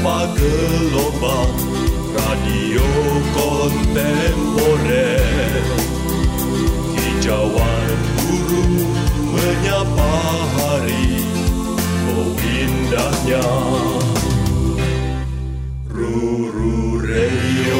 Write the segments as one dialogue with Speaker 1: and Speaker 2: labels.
Speaker 1: tanpa gelombang, radio kontemporer. Hijauan guru menyapa hari, oh indahnya Ruru Radio.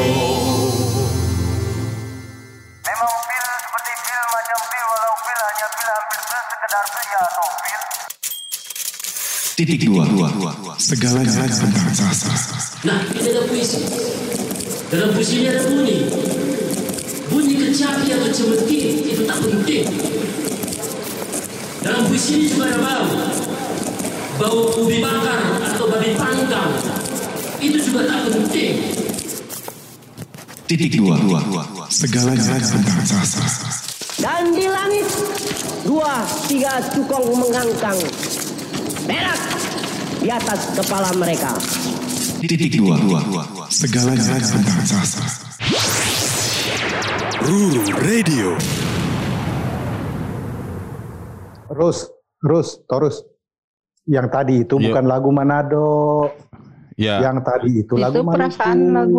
Speaker 2: Memang pil seperti pil macam pil, walau pil hanya pil hampir pil sekedar pil ya atau pil.
Speaker 3: Titik dua. Segalanya tentang sastra.
Speaker 4: Nah, ini ada puisi. Dalam puisi ini ada bunyi. Bunyi kecapi atau cemetik itu tak penting. Dalam puisi ini juga ada bau. Bau ubi bakar atau babi panggang. Itu juga tak penting.
Speaker 3: Titik dua. Segalanya tentang sastra.
Speaker 5: Dan di langit 2-3 cukong mengangkang berak di atas kepala mereka.
Speaker 3: Titik dua. Segalanya tentang sastra.
Speaker 1: Ruru Radio.
Speaker 6: Torus. Yang tadi itu bukan lagu Manado.
Speaker 7: Ya.
Speaker 6: Yang tadi itu lagu Maluku.
Speaker 8: Perasaan lagu.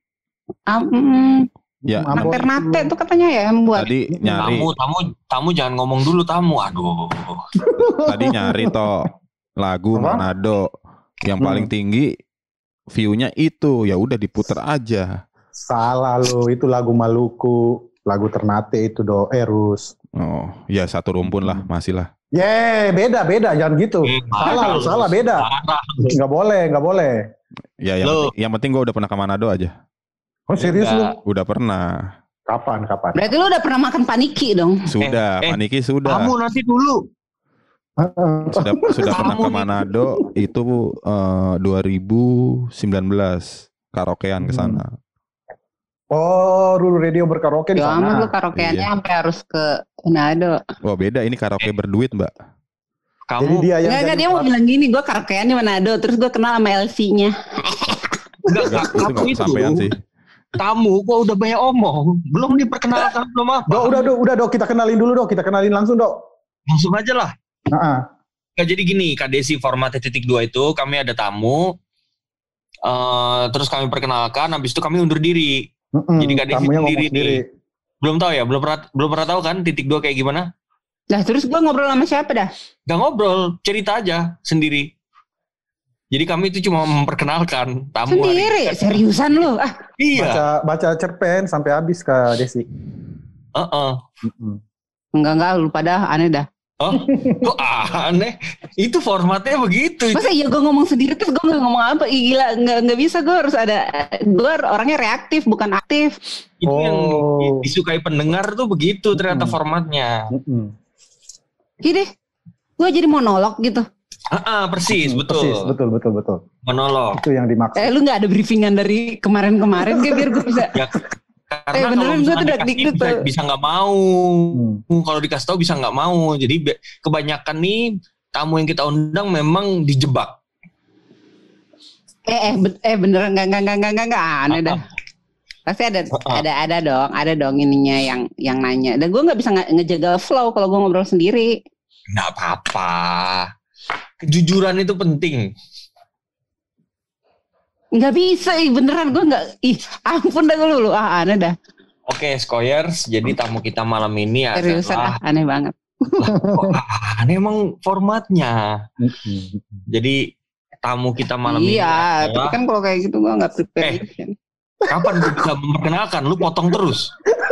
Speaker 7: Ya.
Speaker 8: Ternate itu katanya ya yang buat.
Speaker 7: Tadi nyari.
Speaker 9: Tamu jangan ngomong dulu tamu. Aduh.
Speaker 7: Tadi nyari toh lagu Manado yang paling tinggi view-nya itu, ya udah diputer aja.
Speaker 6: Salah lo, itu lagu Maluku, lagu Ternate itu Rus.
Speaker 7: Oh, ya satu rumpun lah, masih lah.
Speaker 6: Beda, jangan gitu. Salah, beda. Nggak boleh.
Speaker 7: Ya, yang penting gue udah pernah ke Manado aja.
Speaker 6: Oh serius lu?
Speaker 7: Udah pernah.
Speaker 6: Kapan?
Speaker 8: Berarti lu udah pernah makan paniki dong?
Speaker 7: Sudah, paniki sudah.
Speaker 9: Kamu nanti dulu.
Speaker 7: Sudah pernah ke Manado itu 2019 karaokean ke sana.
Speaker 6: Oh, Ruru Radio berkaraoke di sana.
Speaker 8: Lu karaokeannya sampai harus ke Manado.
Speaker 7: Oh, beda ini karaoke berduit, Mbak.
Speaker 9: Kamu
Speaker 6: dia
Speaker 8: dia mau bilang gini, gue karaokean di Manado, terus gue kenal sama LV-nya.
Speaker 7: Enggak, itu enggak kesampean sih.
Speaker 9: Tamu kok udah banyak omong, belum diperkenalkan belum apa?
Speaker 6: Udah, kita kenalin dulu, kita kenalin langsung,
Speaker 9: Langsung aja lah.
Speaker 6: Nah,
Speaker 9: jadi gini, Kak Desi formatnya titik 2 itu kami ada tamu, terus kami perkenalkan, habis itu kami undur diri. Jadi Kak Desi sendiri nih. Belum tahu ya, belum pernah tahu kan titik 2 kayak gimana?
Speaker 8: Nah terus gue ngobrol sama siapa dah?
Speaker 9: Gak ngobrol, cerita aja sendiri. Jadi kami itu cuma memperkenalkan tamu
Speaker 8: sendiri, seriusan lu?
Speaker 9: Iya.
Speaker 6: Baca cerpen sampai habis Kak Desi.
Speaker 8: Enggak, lu pada aneh dah.
Speaker 9: Oh, kok aneh? Itu formatnya begitu.
Speaker 8: Masa iya gue ngomong sendiri terus gue gak ngomong apa? Gila, gak bisa, gue harus ada. Gue orangnya reaktif bukan aktif.
Speaker 9: Itu yang disukai pendengar tuh begitu ternyata formatnya.
Speaker 8: Gini, gue jadi monolog gitu.
Speaker 9: Persis, betul. Monolog.
Speaker 6: Itu yang dimaksud.
Speaker 8: Lu gak ada briefingan dari kemarin-kemarin biar gue bisa.
Speaker 9: Ya, karena
Speaker 8: beneran gue tuh udah dikit tuh.
Speaker 9: Bisa nggak mau. Kalau dikasih tahu bisa nggak mau. Jadi kebanyakan nih tamu yang kita undang memang dijebak.
Speaker 8: Beneran nggak aneh dah. Pasti ada dong ininya yang nanya. Dan gue nggak bisa ngejaga flow kalau gue ngobrol sendiri.
Speaker 9: Nggak apa-apa. Kejujuran itu penting.
Speaker 8: Nggak bisa, beneran gue nggak. Ampun dah lu aneh dah.
Speaker 9: Oke, Skoyers. Jadi tamu kita malam ini
Speaker 8: seriusan
Speaker 9: adalah
Speaker 8: aneh banget.
Speaker 9: Aneh emang formatnya. Jadi tamu kita malam ini.
Speaker 8: Iya, tapi kan kalau kayak gitu gue nggak prepare.
Speaker 9: Kapan gue bisa memperkenalkan? Lu potong terus.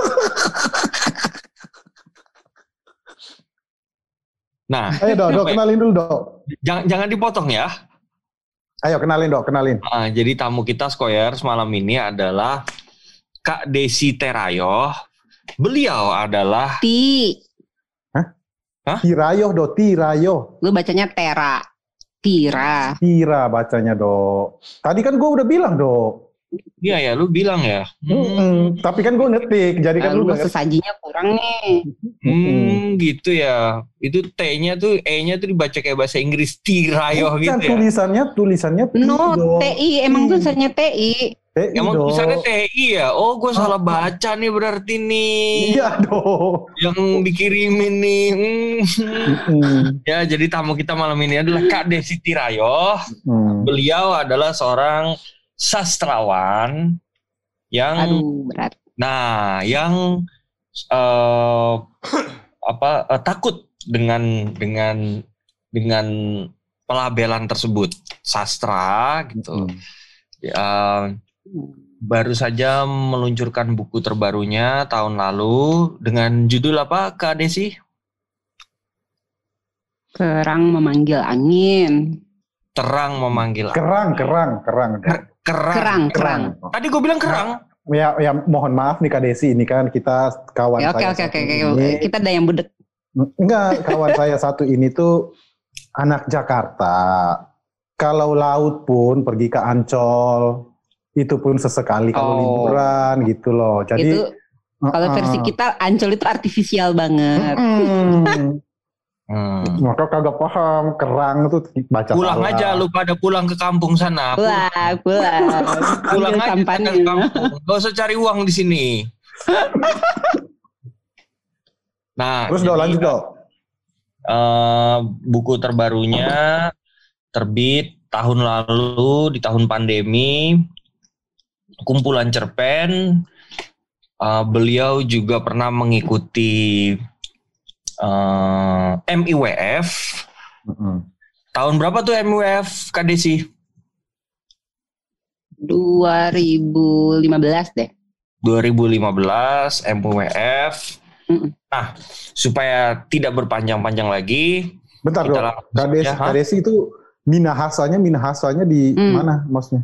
Speaker 9: Nah,
Speaker 6: ayo kenalin dulu
Speaker 9: Jangan dipotong ya.
Speaker 6: Ayo kenalin.
Speaker 9: Jadi tamu kita Skoyers malam ini adalah Kak Desi Terayoh. Beliau adalah
Speaker 6: Tirayoh.
Speaker 5: Gue bacanya Tira
Speaker 6: bacanya Tadi kan gue udah bilang
Speaker 9: Iya ya, lu bilang ya.
Speaker 6: Tapi kan gue ngetik, jadi kan lu
Speaker 5: sesajinya kurang nih.
Speaker 9: Gitu ya. Itu T-nya tuh, E-nya tuh dibaca kayak bahasa Inggris Tirayoh gitu ya.
Speaker 6: Tulisannya
Speaker 5: No, TI, emang tulisannya TI.
Speaker 9: Emang tulisannya TI ya? Oh, gue salah baca nih berarti nih.
Speaker 6: Iya dong.
Speaker 9: Yang dikirimin nih. Ya, jadi tamu kita malam ini adalah Kak Desi Tirayo. Beliau adalah seorang sastrawan yang
Speaker 8: berat.
Speaker 9: Nah, yang takut dengan pelabelan tersebut, sastra gitu. Baru saja meluncurkan buku terbarunya tahun lalu dengan judul apa, Kak Desi?
Speaker 8: Kerang memanggil angin.
Speaker 9: Terang memanggil
Speaker 6: Kerang.
Speaker 9: Tadi gue bilang kerang.
Speaker 6: Ya mohon maaf nih Kak Desi, ini kan kita kawan saya.
Speaker 8: Oke. Kita ada yang budek.
Speaker 6: Enggak, kawan saya satu ini tuh anak Jakarta. Kalau laut pun pergi ke Ancol, itu pun sesekali kalau liburan gitu loh. Jadi
Speaker 8: itu, kalau versi kita Ancol itu artifisial banget.
Speaker 6: Maka kagak paham, kerang itu baca
Speaker 9: pulang
Speaker 6: salah.
Speaker 9: Aja lu pada pulang ke kampung sana. Pulang aja ke kampung. Gak usah cari uang di sini. Nah,
Speaker 6: terus lanjut dong.
Speaker 9: Buku terbarunya terbit tahun lalu di tahun pandemi. Kumpulan cerpen. Beliau juga pernah mengikuti MIWF. Tahun berapa tuh MIWF, Kak Desi?
Speaker 8: 2015 deh.
Speaker 9: 2015 MIWF. Nah, supaya tidak berpanjang-panjang lagi.
Speaker 6: Bentar dong, Kak Desi itu minahasanya di mana maksudnya?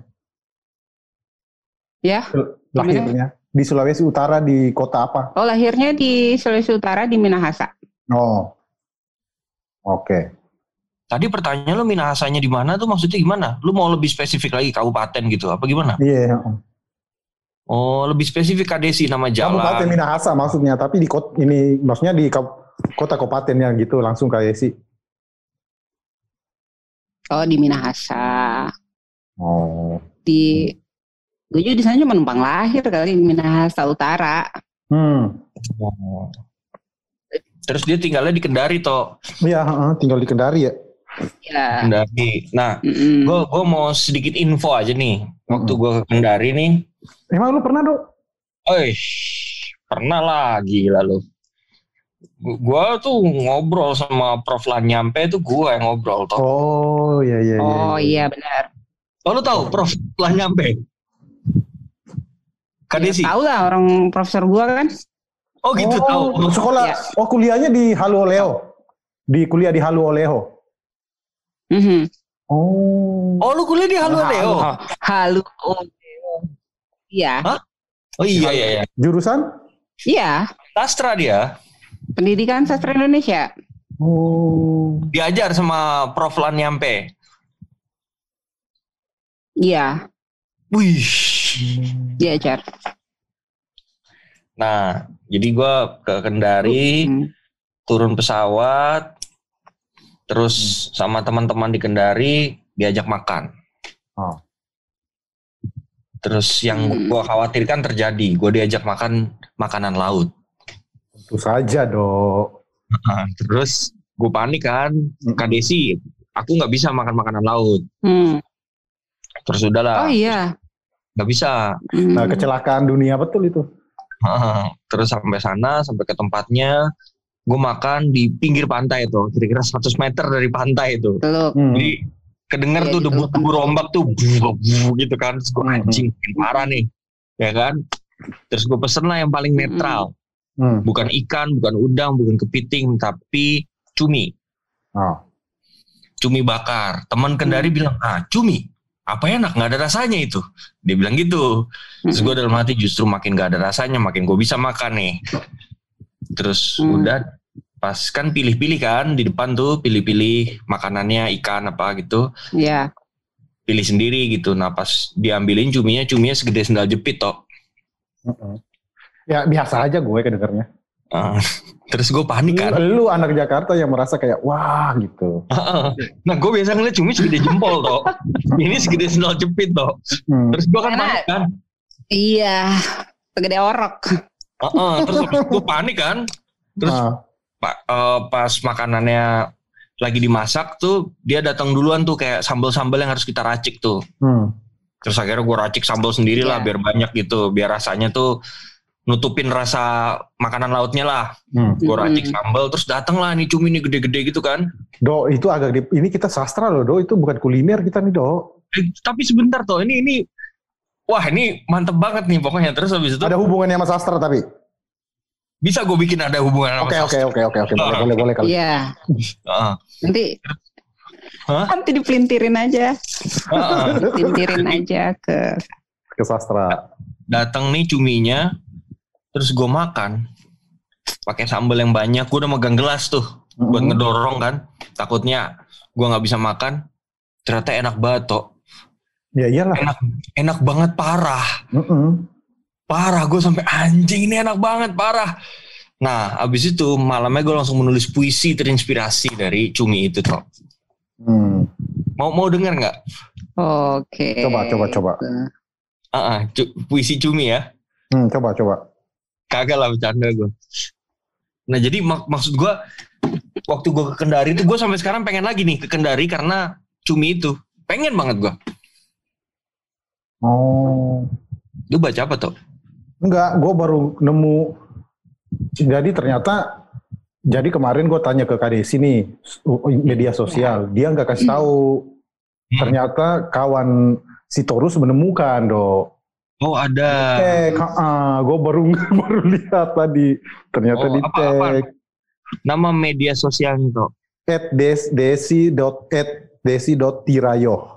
Speaker 8: Ya.
Speaker 6: Lahirnya di Sulawesi Utara, di kota apa?
Speaker 8: Oh, lahirnya di Sulawesi Utara di Minahasa.
Speaker 6: Oh, oke.
Speaker 9: Tadi pertanyaan lu minahasanya di mana tuh, maksudnya gimana? Lu mau lebih spesifik lagi kabupaten gitu, apa gimana?
Speaker 6: Iya.
Speaker 9: Oh, lebih spesifik Kak Desi, nama jalan.
Speaker 6: Kabupaten Minahasa maksudnya, tapi di kota ini maksudnya di kota kabupatennya gitu langsung Kak Desi.
Speaker 8: Oh, di Minahasa.
Speaker 6: Oh.
Speaker 8: Gue juga di sana cuma numpang lahir kali di Minahasa Utara.
Speaker 9: Terus dia tinggalnya di Kendari toh?
Speaker 6: Iya, tinggal di Kendari ya.
Speaker 8: Iya.
Speaker 9: Kendari. Nah, gue mau sedikit info aja nih. Waktu gue ke Kendari nih.
Speaker 6: Emang lu pernah dong?
Speaker 9: Pernah lah, gila lu. Gue tuh ngobrol sama Prof Lanyampe tuh gue yang ngobrol toh.
Speaker 6: Oh iya.
Speaker 8: Oh iya benar.
Speaker 9: Oh lu tahu Prof Lanyampe? Kak Desi?
Speaker 8: Tahu lah, orang profesor gue kan.
Speaker 9: Oh gitu, tahu.
Speaker 6: Sekolah, kuliahnya di Halu Oleo. Kuliah di Halu Oleo.
Speaker 9: Oh lu kuliah di Halu Oleo?
Speaker 8: Halu Oleo. Iya.
Speaker 9: Hah? Oh iya.
Speaker 6: Jurusan?
Speaker 8: Iya.
Speaker 9: Sastra dia.
Speaker 8: Pendidikan Sastra Indonesia.
Speaker 6: Oh.
Speaker 9: Diajar sama Prof Lanyampe.
Speaker 8: Iya.
Speaker 9: Wih.
Speaker 8: Diajar.
Speaker 9: Nah, jadi gue ke Kendari, turun pesawat, terus sama teman-teman di Kendari diajak makan. Terus yang gue khawatirkan terjadi, gue diajak makan makanan laut.
Speaker 6: Tentu saja dong.
Speaker 9: Terus gue panik kan, Kak Desi, aku nggak bisa makan makanan laut. Terus udahlah.
Speaker 8: Oh iya.
Speaker 9: Nggak bisa.
Speaker 6: Nah, kecelakaan dunia betul itu.
Speaker 9: Terus sampai sana, sampai ke tempatnya, gue makan di pinggir pantai tuh, kira-kira 100 meter dari pantai itu. Jadi kedenger tuh debu rombak tuh, gitu kan. Terus gue anjing, parah nih, ya kan. Terus gue pesen lah yang paling netral, bukan ikan, bukan udang, bukan kepiting, tapi cumi. Cumi bakar. Teman Kendari bilang, cumi. Apa enak, gak ada rasanya itu. Dia bilang gitu. Terus gue dalam hati justru makin gak ada rasanya, makin gue bisa makan nih. Terus udah pas kan pilih-pilih kan di depan tuh, pilih-pilih makanannya ikan apa gitu.
Speaker 8: Iya.
Speaker 9: Pilih sendiri gitu. Nah pas diambilin cuminya segede sendal jepit toh.
Speaker 6: Ya biasa aja gue kedengarnya.
Speaker 9: Terus gue panik kan.
Speaker 6: Lu anak Jakarta yang merasa kayak wah gitu.
Speaker 9: Nah gue biasa ngeliat cumi segede jempol toh. Ini segede sendal jepit toh. Terus gue kan panik kan.
Speaker 8: Iya, segede orok.
Speaker 9: Terus gue panik kan. Terus pas makanannya lagi dimasak tuh, dia datang duluan tuh kayak sambal-sambal yang harus kita racik tuh. Terus akhirnya gue racik sambal sendiri lah biar banyak gitu, biar rasanya tuh nutupin rasa makanan lautnya lah. Gue racik sambal, terus datang lah nih cumi nih gede-gede gitu kan.
Speaker 6: Do, itu agak ini kita sastra loh, Do. Itu bukan kuliner kita nih, Do.
Speaker 9: Tapi sebentar toh, ini wah ini mantep banget nih pokoknya. Terus habis itu
Speaker 6: ada hubungannya sama sastra tapi
Speaker 9: bisa gue bikin ada hubungan sama sastra.
Speaker 6: Oke, boleh kali.
Speaker 8: Iya. Nanti dipelintirin aja. Dipelintirin aja ke
Speaker 6: sastra.
Speaker 9: Datang nih cuminya, terus gue makan pakai sambal yang banyak. Gue udah megang gelas tuh buat ngedorong kan, takutnya gue nggak bisa makan. Ternyata enak banget toh.
Speaker 6: Ya iyalah.
Speaker 9: Enak banget parah. Parah, gue sampai anjing ini enak banget parah. Nah abis itu malamnya gue langsung menulis puisi terinspirasi dari cumi itu toh. Mau denger nggak?
Speaker 8: Oke.
Speaker 6: Coba.
Speaker 9: Puisi cumi ya.
Speaker 6: Coba.
Speaker 9: Kagak lah, bercanda gue. Nah jadi maksud gue, waktu gue ke Kendari itu gue sampai sekarang pengen lagi nih ke Kendari karena cumi itu. Pengen banget gue. Lu baca apa tuh?
Speaker 6: Enggak, gue baru nemu. Jadi ternyata, jadi kemarin gue tanya ke Kak Desi nih, media sosial. Dia nggak kasih tahu. Ternyata kawan si Torus menemukan, Do.
Speaker 9: Oh ada.
Speaker 6: Gue baru lihat tadi. Ternyata di tag.
Speaker 9: Nama media sosialnya tuh?
Speaker 6: @desi.tirayo.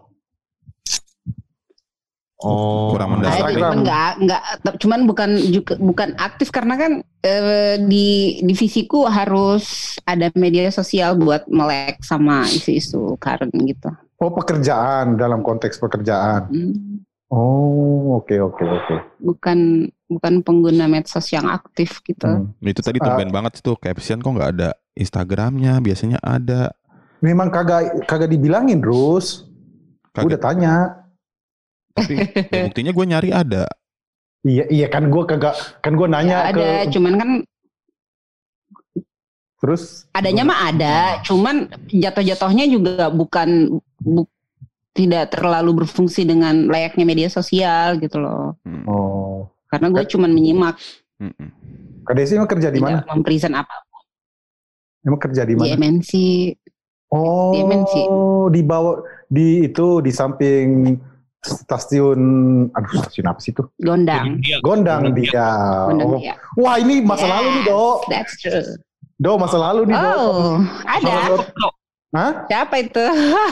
Speaker 7: Kurang mendasar.
Speaker 8: Cuman bukan aktif karena kan di divisiku harus ada media sosial buat melek sama isu-isu current gitu.
Speaker 6: Oh pekerjaan, dalam konteks pekerjaan. Oh, oke.
Speaker 8: Bukan pengguna medsos yang aktif gitu.
Speaker 7: Itu tadi tumben banget tuh caption kok nggak ada Instagramnya, biasanya ada. Memang
Speaker 6: kagak dibilangin terus. Gue udah tanya.
Speaker 7: Tapi buktinya gue nyari ada.
Speaker 6: Iya kan gue nanya
Speaker 8: ya, ada, cuman kan.
Speaker 6: Terus? Adanya
Speaker 8: mah ada, cuman jatuh-jatuhnya juga tidak terlalu berfungsi dengan layaknya media sosial gitu loh. Karena gue cuman menyimak.
Speaker 6: Kak Desi emang kerja di mana?
Speaker 8: Tidak mempresent apa-apa.
Speaker 6: Emang kerja di mana?
Speaker 8: Di MNC.
Speaker 6: Oh, di MNC. Di bawah, di samping stasiun apa sih itu?
Speaker 8: Gondang dia.
Speaker 6: Wah ini masa lalu nih, Do.
Speaker 8: That's true.
Speaker 6: Do, masa lalu nih, Do.
Speaker 8: Ada.
Speaker 6: Hah?
Speaker 8: Siapa itu?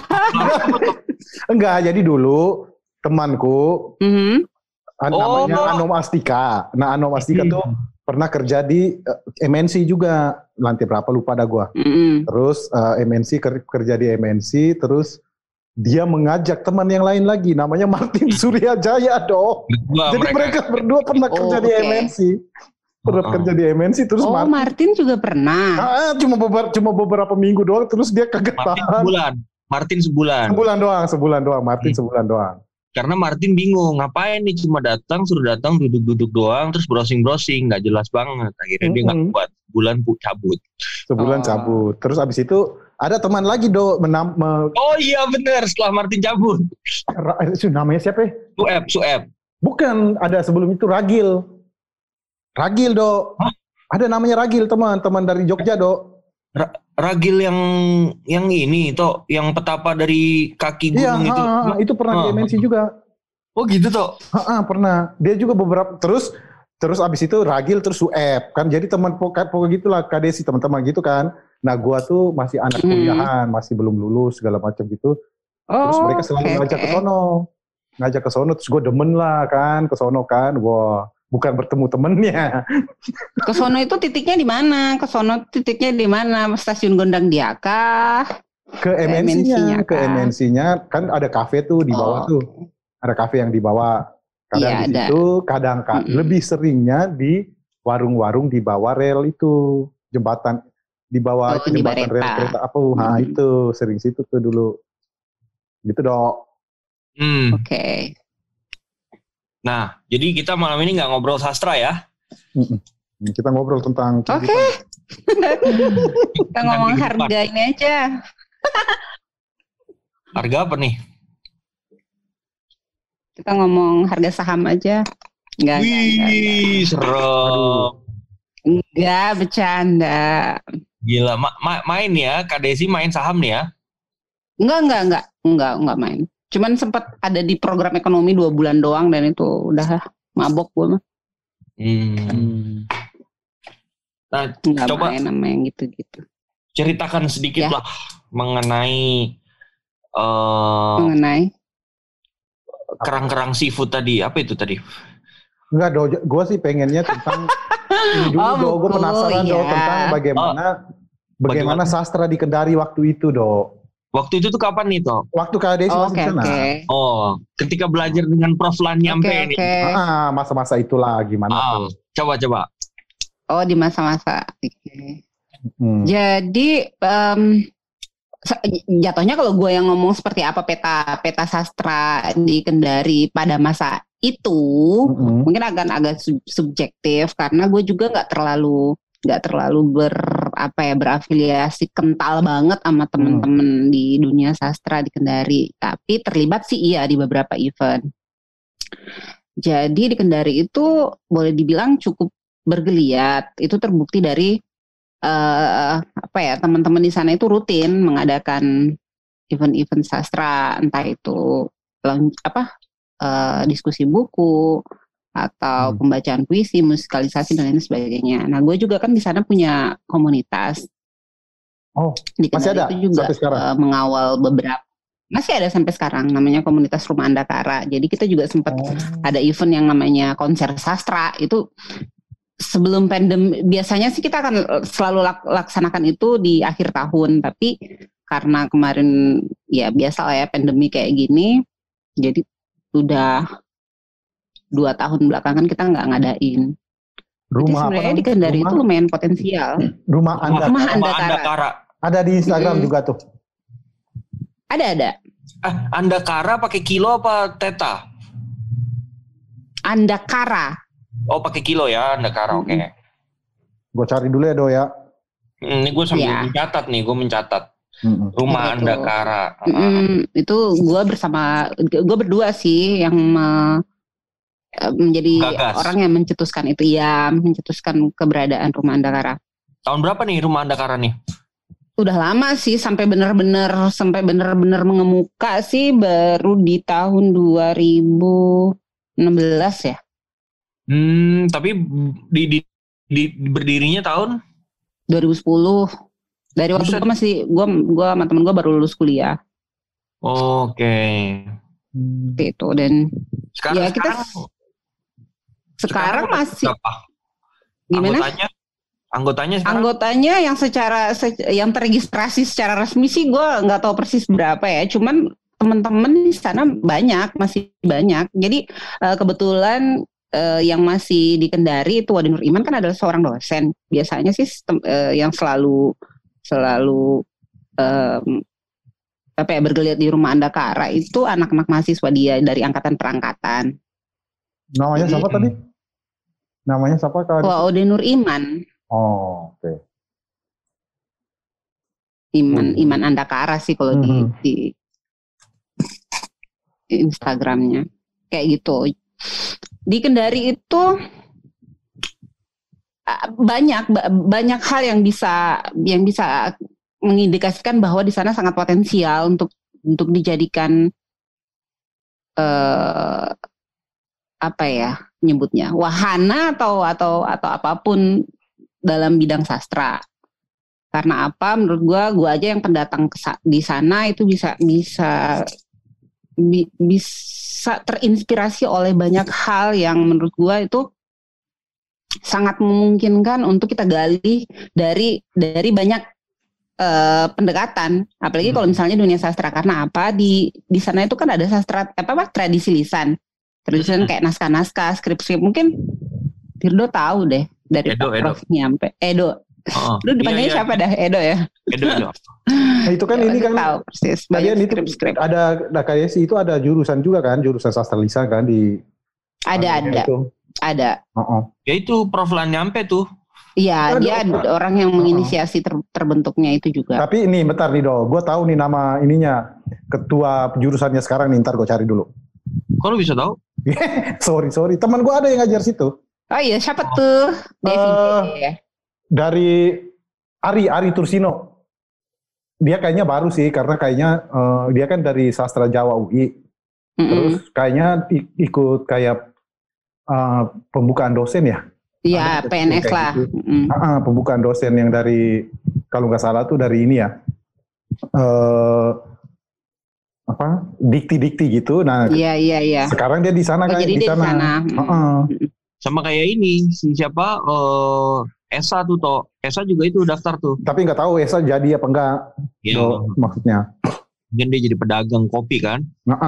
Speaker 6: Enggak, jadi dulu temanku namanya Anom Astika. Nah, Anom Astika tuh pernah kerja di MNC juga. Lantai berapa lupa dah gua. Terus MNC kerja di MNC, terus dia mengajak teman yang lain lagi, namanya Martin Suryajaya, Do. Jadi mereka berdua pernah kerja di MNC. Kerja di MNC terus
Speaker 8: Martin juga pernah.
Speaker 6: Cuma beberapa minggu doang, terus dia kagak tahan.
Speaker 9: Martin sebulan.
Speaker 6: Sebulan doang. Martin sebulan doang.
Speaker 9: Karena Martin bingung, ngapain nih cuma suruh datang duduk-duduk doang, terus browsing, nggak jelas banget. Akhirnya dia nggak kuat, sebulan cabut. Terus abis itu ada teman lagi, Do. Oh iya bener, setelah Martin cabut.
Speaker 6: Namanya siapa ya?
Speaker 9: Sueb.
Speaker 6: Bukan, ada sebelum itu Ragil, Do. Hah? Ada namanya Ragil, teman dari Jogja, Do.
Speaker 9: Ragil yang ini toh, yang petapa dari kaki gunung itu.
Speaker 6: Itu pernah di MNC juga.
Speaker 9: Oh gitu toh?
Speaker 6: Pernah. Dia juga beberapa terus abis itu Ragil terus Sueb kan, jadi teman pokok gitulah Kak Desi, teman-teman gitu kan. Nah gua tuh masih anak kuliahan, masih belum lulus segala macam gitu. Terus mereka selalu ngajak ke sono, terus gue demen lah kan ke sono kan. Wah, bukan bertemu temennya.
Speaker 8: Ke sono itu titiknya di mana? Stasiun Gondang dia kah?
Speaker 6: Ke MNC-nya kan ada kafe tuh di bawah tuh. Ada kafe yang di bawah. Kadang di situ, kadang lebih seringnya di warung-warung di bawah rel itu, jembatan di bawah jembatan rel kereta apa? Nah itu sering situ tuh dulu. Gitu Dok.
Speaker 8: Oke.
Speaker 9: Nah, jadi kita malam ini nggak ngobrol sastra ya?
Speaker 6: Kita ngobrol tentang
Speaker 8: kita ngomong harga ini aja.
Speaker 9: Harga apa nih?
Speaker 8: Kita ngomong harga saham aja. Enggak.
Speaker 9: Serem.
Speaker 8: Enggak, bercanda.
Speaker 9: Gila, main ya, Kak Desi main saham nih ya?
Speaker 8: Enggak main. Cuman sempat ada di program ekonomi 2 bulan doang dan itu udah mabok gue mah.
Speaker 9: Nah,
Speaker 8: nggak
Speaker 9: coba
Speaker 8: main sama yang gitu-gitu.
Speaker 9: Ceritakan sedikit lah mengenai kerang-kerang seafood tadi. Apa itu tadi?
Speaker 6: Enggak, gue sih pengennya tentang ini dulu, gue penasaran tentang bagaimana sastra di Kendari waktu itu, Dok.
Speaker 9: Waktu itu tuh kapan nih, Toh?
Speaker 6: Waktu Kak Desi masih di sana.
Speaker 9: Oh, ketika belajar dengan Prof Lan nyampe nih.
Speaker 6: Masa-masa itulah gimana tuh?
Speaker 9: Coba.
Speaker 8: Oh, di masa-masa. Jadi jatuhnya kalau gue yang ngomong seperti apa peta sastra di Kendari pada masa itu, mungkin agak subjektif karena gue juga nggak terlalu berafiliasi kental banget sama temen-temen di dunia sastra di Kendari, tapi terlibat sih di beberapa event. Jadi di Kendari itu boleh dibilang cukup bergeliat. Itu terbukti dari teman-teman di sana itu rutin mengadakan event-event sastra, entah itu diskusi buku atau pembacaan puisi, musikalisasi dan lain sebagainya. Nah, gue juga kan di sana punya komunitas. Di
Speaker 6: masih ada
Speaker 8: itu juga mengawal beberapa. Masih ada sampai sekarang, namanya komunitas Rumah Andakara. Jadi kita juga sempat ada event yang namanya konser sastra. Itu sebelum pandemi, biasanya sih kita akan selalu laksanakan itu di akhir tahun. Tapi karena kemarin ya biasa lah ya pandemi kayak gini, jadi udah 2 tahun belakangan kita nggak ngadain. Jadi sebenarnya di Kendari itu lumayan potensial.
Speaker 6: Rumah Andakara. Ada di Instagram juga tuh.
Speaker 8: Ada.
Speaker 9: Andakara pakai kilo apa teta?
Speaker 8: Andakara.
Speaker 9: Oh, pakai kilo ya, Andakara. Oke.
Speaker 6: Gue cari dulu ya, Do ya.
Speaker 9: Ini gue sambil mencatat. Rumah Andakara.
Speaker 8: Itu gue berdua sih yang menjadi orang yang mencetuskan itu, mencetuskan keberadaan Rumah Andakara.
Speaker 9: Tahun berapa nih Rumah Andakara nih?
Speaker 8: Udah lama sih, sampai benar-benar mengemuka sih baru di tahun 2016 ya.
Speaker 9: Tapi di berdirinya tahun
Speaker 8: 2010. Dari waktu itu masih gue sama temen gue baru lulus kuliah.
Speaker 9: Oke.
Speaker 8: Itu dan sekarang masih
Speaker 9: berapa?
Speaker 8: Gimana? Anggotanya yang terregistrasi secara resmi sih gue nggak tahu persis berapa ya. Cuman teman-teman di sana masih banyak. Jadi kebetulan yang masih di Kendari itu Wadi Nur Iman kan adalah seorang dosen. Biasanya sih yang selalu bergeliat di Rumah Andakara itu anak-anak mahasiswa dia dari angkatan perangkatan.
Speaker 6: Namanya siapa tadi? Namanya siapa?
Speaker 8: Wadi Nur Iman.
Speaker 6: Oh, oke.
Speaker 8: Iman Andakara sih kalau di Instagramnya kayak gitu. Di Kendari itu banyak hal yang bisa mengindikasikan bahwa di sana sangat potensial untuk dijadikan nyebutnya wahana atau apapun dalam bidang sastra. Karena apa? Menurut gue aja yang pendatang di sana itu bisa terinspirasi oleh banyak hal yang menurut gue itu sangat memungkinkan untuk kita gali dari banyak pendekatan, apalagi kalau misalnya dunia sastra. Karena apa? Di sana itu kan ada sastra tradisi lisan kayak naskah-naskah, skrip-skrip. Mungkin Tirdo tahu deh dari Prof nyampe. Edo. Lu dipanggilnya siapa dah? Edo ya?
Speaker 9: Edo.
Speaker 6: Nah, itu kan ini kan
Speaker 8: tahu persis. Banyak skrip-skrip.
Speaker 6: Ada KDSI itu ada jurusan juga kan, jurusan sastra lisan kan di.
Speaker 8: Ada.
Speaker 9: Ya itu Prof Lan nyampe tuh.
Speaker 8: Iya, dia orang yang menginisiasi terbentuknya itu juga.
Speaker 6: Tapi ini bentar nih Do, gue tahu nih nama ininya, ketua jurusannya sekarang nih, ntar gue cari dulu.
Speaker 9: Kok lu bisa tahu?
Speaker 6: sorry, teman gue ada yang ngajar situ.
Speaker 8: Oh iya, siapa tuh? Devi.
Speaker 6: Dari Ari Tursino. Dia kayaknya baru sih, karena kayaknya dia kan dari sastra Jawa UI. Terus kayaknya ikut kayak pembukaan dosen ya.
Speaker 8: Iya, PNS lah.
Speaker 6: Gitu. Pembukaan dosen yang dari, kalau nggak salah tuh dari ini ya, dikti gitu. Nah,
Speaker 8: iya.
Speaker 6: Sekarang dia di sana kan?
Speaker 8: Jadi dia di sana.
Speaker 9: Sama kayak ini, siapa? Esa tuh toh. Esa juga itu daftar tuh.
Speaker 6: Tapi nggak tahu Esa jadi apa enggak?
Speaker 9: Iya.
Speaker 6: Maksudnya.
Speaker 9: Mungkin dia jadi pedagang kopi kan?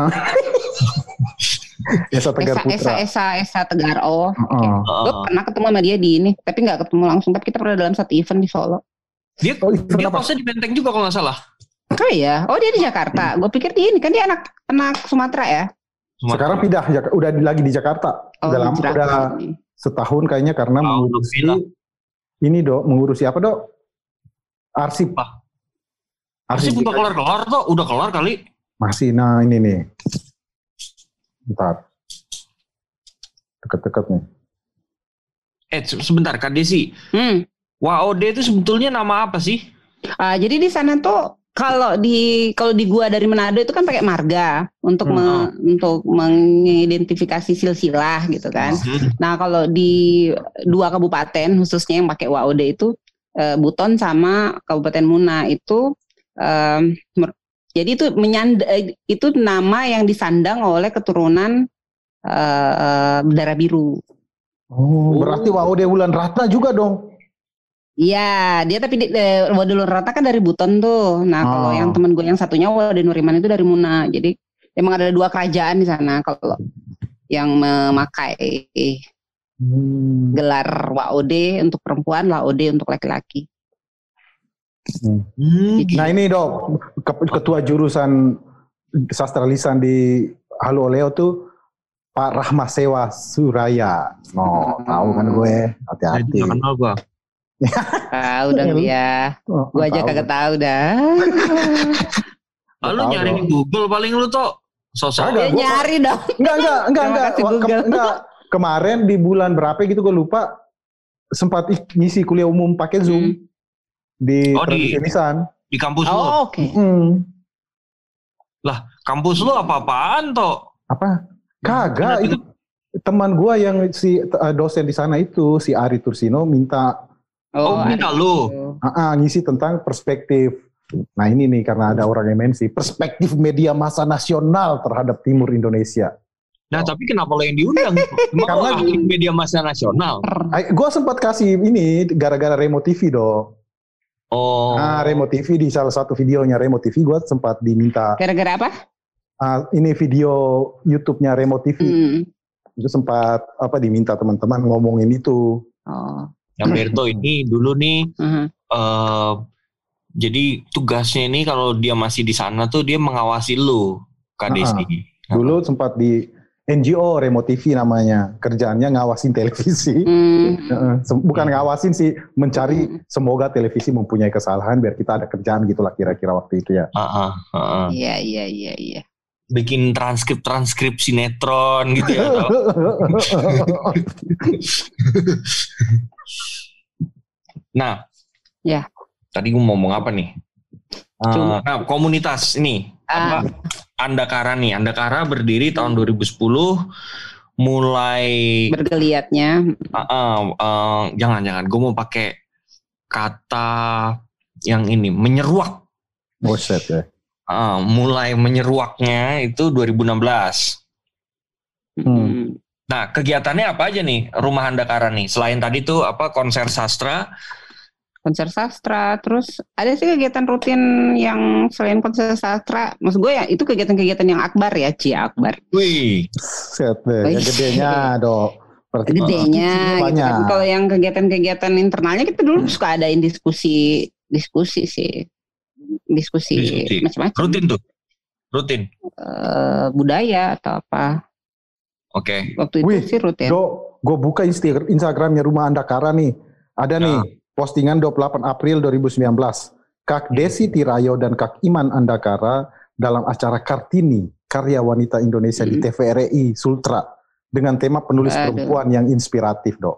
Speaker 6: Esa Tegar Putra.
Speaker 8: Esa Tegar. Gue pernah ketemu sama dia di ini, tapi nggak ketemu langsung. Tapi kita pernah dalam satu event di Solo.
Speaker 9: Dia kosnya di Benteng juga kalau nggak salah.
Speaker 8: Oh iya, dia di Jakarta. Gue pikir di ini kan dia anak Sumatera ya.
Speaker 6: Sekarang pindah, udah lagi di Jakarta. Udah lama, udah setahun kayaknya karena mengurusi ini mengurusi apa Dok? Arsip.
Speaker 9: Arsip udah kelar Dok, udah kelar kali.
Speaker 6: Masih, nah ini nih. Bentar. Deket-deket nih.
Speaker 9: Sebentar Kak Desi. WOD itu sebetulnya nama apa sih?
Speaker 8: Jadi di sana tuh kalau di gua dari Manado itu kan pakai marga untuk untuk mengidentifikasi silsilah gitu kan. Nah, kalau di 2 kabupaten khususnya yang pakai WOD itu Buton sama Kabupaten Muna itu jadi itu nama yang disandang oleh keturunan Berdarah Biru.
Speaker 6: Berarti WOD Wulan Ratna juga dong.
Speaker 8: Iya, dia tapi WOD Wulan Ratna kan dari Buton tuh. Nah, kalau yang temen gue yang satunya WOD Nuriman itu dari Muna. Jadi emang ada 2 kerajaan di sana kalau yang memakai gelar WOD untuk perempuan, LOD untuk laki-laki.
Speaker 6: Nah ini Dok, ketua jurusan sastra lisan di Halo Oleo tuh Pak Rahmasewa Suraya. Tahu kan gue, hati-hati.
Speaker 9: Itu kenal gue.
Speaker 8: Tahu dong dia. Gue aja kagak tahu dah.
Speaker 9: Lu nyari di Google paling lu tuh. Sosok
Speaker 8: dia nyari dong.
Speaker 6: Enggak. Kemarin di bulan berapa gitu gue lupa, sempat ngisi kuliah umum pakai Zoom. Di lisan.
Speaker 9: Di kampus lu?
Speaker 8: Oke.
Speaker 9: Lah, kampus lu apa-apaan toh?
Speaker 6: Apa? Kagak, itu teman gua yang si dosen di sana itu, si Ari Tursino minta.
Speaker 9: Minta lu?
Speaker 6: Ngisi tentang perspektif. Nah ini nih, karena ada orang MNC, perspektif media massa nasional terhadap Timur Indonesia.
Speaker 9: Nah tapi kenapa lo yang diundang? Karena media massa nasional.
Speaker 6: Gua sempat kasih ini gara-gara Remo TV dong. Remo TV di salah satu videonya Remo TV gue sempat diminta.
Speaker 8: Gara-gara apa?
Speaker 6: Ini video YouTube-nya Remo TV. Itu sempat diminta teman-teman ngomongin itu.
Speaker 9: Yang Berto ini dulu nih, jadi tugasnya ini kalau dia masih di sana tuh dia mengawasi lu, Kak Desi.
Speaker 6: Dulu sempat di NGO Remo TV namanya, kerjaannya ngawasin televisi. Bukan ngawasin sih, mencari semoga televisi mempunyai kesalahan biar kita ada kerjaan gitulah kira-kira waktu itu ya.
Speaker 8: Iya.
Speaker 9: Bikin transkrip sinetron gitu ya. Nah,
Speaker 8: ya.
Speaker 9: Tadi gue mau ngomong apa nih? Nah, komunitas ini Andakara nih. Andakara berdiri tahun 2010, mulai
Speaker 8: bergeliatnya.
Speaker 9: Jangan. Gue mau pakai kata yang ini, menyeruak.
Speaker 6: Buset ya.
Speaker 9: Mulai menyeruaknya itu 2016. Nah, kegiatannya apa aja nih Rumah Andakara nih? Selain tadi tuh konser sastra,
Speaker 8: terus ada sih kegiatan rutin yang selain konser sastra. Maksud gue ya itu kegiatan-kegiatan yang akbar ya, akbar.
Speaker 6: Wih, set deh, yang gedenya Dok.
Speaker 8: gedenya gitu kan. Kalau yang kegiatan-kegiatan internalnya kita dulu suka adain diskusi sih. Diskusi macam-macam.
Speaker 9: Rutin.
Speaker 8: Budaya atau apa.
Speaker 9: Oke.
Speaker 8: Waktu itu sih rutin.
Speaker 6: Gue buka Instagramnya Rumah Andakara nih. Ada nih postingan 28 April 2019. Kak Desi Tirayo dan Kak Iman Andakara dalam acara Kartini, Karya Wanita Indonesia di TVRI Sultra dengan tema penulis perempuan yang inspiratif, Dok.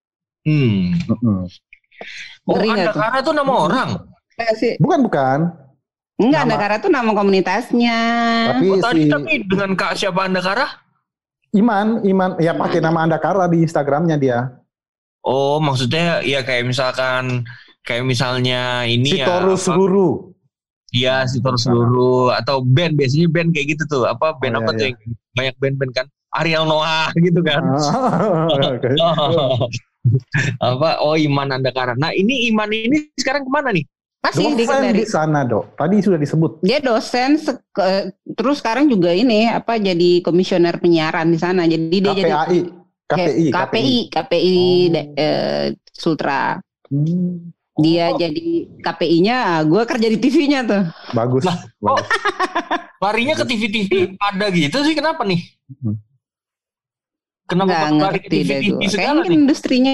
Speaker 9: Andakara itu nama orang?
Speaker 6: Bukan.
Speaker 8: Enggak, Andakara itu nama komunitasnya.
Speaker 9: Tapi dengan Kak siapa Andakara?
Speaker 6: Iman, ya pakai nama Andakara di Instagramnya dia.
Speaker 9: Oh, maksudnya ya kayak misalnya ini
Speaker 6: Sitorus Seluruh.
Speaker 9: Iya, Sitorus Seluruh atau band, biasanya band kayak gitu tuh. Apa band tuh yang banyak band-band kan? Ariel Noah gitu kan. Iman Andakara. Nah, ini Iman ini sekarang kemana nih?
Speaker 8: Masih
Speaker 6: di sana, Dok. Tadi sudah disebut.
Speaker 8: Dia dosen, terus sekarang juga jadi komisioner penyiaran di sana. Jadi dia KPI Sultra. Dia jadi KPI-nya, gue kerja di TV-nya tuh.
Speaker 6: Bagus.
Speaker 9: Larinya ke TV-TV ada gitu sih, kenapa nih? Kenapa lari ke TV-TV segala nih?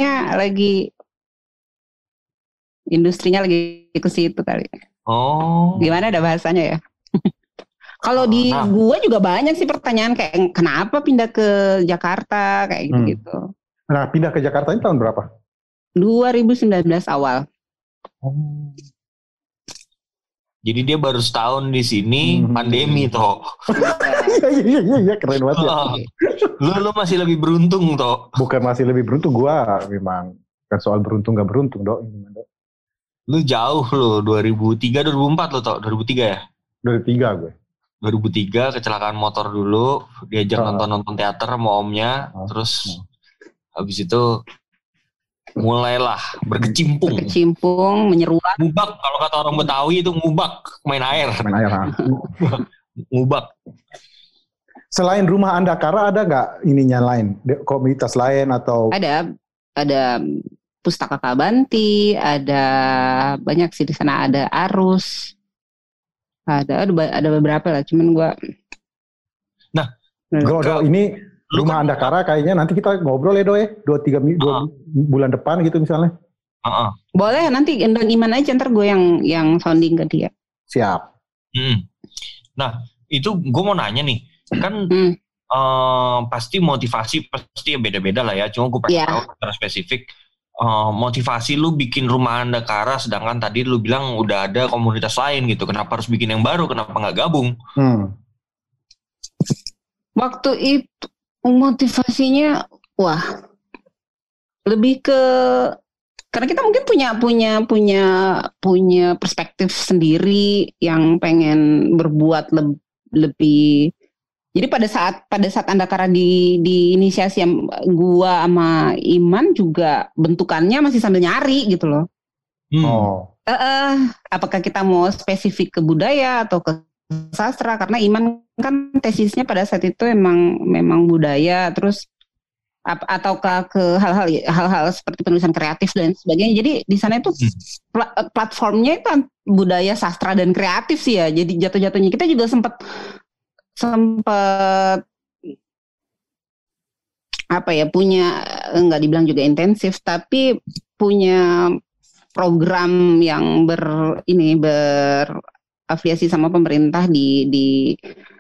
Speaker 9: Industrinya lagi ke situ kali. Oh. Gimana ada bahasanya ya? Kalau di gua juga banyak sih pertanyaan kayak kenapa pindah ke Jakarta kayak gitu.
Speaker 6: Nah, pindah ke Jakarta ini tahun berapa?
Speaker 8: 2019 awal.
Speaker 9: Oh. Jadi dia baru setahun di sini pandemi toh.
Speaker 6: Iya keren banget ya.
Speaker 9: Lu masih lebih beruntung toh.
Speaker 6: Bukan masih lebih beruntung, gua memang kan soal beruntung gak beruntung, Dok.
Speaker 9: Lu jauh lo, 2003, 2004 lo tau, 2003 ya?
Speaker 6: 2003 gue.
Speaker 9: 2003 kecelakaan motor dulu, diajak nonton teater sama omnya, terus habis itu mulailah berkecimpung,
Speaker 8: menyeruak.
Speaker 9: Ngubak, kalau kata orang Betawi itu ngubak, main air. Ngubak.
Speaker 6: Selain Rumah Andakara ada nggak ininya lain, komunitas lain atau?
Speaker 8: Ada Pustaka Kabanti, ada banyak sih di sana, ada Arus, ada beberapa lah, cuman gue.
Speaker 9: Nah,
Speaker 6: ini Rumah Andakara kayaknya nanti kita ngobrol ya, Do ya, 2-3 bulan depan gitu misalnya.
Speaker 8: Boleh, nanti undang Iman aja, ntar gue yang sounding ke dia.
Speaker 6: Siap.
Speaker 9: Nah, itu gue mau nanya nih, kan pasti motivasi pasti beda-beda lah ya, cuma gue pengen tahu secara spesifik. Motivasi lu bikin Rumah Andakara sedangkan tadi lu bilang udah ada komunitas lain gitu, kenapa harus bikin yang baru, kenapa nggak gabung?
Speaker 8: Waktu itu motivasinya lebih ke karena kita mungkin punya perspektif sendiri yang pengen berbuat lebih. Jadi pada saat Andakara diinisiasi gua sama Iman juga bentukannya masih sambil nyari gitu loh. Apakah kita mau spesifik ke budaya atau ke sastra, karena Iman kan tesisnya pada saat itu memang budaya, terus ataukah ke hal-hal seperti penulisan kreatif dan sebagainya. Jadi di sana itu platformnya itu budaya, sastra dan kreatif sih ya. Jadi jatuh-jatuhnya kita juga sempat punya, nggak dibilang juga intensif, tapi punya program yang berafiliasi sama pemerintah di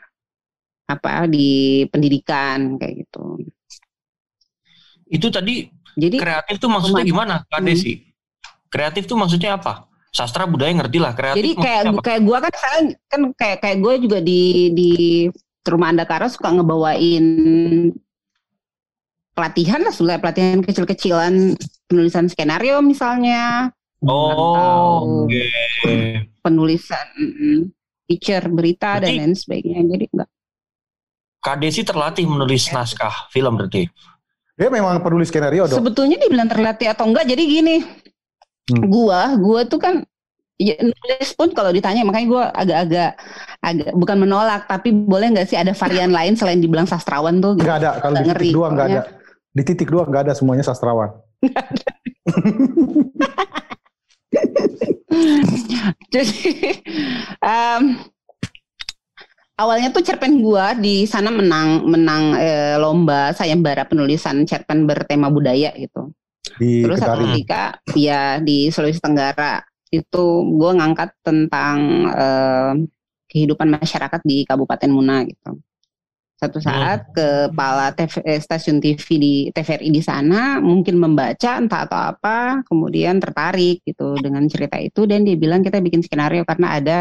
Speaker 8: pendidikan kayak gitu.
Speaker 9: Itu tadi jadi kreatif tuh maksudnya gimana, Kak Desi? Kreatif tuh maksudnya apa? Sastra budaya ngerti lah, kreatif.
Speaker 8: Jadi kayak gue kan kayak gue juga di Rumah Andakara suka ngebawain pelatihan kecil-kecilan, penulisan skenario misalnya, atau penulisan feature berita dan lain sebagainya. Jadi enggak.
Speaker 6: Kak Desi terlatih menulis naskah film berarti? Dia memang penulis skenario dong.
Speaker 8: Sebetulnya dibilang terlatih atau enggak, jadi gini. Gua tuh kan ya, nulis pun kalau ditanya, makanya gue agak bukan menolak, tapi boleh nggak sih ada varian lain selain dibilang sastrawan tuh?
Speaker 6: Nggak ada, kalau di titik 2 nggak ada. Di titik 2 nggak ada, semuanya sastrawan.
Speaker 8: Jadi awalnya tuh cerpen gua di sana menang lomba sayembara penulisan cerpen bertema budaya gitu. Terus satu ketika ya di Sulawesi Tenggara itu gua ngangkat tentang kehidupan masyarakat di Kabupaten Muna gitu. Satu saat kepala stasiun TV di TVRI di sana mungkin membaca entah atau apa, kemudian tertarik gitu dengan cerita itu, dan dia bilang kita bikin skenario karena ada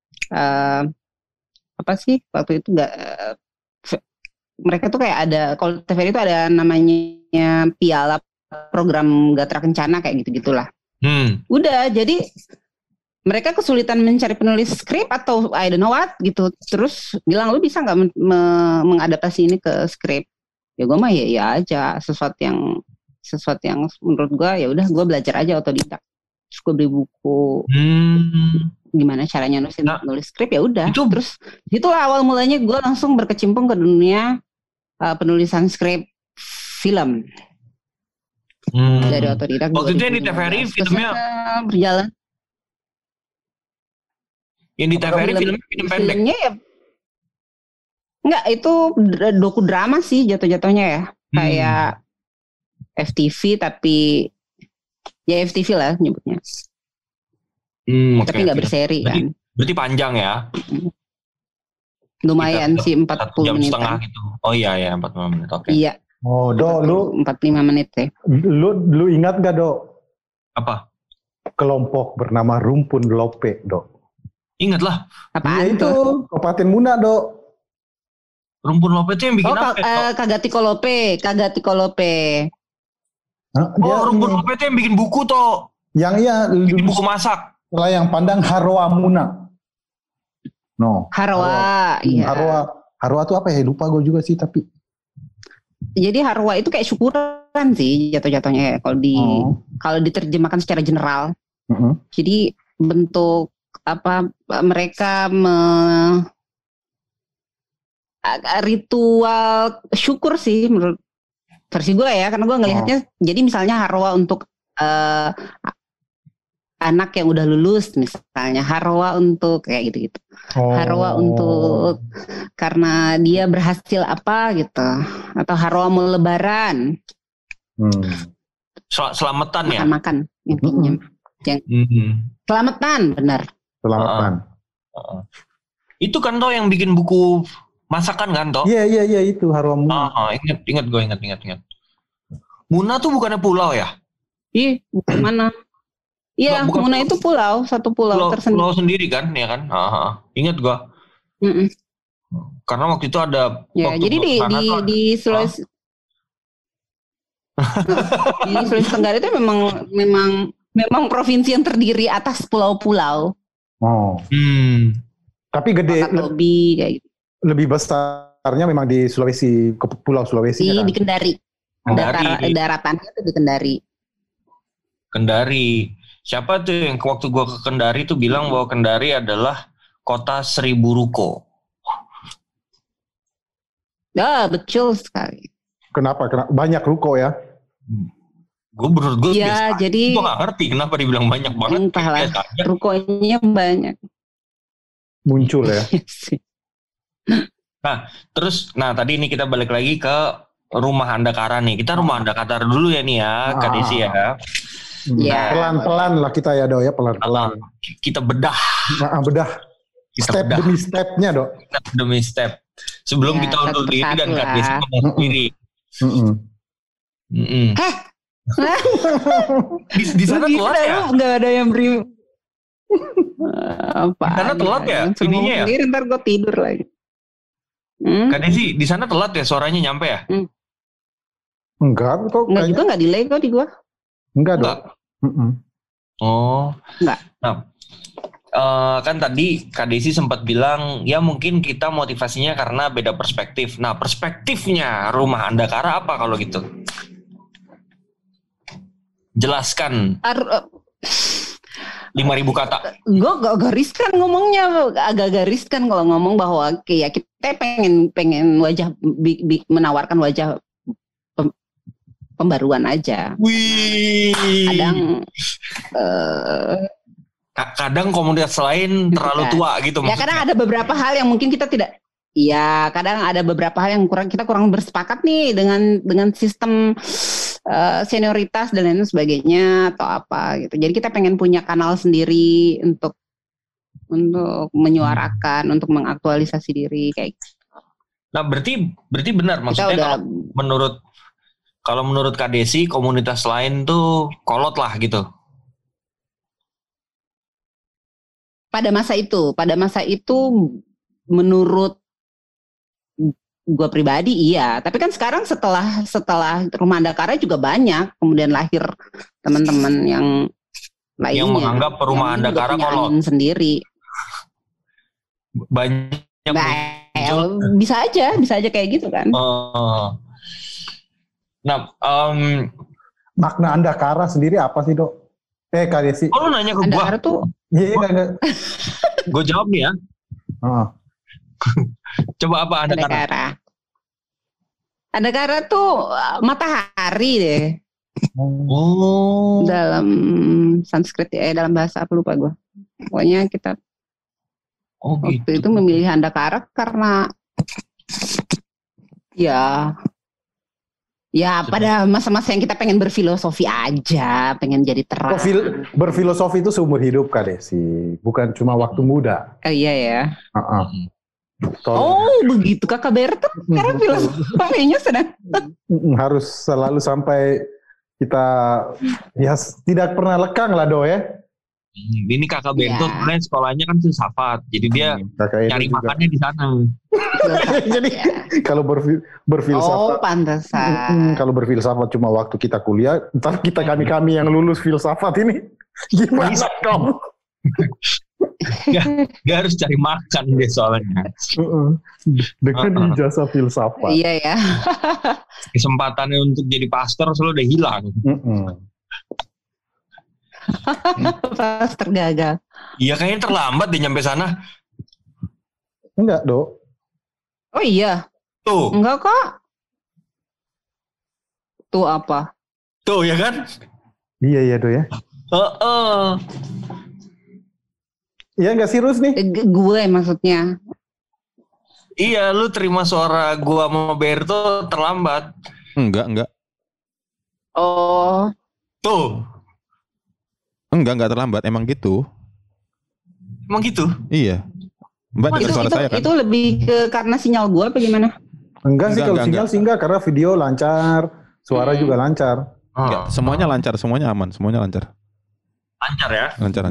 Speaker 8: apa sih waktu itu mereka tuh kayak ada, kalau TVRI itu ada namanya piala program Gatra Kencana kayak gitu-gitulah. Udah, jadi mereka kesulitan mencari penulis skrip atau I don't know what gitu. Terus bilang, lu bisa nggak mengadaptasi ini ke skrip? Ya gue mah ya aja, sesuatu yang menurut gue ya udah gue belajar aja otodidak. Terus gue beli buku gimana caranya nulis skrip, ya udah. Terus itulah awal mulanya gue langsung berkecimpung ke dunia penulisan skrip film. Dari otodidak.
Speaker 9: Waktu itu yang di TVRI filmnya
Speaker 8: berjalan.
Speaker 9: Yang di TVRI film pendek.
Speaker 8: Filmnya ya enggak, itu dokudrama sih jatuh-jatuhnya ya. Kayak FTV tapi ya FTV lah nyebutnya. Tapi enggak berseri kan.
Speaker 9: Berarti panjang ya.
Speaker 8: Lumayan sih 40 menit.
Speaker 9: Setengah gitu. Oh iya 45 menit. Oke.
Speaker 8: Iya.
Speaker 6: Oh, Do, lu
Speaker 8: 45 menit ya.
Speaker 6: Lu ingat gak, Do?
Speaker 9: Apa?
Speaker 6: Kelompok bernama Rumpun Lope, Do.
Speaker 9: Ingat lah.
Speaker 8: Apaan
Speaker 6: itu? Kabupaten Muna, Do.
Speaker 9: Rumpun Lope itu yang bikin apa?
Speaker 8: Kagatiko Lope.
Speaker 9: Rumpun Lope itu yang bikin buku toh. Bikin buku masak.
Speaker 6: Layang pandang Harwa Muna. No.
Speaker 8: Harwa, iya.
Speaker 6: Harwa itu apa ya? Lupa gue juga sih tapi.
Speaker 8: Jadi Harwa itu kayak syukuran sih jatuh-jatuhnya ya kalau diterjemahkan secara general. Jadi bentuk apa mereka ritual syukur sih menurut versi gue ya, karena gue ngelihatnya jadi misalnya Harwa untuk anak yang udah lulus, misalnya Harwa untuk kayak gitu-gitu. Harwa untuk karena dia berhasil apa gitu, atau Harwa mau lebaran.
Speaker 9: Selamatan ya?
Speaker 8: Makan intinya. Selamatan, benar.
Speaker 6: Selamatan.
Speaker 9: Itu kan toh yang bikin buku masakan kan toh?
Speaker 6: Iya itu Harwa Muna.
Speaker 9: Ingat. Muna tuh bukannya pulau ya?
Speaker 8: Iya, bukan mana? Iya, Muna itu pulau, satu pulau tersendiri.
Speaker 9: Pulau sendiri kan, ya kan? Ingat gua. Karena waktu itu ada.
Speaker 8: Ya, jadi di Sulawesi. Di Sulawesi Tenggara itu memang provinsi yang terdiri atas pulau-pulau.
Speaker 6: Tapi gede. Lebih besarnya memang di Sulawesi, ke Pulau Sulawesi.
Speaker 8: Di Kendari. Daratannya itu di Kendari.
Speaker 9: Kendari. Siapa tuh yang waktu gue ke Kendari tuh bilang bahwa Kendari adalah kota 1000 ruko.
Speaker 8: Ya, betul sekali.
Speaker 6: Kenapa? Banyak ruko ya?
Speaker 9: Menurut gue
Speaker 8: ya,
Speaker 9: biasa.
Speaker 8: Jadi
Speaker 9: gue gak ngerti kenapa dibilang banyak banget.
Speaker 8: Entahlah, rukonya banyak.
Speaker 6: Muncul ya.
Speaker 9: Nah tadi ini kita balik lagi ke rumah Andakara nih. Kita rumah Andakara dulu ya nih ya, Kak Desi ya.
Speaker 6: Pelan-pelan lah kita ya, Do ya, pelan-pelan.
Speaker 9: Kita bedah.
Speaker 6: Bedah. Step demi stepnya, Do.
Speaker 9: Step demi step. Sebelum kita undur diri dan Kak Desi ngomong sendiri. Di sana telat ya?
Speaker 8: Gak ada yang beri. Apa?
Speaker 9: Di sana telat ya? Ininya ya?
Speaker 8: Sendiri, ntar gue tidur lagi.
Speaker 9: Kak Desi, di sana telat ya suaranya nyampe ya?
Speaker 6: Enggak
Speaker 8: juga nggak delay kok di gua.
Speaker 6: Enggak dong.
Speaker 8: Enggak.
Speaker 9: Nah, kan tadi Kak Desi sempat bilang ya mungkin kita motivasinya karena beda perspektif. Nah, perspektifnya rumah Andakara apa kalau gitu? Jelaskan. 5.000 kata.
Speaker 8: Gue gak gariskan ngomongnya, agak gariskan kalau ngomong bahwa kayak kita pengen menawarkan wajah pembaruan aja.
Speaker 9: Wih.
Speaker 8: Kadang
Speaker 9: komunitas lain terlalu tua gitu
Speaker 8: maksudnya. Ya kadang ada beberapa hal yang mungkin kita tidak. Iya, kadang ada beberapa hal yang kita kurang bersepakat nih dengan sistem senioritas dan lain sebagainya atau apa gitu. Jadi kita pengen punya kanal sendiri untuk menyuarakan, untuk mengaktualisasi diri kayak gitu.
Speaker 9: Nah, berarti benar maksudnya kalau menurut Kak Desi komunitas lain tuh kolot lah gitu.
Speaker 8: Pada masa itu menurut gue pribadi iya, tapi kan sekarang setelah Rumah Andakara juga banyak kemudian lahir teman-teman yang lainnya
Speaker 9: yang menganggap Rumah Andakara kolot
Speaker 8: sendiri.
Speaker 9: Banyak
Speaker 8: bisa aja kayak gitu kan.
Speaker 9: Nah,
Speaker 6: makna Andakara sendiri apa sih, Dok? Kak Desi.
Speaker 9: Oh, lu nanya ke
Speaker 8: Andakara
Speaker 9: gua.
Speaker 8: tuh.
Speaker 6: Iya, enggak.
Speaker 9: Gue jawab nih ya. Coba apa Andakara?
Speaker 8: Andakara tuh matahari deh.
Speaker 9: Oh.
Speaker 8: Dalam Sanskrit dalam bahasa apa lupa gue. Pokoknya kita waktu itu memilih Andakara karena ya pada masa-masa yang kita pengen berfilosofi aja, pengen jadi terang.
Speaker 6: Berfilosofi itu seumur hidup Kak Desi, bukan cuma waktu muda.
Speaker 8: Iya ya.
Speaker 6: Oh
Speaker 8: begitu Kakak Berto, karena filosofinya sedang
Speaker 6: harus selalu sampai kita tidak pernah lekang lah Do ya.
Speaker 9: Ini Kakak Bento sebenarnya sekolahnya kan filsafat, jadi dia cari makannya di sana.
Speaker 6: Jadi kalau berfilsafat,
Speaker 8: pantesan.
Speaker 6: Kalau berfilsafat cuma waktu kita kuliah, ntar kami yang lulus filsafat ini gimana kamu?
Speaker 9: Gak harus cari makan deh soalnya.
Speaker 6: Dengan ijazah filsafat.
Speaker 8: Iya ya.
Speaker 9: Kesempatannya untuk jadi pastor selalu udah hilang.
Speaker 8: Pas tergagal.
Speaker 9: Iya kayaknya terlambat deh nyampe sana.
Speaker 6: Enggak, Dok.
Speaker 8: Oh iya.
Speaker 9: Tuh.
Speaker 8: Enggak kok. Tuh apa?
Speaker 9: Tuh ya kan?
Speaker 6: Iya Dok ya. Iya enggak serius nih?
Speaker 8: Gue maksudnya.
Speaker 9: Iya, lu terima suara gua sama Berto terlambat.
Speaker 7: Enggak.
Speaker 8: Oh.
Speaker 9: Tuh.
Speaker 7: Enggak terlambat, emang gitu.
Speaker 9: Emang gitu?
Speaker 7: Iya. Mbak dengar suara saya kan? Itu
Speaker 8: lebih ke karena sinyal gua apa gimana?
Speaker 6: Enggak sih, kalau sinyal sih enggak, karena video lancar, suara juga lancar.
Speaker 7: Enggak, semuanya lancar, semuanya aman, semuanya lancar.
Speaker 9: Lancar ya?
Speaker 7: Lancar.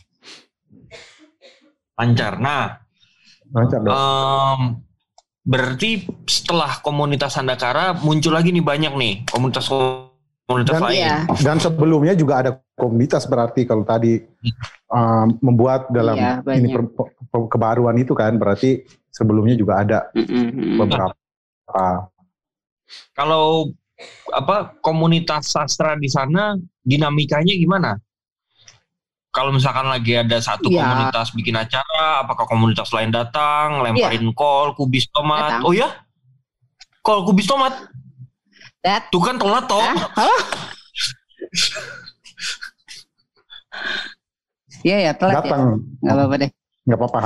Speaker 9: Lancar. Nah,
Speaker 6: lancar dong.
Speaker 9: Berarti setelah komunitas Andakara muncul lagi nih banyak nih komunitas lain.
Speaker 6: Iya. Dan sebelumnya juga ada komunitas berarti kalau tadi membuat dalam ini kebaruan itu kan berarti sebelumnya juga ada beberapa.
Speaker 9: Kalau komunitas sastra di sana dinamikanya gimana? Kalau misalkan lagi ada satu komunitas bikin acara, apakah komunitas lain datang, lemparin kol, kubis tomat? Datang. Oh ya? Kol, kubis tomat? Tuh kan telat toh.
Speaker 8: Iya telat.
Speaker 6: Datang.
Speaker 8: Gak apa-apa deh.
Speaker 6: Gak apa-apa.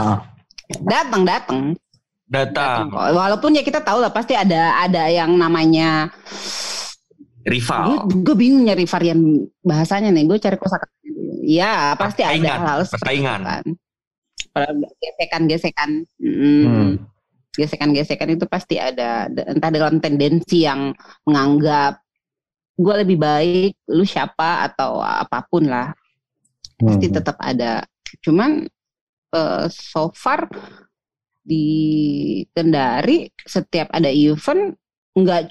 Speaker 8: Datang. Walaupun ya kita tahu lah pasti ada yang namanya
Speaker 9: rival.
Speaker 8: Gue bingung nyari varian bahasanya nih. Gue cari kosakata. Iya pasti ada hal
Speaker 9: persaingan.
Speaker 8: Gesekan-gesekan. Gesekan-gesekan itu pasti ada, entah dalam tendensi yang menganggap gue lebih baik, lu siapa atau apapun lah, pasti tetap ada. Cuman so far di Kendari setiap ada event nggak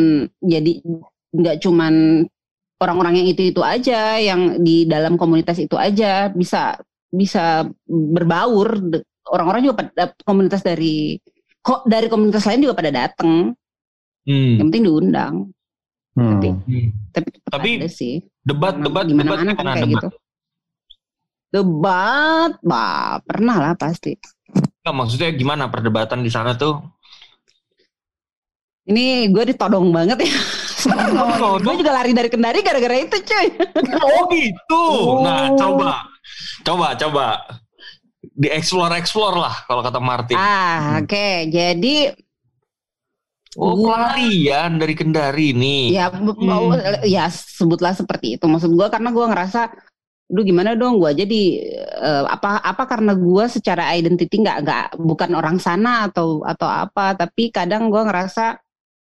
Speaker 8: cuman orang-orang yang itu aja, yang di dalam komunitas itu aja bisa berbaur. Orang-orang juga komunitas dari komunitas lain juga pada datang. Yang penting diundang. Tapi ada sih.
Speaker 9: Debat
Speaker 8: gimana kan kayak gitu. Debat, pernah lah pasti.
Speaker 9: Nah, maksudnya gimana perdebatan di sana tuh?
Speaker 8: Ini gue ditodong banget ya Gue juga lari dari Kendari gara-gara itu cuy.
Speaker 9: Oh gitu. Nah coba di-explore lah kalau kata Martin.
Speaker 8: Oke. Jadi
Speaker 9: pelarian dari Kendari nih.
Speaker 8: Ya sebutlah seperti itu. Maksud gue karena gue ngerasa, duh gimana dong gue jadi apa karena gue secara identity nggak bukan orang sana atau apa, tapi kadang gue ngerasa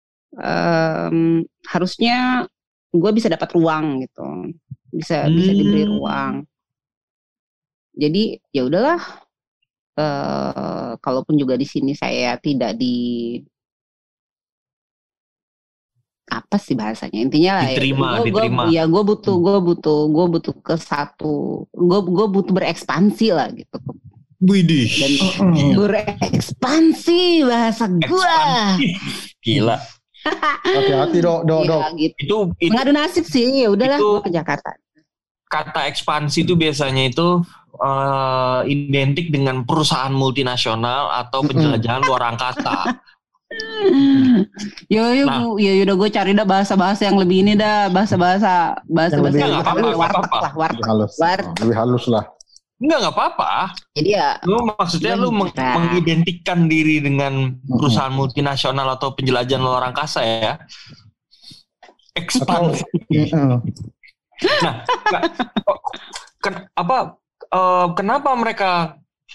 Speaker 8: harusnya gue bisa dapat ruang gitu, bisa diberi ruang. Jadi ya udahlah, kalaupun juga di sini saya tidak apa sih bahasanya, intinya lah
Speaker 9: diterima.
Speaker 8: Gue butuh ke satu, gue butuh berekspansi lah gitu.
Speaker 9: Widih.
Speaker 8: Dan berekspansi bahasa gue.
Speaker 9: Gila.
Speaker 6: Hati-hati dok.
Speaker 8: Gitu. Itu ngadu nasib sih, ya udahlah gue ke Jakarta.
Speaker 9: Kata ekspansi itu biasanya itu identik dengan perusahaan multinasional atau penjelajahan luar angkasa.
Speaker 8: Ya udah gue cari dah bahasa yang lebih ini dah, bahasa
Speaker 6: lebih halus lah.
Speaker 9: Nggak apa-apa.
Speaker 8: Jadi ya
Speaker 9: maksudnya lu mengidentikan diri dengan perusahaan multinasional atau penjelajahan luar angkasa ya. Ekspansi. Nah, kenapa mereka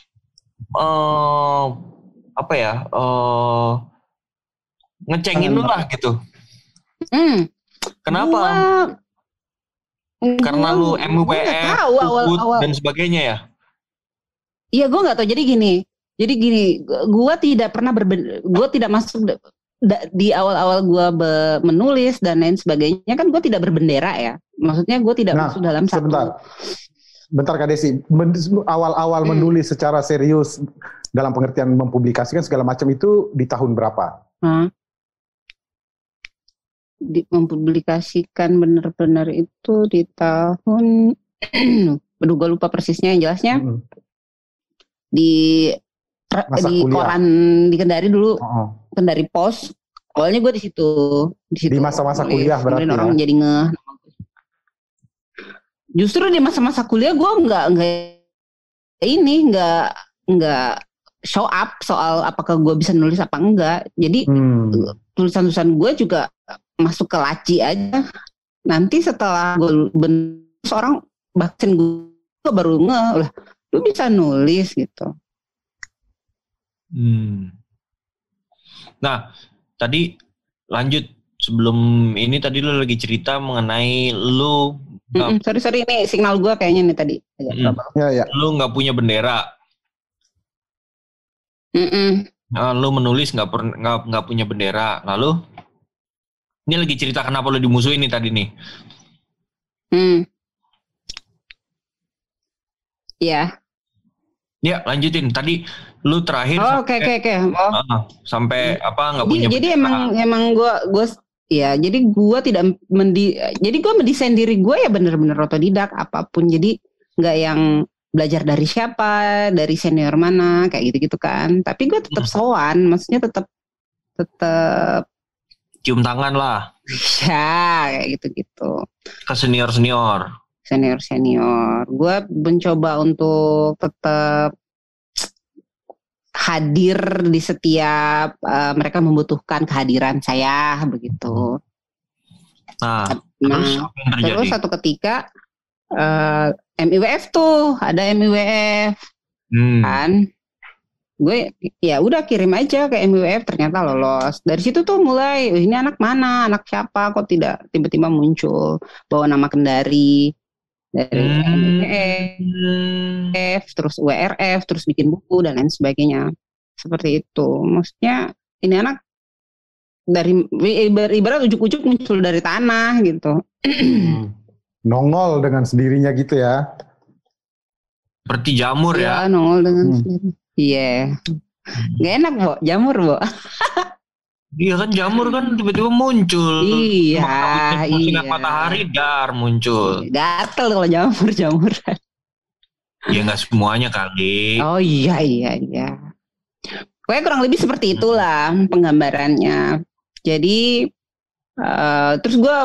Speaker 9: ngecengin lu lah gitu? Kenapa? Karena lu MUPF, UUD dan sebagainya ya?
Speaker 8: Iya, gue nggak tahu. Jadi gini, gue tidak pernah gue tidak masuk di awal-awal gue menulis dan lain sebagainya, kan gue tidak berbendera ya. Maksudnya gue tidak masuk dalam satu.
Speaker 6: Bentar Kak Desi, awal-awal menulis secara serius dalam pengertian mempublikasikan segala macam itu di tahun berapa?
Speaker 8: Mempublikasikan benar-benar itu di tahun aduh gue lupa persisnya, yang jelasnya di koran di Kendari dulu, Kendari Pos. Awalnya gue di situ. Di
Speaker 6: masa-masa kuliah berarti
Speaker 8: orang jadi justru di masa-masa kuliah gue nggak show up soal apakah gue bisa nulis apa enggak. Jadi tulisan-tulisan gue juga masuk ke laci aja. Nanti setelah gue seorang bahkan gue baru lah, lu bisa nulis gitu.
Speaker 9: Nah, tadi lanjut sebelum ini tadi lu lagi cerita mengenai lu.
Speaker 8: Sorry ini signal gue kayaknya nih tadi.
Speaker 6: Ya.
Speaker 9: Lu nggak punya bendera. Lu menulis nggak punya bendera. Lalu ini lagi cerita kenapa lu dimusuhin nih tadi nih.
Speaker 8: Iya.
Speaker 9: Ya lanjutin. Tadi lu terakhir.
Speaker 8: Oke.
Speaker 9: Sampai nggak punya.
Speaker 8: Jadi emang gue ya. Jadi gue tidak jadi gue mendesain diri gue ya benar-benar otodidak apapun. Jadi nggak yang belajar dari siapa, dari senior mana, kayak gitu-gitu kan. Tapi gue tetap sowan, maksudnya tetap
Speaker 9: cium tangan lah.
Speaker 8: Ya, kayak gitu-gitu.
Speaker 9: Ke senior. Gue mencoba untuk tetap hadir di setiap mereka membutuhkan kehadiran saya, begitu. Nah
Speaker 8: terus satu ketika MIWF tuh ada MIWF kan, gue ya udah kirim aja ke MIWF, ternyata lolos. Dari situ tuh mulai ini anak mana, anak siapa, kok tidak tiba-tiba muncul bawa nama Kendari dari MIWF, terus WRF, terus bikin buku dan lain sebagainya seperti itu. Maksudnya ini anak dari ibarat ujuk-ujuk muncul dari tanah gitu.
Speaker 6: Nongol dengan sendirinya gitu ya.
Speaker 9: Seperti jamur ya.
Speaker 8: Nongol dengan sendirinya. Iya. Gak enak, Bo. Jamur, Bo.
Speaker 9: Iya kan, jamur kan tiba-tiba muncul.
Speaker 8: Iya.
Speaker 9: Matahari muncul.
Speaker 8: Gatel kalau jamur.
Speaker 9: Ya gak semuanya kali.
Speaker 8: Oh iya. Pokoknya kurang lebih seperti itulah penggambarannya. Jadi Terus gue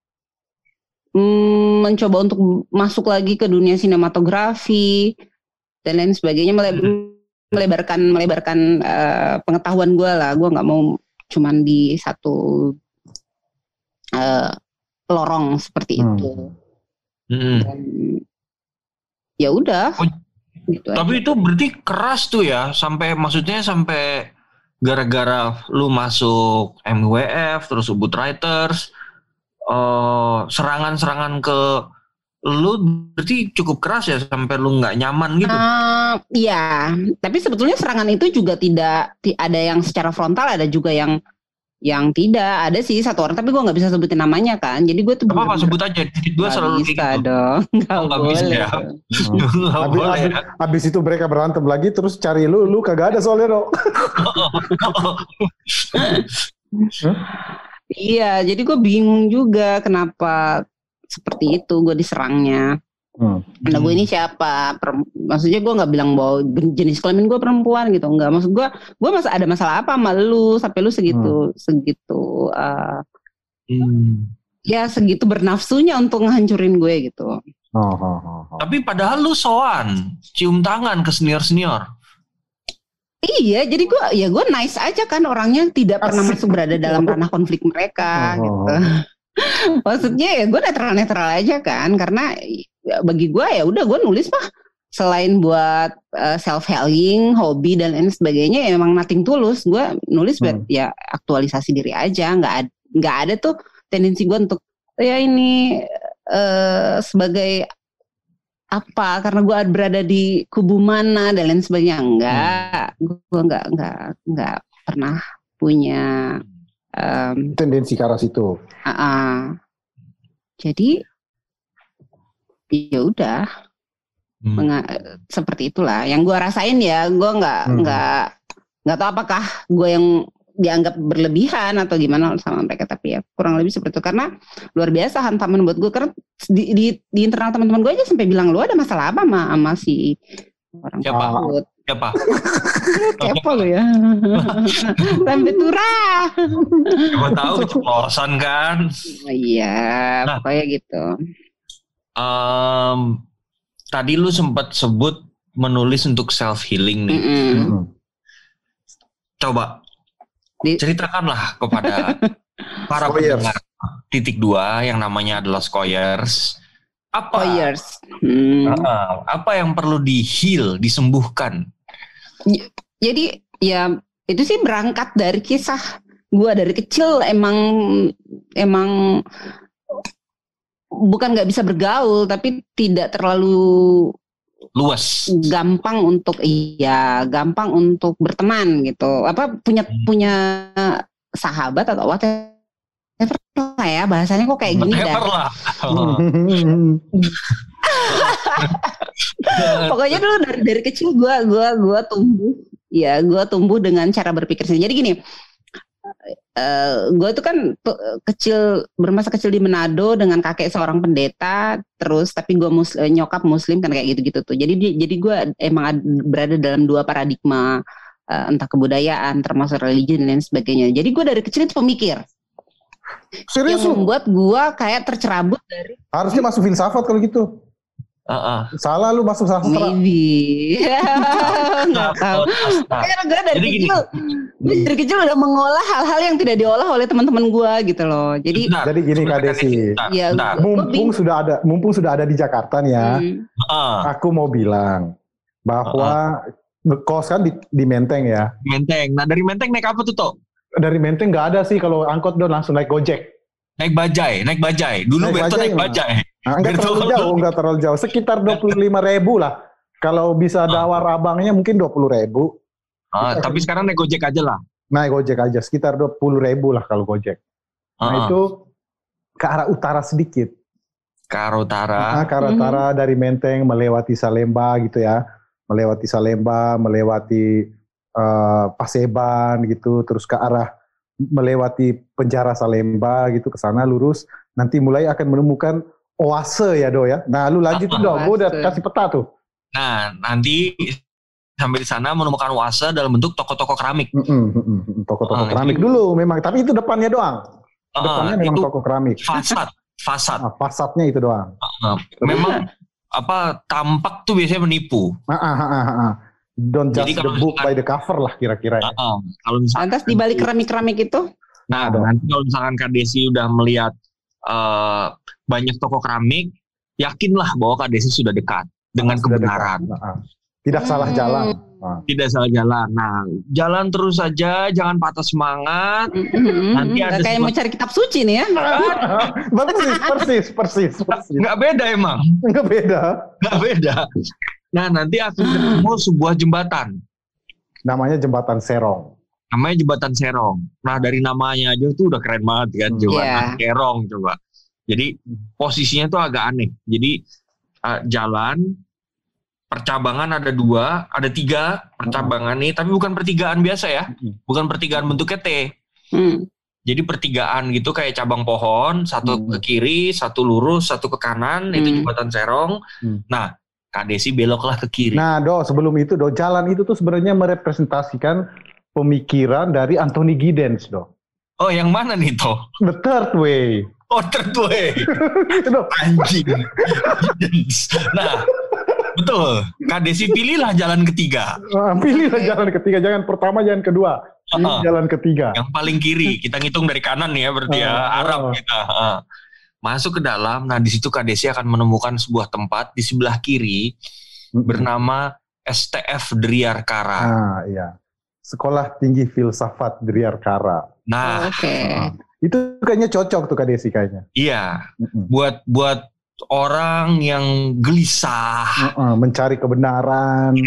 Speaker 8: mencoba untuk masuk lagi ke dunia sinematografi dan lain sebagainya, melebarkan pengetahuan gue lah. Gue nggak mau cuman di satu lorong seperti itu. Dan ya udah. Gitu
Speaker 9: tapi aja. Itu berarti keras tuh ya, sampai gara-gara lu masuk MWF terus Ubud Writers, serangan ke lu berarti cukup keras ya, sampai lu nggak nyaman gitu.
Speaker 8: Iya, tapi sebetulnya serangan itu juga tidak ada yang secara frontal, ada juga yang tidak. Ada sih satu orang, tapi gue nggak bisa sebutin namanya kan. Jadi gue tuh
Speaker 9: apa sebut aja. Gue selalu
Speaker 8: bisa gitu. Dong.
Speaker 9: Nggak bisa ya.
Speaker 6: Habis itu mereka berantem lagi, terus cari lu kagak ada soalnya dong.
Speaker 8: Iya, jadi gue bingung juga kenapa seperti itu gue diserangnya. Karena gue ini siapa? Maksudnya gue nggak bilang bahwa jenis kelamin gue perempuan gitu, nggak. Maksud gue ada masalah apa sama lu sampai lu segitu ya segitu bernafsunya untuk ngehancurin gue gitu.
Speaker 9: Tapi padahal lu soan, cium tangan ke senior.
Speaker 8: Iya, jadi gue nice aja kan, orangnya tidak pernah berada dalam ranah konflik mereka gitu. Maksudnya ya gue netral aja kan, karena bagi gue ya udah, gue nulis mah selain buat self healing, hobi dan lain sebagainya, ya memang nothing tulus. Gue nulis buat ya aktualisasi diri aja, nggak ada tuh tendensi gue untuk ya ini sebagai apa, karena gue berada di kubu mana dan lain sebagainya. Gue nggak pernah punya
Speaker 6: tendensi ke arah situ.
Speaker 8: Jadi ya udah seperti itulah yang gue rasain ya. Gue nggak tahu apakah gue yang dianggap berlebihan atau gimana sama mereka, tapi ya kurang lebih seperti itu. Karena luar biasa hantaman buat gue, karena di internal teman-teman gue aja sampai bilang, lu ada masalah apa sama si orang tersebut?
Speaker 9: Siapa?
Speaker 8: Kepo lu ya. Sampai turah.
Speaker 9: Gue tahu keceplosan kan.
Speaker 8: Iya, pokoknya gitu.
Speaker 9: Tadi lu sempat sebut menulis untuk self healing nih. Coba ceritakanlah kepada para pendengar Titik 2 yang namanya adalah Skoyers. Apa yang perlu disembuhkan?
Speaker 8: Jadi ya itu sih berangkat dari kisah gue dari kecil, emang bukan nggak bisa bergaul, tapi tidak terlalu
Speaker 9: luas, gampang
Speaker 8: untuk berteman gitu. Apa punya sahabat atau whatever lah ya, bahasanya kok kayak gini dah. Pokoknya dulu dari kecil gue tumbuh dengan cara berpikir sendiri. Jadi gini, gue tuh kan bermasa kecil di Manado dengan kakek seorang pendeta, terus tapi gue nyokap muslim kan, kayak gitu-gitu tuh. Jadi gue emang berada dalam dua paradigma, entah kebudayaan termasuk religi dan lain sebagainya. Jadi gue dari kecil itu pemikir.
Speaker 6: Serius
Speaker 8: yang membuat gue kayak tercerabut dari.
Speaker 6: Harusnya masuk filsafat kalau gitu. Salah lu masuk sastra.
Speaker 8: Maybe. Nggak tahu. Karena gue dari kecil udah mengolah hal-hal yang tidak diolah oleh teman-teman gue gitu loh. Jadi
Speaker 6: gini Kak Desi.
Speaker 8: Ya,
Speaker 6: mumpung sudah ada di Jakarta nih ya. Aku mau bilang bahwa ngekos kan di Menteng ya.
Speaker 9: Menteng. Nah dari Menteng naik apa tuh Tok?
Speaker 6: Dari Menteng nggak ada sih, kalau angkot dong langsung naik Gojek.
Speaker 9: Naik bajai. Dulu Berto naik bajai.
Speaker 6: Enggak terlalu jauh. Sekitar 25.000 lah. Kalau bisa dawar abangnya mungkin 20.000.
Speaker 9: Tapi sekarang naik Gojek aja lah.
Speaker 6: Naik Gojek aja. Sekitar 20.000 lah kalau Gojek. Nah itu ke arah utara sedikit.
Speaker 9: Ke arah utara.
Speaker 6: Ke arah utara dari Menteng melewati Salemba gitu ya. Melewati Paseban gitu. Terus ke arah melewati penjara Salemba gitu, ke sana lurus, nanti mulai akan menemukan oase ya Do ya. Nah lu lanjutin dong, gue udah kasih peta tuh.
Speaker 9: Nah nanti sampai di sana menemukan oase dalam bentuk toko-toko keramik.
Speaker 6: Toko-toko keramik dulu memang, tapi itu depannya doang. Depannya memang toko keramik.
Speaker 9: Fasad.
Speaker 6: Fasadnya itu doang.
Speaker 9: Memang tampak tuh biasanya menipu.
Speaker 6: Don't judge the book by the cover lah kira-kira.
Speaker 9: Kalau misalkan
Speaker 8: lantas di balik keramik-keramik itu?
Speaker 9: Nah, nanti kalau misalkan Kak Desi udah melihat banyak toko keramik, yakinlah bahwa Kak Desi sudah dekat dengan kebenaran.
Speaker 6: Tidak salah jalan.
Speaker 9: Tidak salah jalan. Nah, jalan terus saja, jangan patah semangat. Nanti ada
Speaker 8: kayak mau cari kitab suci nih ya.
Speaker 6: Persis.
Speaker 9: Nggak beda emang.
Speaker 6: Nggak beda.
Speaker 9: Nah, nanti akan ketemu sebuah jembatan.
Speaker 6: Namanya Jembatan Serong.
Speaker 9: Nah, dari namanya aja tuh udah keren banget kan, Jembatan Serong coba. Jadi posisinya tuh agak aneh. Jadi jalan percabangan ada 2, ada 3 percabangan nih, tapi bukan pertigaan biasa ya. Bukan pertigaan bentuknya T. Jadi pertigaan gitu kayak cabang pohon, satu ke kiri, satu lurus, satu ke kanan, itu Jembatan Serong. Nah, Kak Desi beloklah ke kiri.
Speaker 6: Nah, sebelum itu, jalan itu tuh sebenarnya merepresentasikan pemikiran dari Anthony Giddens,
Speaker 9: Oh, yang mana nih, Toh?
Speaker 6: The Third Way.
Speaker 9: Oh, Third Way. Anjing. Nah, betul. Kak Desi pilihlah jalan ketiga.
Speaker 6: Jalan ketiga, jangan pertama, jangan kedua. Jalan ketiga.
Speaker 9: Yang paling kiri, kita ngitung dari kanan ya, berarti Arab kita. Masuk ke dalam, nah di situ Kak Desi akan menemukan sebuah tempat di sebelah kiri bernama STF Driarkara.
Speaker 6: Iya. Sekolah Tinggi Filsafat Driarkara.
Speaker 9: Nah,
Speaker 6: itu kayaknya cocok tuh Kak Desi kayaknya.
Speaker 9: Iya. Buat orang yang gelisah,
Speaker 6: mencari kebenaran,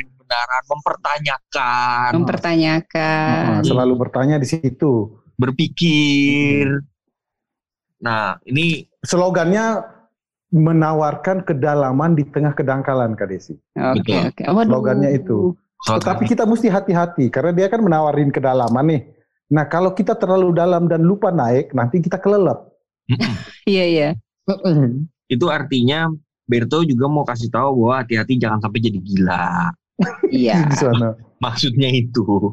Speaker 8: mempertanyakan.
Speaker 6: Selalu bertanya di situ,
Speaker 9: berpikir. Nah, ini
Speaker 6: slogannya menawarkan kedalaman di tengah kedangkalan, Kak Desi.
Speaker 8: Oke.
Speaker 6: Slogannya itu. Tetapi kita mesti hati-hati karena dia kan menawarin kedalaman nih. Nah, kalau kita terlalu dalam dan lupa naik, nanti kita kelelep.
Speaker 8: Iya.
Speaker 9: Itu artinya Berto juga mau kasih tahu bahwa hati-hati jangan sampai jadi gila.
Speaker 8: Iya.
Speaker 6: Di sana.
Speaker 9: Maksudnya itu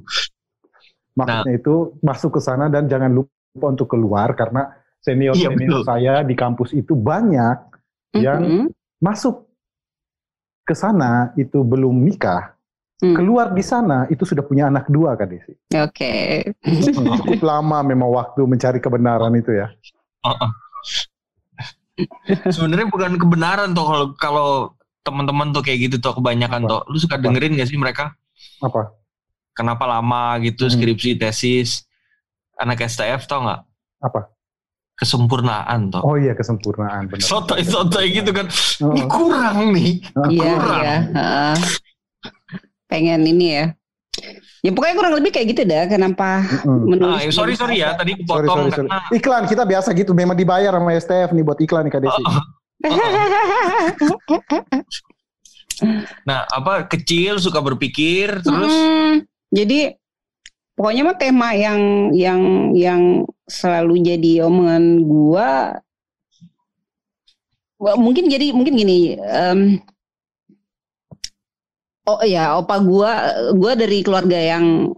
Speaker 6: masuk ke sana dan jangan lupa untuk keluar karena senior saya di kampus itu banyak yang masuk ke sana itu belum nikah. Keluar di sana itu sudah punya anak 2 Kak Desi.
Speaker 8: Oke.
Speaker 6: Cukup lama memang waktu mencari kebenaran itu ya.
Speaker 9: Sebenarnya bukan kebenaran toh kalau teman-teman tuh kayak gitu toh kebanyakan toh. Lu suka dengerin gak sih mereka?
Speaker 6: Apa?
Speaker 9: Kenapa lama gitu skripsi tesis anak STF tau nggak?
Speaker 6: Apa?
Speaker 9: Kesempurnaan toh.
Speaker 6: Oh iya, kesempurnaan benar.
Speaker 9: Sotoy gitu kan. Ini kurang nih.
Speaker 8: Iya. Pengen ini ya. Ya pokoknya kurang lebih kayak gitu dah. Kenapa menulis?
Speaker 9: Sorry ya tadi kepotong
Speaker 6: karena iklan kita biasa gitu. Memang dibayar sama STF nih buat iklan nih Kak Desi.
Speaker 9: Nah, kecil suka berpikir terus.
Speaker 8: Jadi pokoknya mah tema yang selalu jadi omongan gua. Mungkin gini. Opa gua dari keluarga yang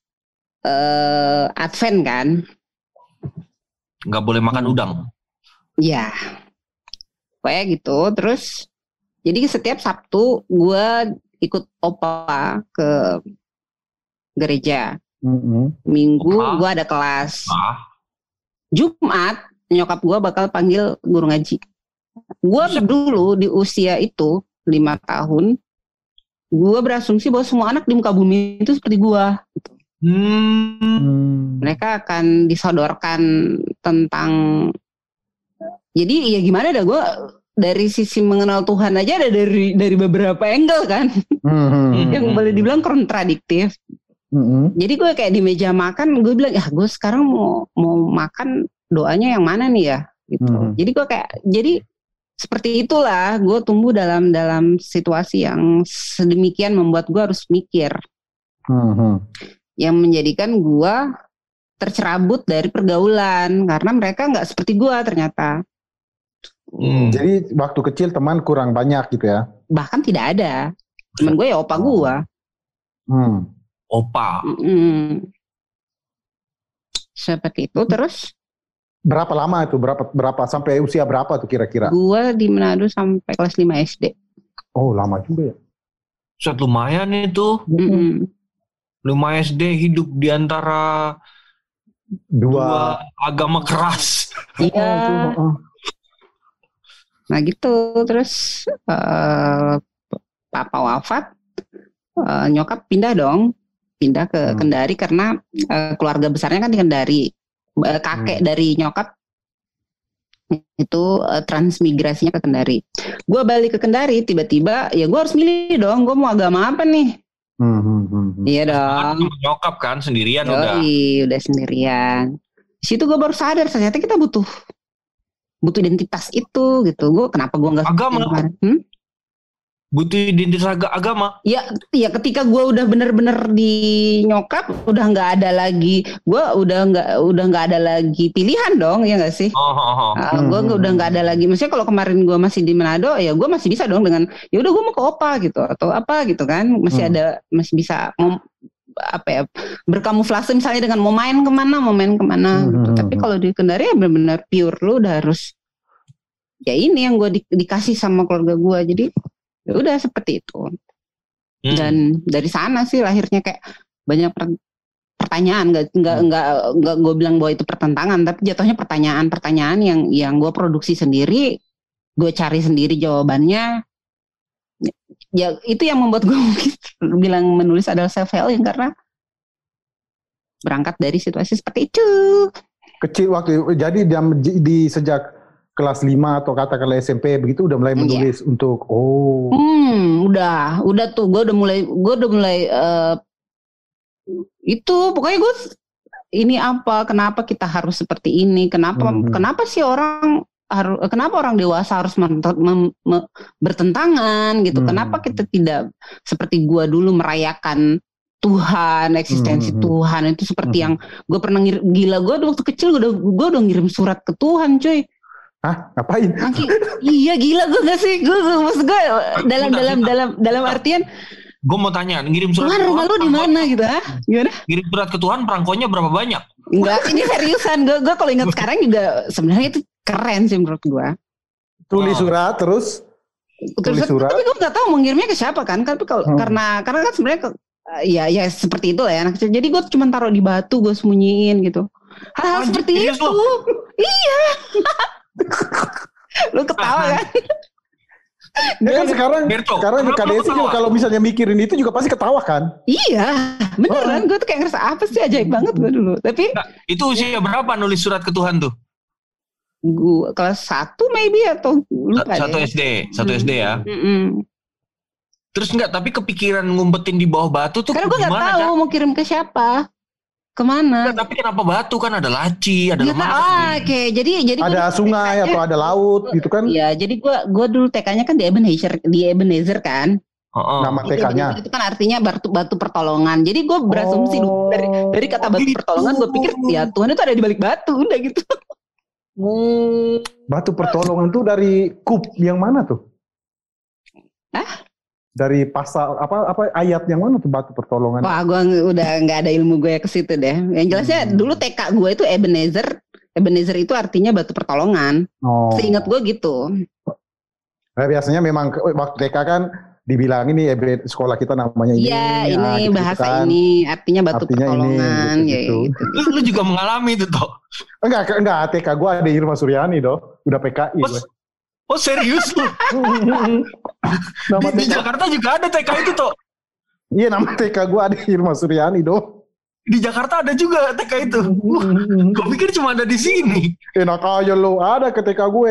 Speaker 8: Advent kan.
Speaker 9: Nggak boleh makan udang.
Speaker 8: Ya, kayak gitu. Terus, jadi setiap Sabtu gua ikut opa ke gereja. Minggu gua ada kelas. Jumat nyokap gua bakal panggil guru ngaji. Gua dulu di usia itu 5 tahun. Gue berasumsi bahwa semua anak di muka bumi itu seperti gue. Mereka akan disodorkan tentang. Jadi ya gimana dah, gue dari sisi mengenal Tuhan aja ada dari beberapa angle kan. Yang boleh dibilang kontradiktif. Jadi gue kayak di meja makan gue bilang gue sekarang mau makan doanya yang mana nih ya gitu. Jadi gue kayak seperti itulah gue tumbuh dalam situasi yang sedemikian membuat gue harus mikir. Yang menjadikan gue tercerabut dari pergaulan karena mereka nggak seperti gue ternyata.
Speaker 6: Jadi waktu kecil teman kurang banyak gitu ya?
Speaker 8: Bahkan tidak ada. Teman gue ya opa gue.
Speaker 9: Opa.
Speaker 8: Seperti itu. Terus
Speaker 6: Berapa lama itu? Berapa sampai usia berapa tuh kira-kira?
Speaker 8: Gua di Manado sampai kelas 5 SD.
Speaker 6: Oh, lama juga ya.
Speaker 9: Set lumayan itu. 5 SD hidup di antara dua agama keras.
Speaker 8: Iya. Nah gitu, terus papa wafat, nyokap pindah ke Kendari karena keluarga besarnya kan di Kendari. Kakek dari nyokap itu transmigrasinya ke Kendari. Gue balik ke Kendari, tiba-tiba ya gue harus milih dong, gue mau agama apa nih? Iya dong.
Speaker 9: Nyokap kan sendirian
Speaker 8: udah sendirian. Di situ gue baru sadar ternyata kita butuh identitas itu gitu. Gue kenapa gue nggak
Speaker 9: agama? Butuh identitas agama.
Speaker 8: Ya ketika gue udah bener-bener di nyokap, udah nggak ada lagi, gue udah nggak ada lagi pilihan dong, ya nggak sih? Gue udah nggak ada lagi. Maksudnya kalau kemarin gue masih di Manado, ya gue masih bisa dong dengan, ya udah gue mau ke opa gitu atau apa gitu kan, masih bisa berkamuflase misalnya dengan mau main kemana gitu. Tapi kalau di Kendari ya benar-benar pure, lu udah harus, ya ini yang gue dikasih sama keluarga gue, jadi ya udah seperti itu. Dan dari sana sih lahirnya kayak banyak pertanyaan, nggak gue bilang bahwa itu pertentangan, tapi jatuhnya pertanyaan yang gue produksi sendiri, gue cari sendiri jawabannya. Ya itu yang membuat gue mungkin bilang menulis adalah self healing, karena berangkat dari situasi seperti itu.
Speaker 6: Kecil waktu jadi di sejak kelas 5 atau katakanlah SMP begitu udah mulai menulis untuk udah
Speaker 8: tuh gue udah mulai itu pokoknya gue ini kenapa kita harus seperti ini, kenapa sih kenapa orang dewasa harus bertentangan gitu, kenapa kita tidak seperti gue dulu merayakan Tuhan, eksistensi Tuhan itu seperti yang gue pernah gila, gue waktu kecil gue udah ngirim surat ke Tuhan cuy.
Speaker 6: Hah? Ngapain?
Speaker 8: Iya gila gue gak sih? Gue maksud gue dalam artian
Speaker 9: gue mau tanya, ngirim surat
Speaker 8: Tuhan, rumah lu di mana gitu, gimana?
Speaker 9: Ngirim surat ke Tuhan, perangkonya berapa banyak?
Speaker 8: Enggak, ini seriusan. Gue kalau ingat sekarang juga sebenarnya itu keren sih menurut gue.
Speaker 6: Tulis surat terus.
Speaker 8: Tapi gue nggak tahu mau ngirimnya ke siapa kan? Tapi karena kan sebenarnya ya seperti itu lah ya. Jadi gue cuma taruh di batu, gue sembunyiin gitu. Hal-hal seperti itu. Iya. Lu ketawa kan?
Speaker 6: Ya kan sekarang KDSI juga kalau misalnya mikirin itu juga pasti ketawa kan?
Speaker 8: Iya, beneran. Gue tuh kayak ngerasa apa sih, ajaib banget gue dulu. Tapi
Speaker 9: itu usia berapa nulis surat ke Tuhan tuh?
Speaker 8: Gue kelas 1 maybe atau lupa
Speaker 9: 1 SD ya. Terus tapi kepikiran ngumpetin di bawah batu tuh
Speaker 8: karena gue nggak tahu kan? Mau kirim ke siapa, kemana.
Speaker 9: Tapi kenapa batu, kan ada laci, ada lemari.
Speaker 8: Oke, jadi
Speaker 6: ada sungai atau ada laut gitu kan?
Speaker 8: Iya, jadi gue dulu TK-nya kan di Ebenezer kan.
Speaker 6: Nama TK-nya
Speaker 8: itu kan artinya batu pertolongan. Jadi gue berasumsi dari kata batu pertolongan, gue pikir ya Tuhan itu ada di balik batu, udah gitu.
Speaker 6: Batu pertolongan tuh dari yang mana tuh? Dari pasal apa ayat yang mana tuh batu pertolongan?
Speaker 8: Wah, gue udah nggak ada ilmu gue ke situ deh. Yang jelasnya dulu TK gue itu Ebenezer. Ebenezer itu artinya batu pertolongan. Seingat gue gitu.
Speaker 6: Nah, biasanya memang waktu TK kan dibilang ini sekolah kita namanya ini.
Speaker 8: Iya, ini gitu bahasa kan. Ini artinya batu pertolongan.
Speaker 6: Ini, gitu.
Speaker 9: Lu juga mengalami itu toh?
Speaker 6: Enggak. TK gue ada Irma Suryani doh. Udah PKI.
Speaker 9: Oh serius lu? di Jakarta juga ada TK itu toh?
Speaker 6: Iya, nama TK gue ada Irma Suryani doh.
Speaker 9: Di Jakarta ada juga TK itu. Gue pikir cuma ada di sini.
Speaker 6: Enak aja lu, ada ke TK gue.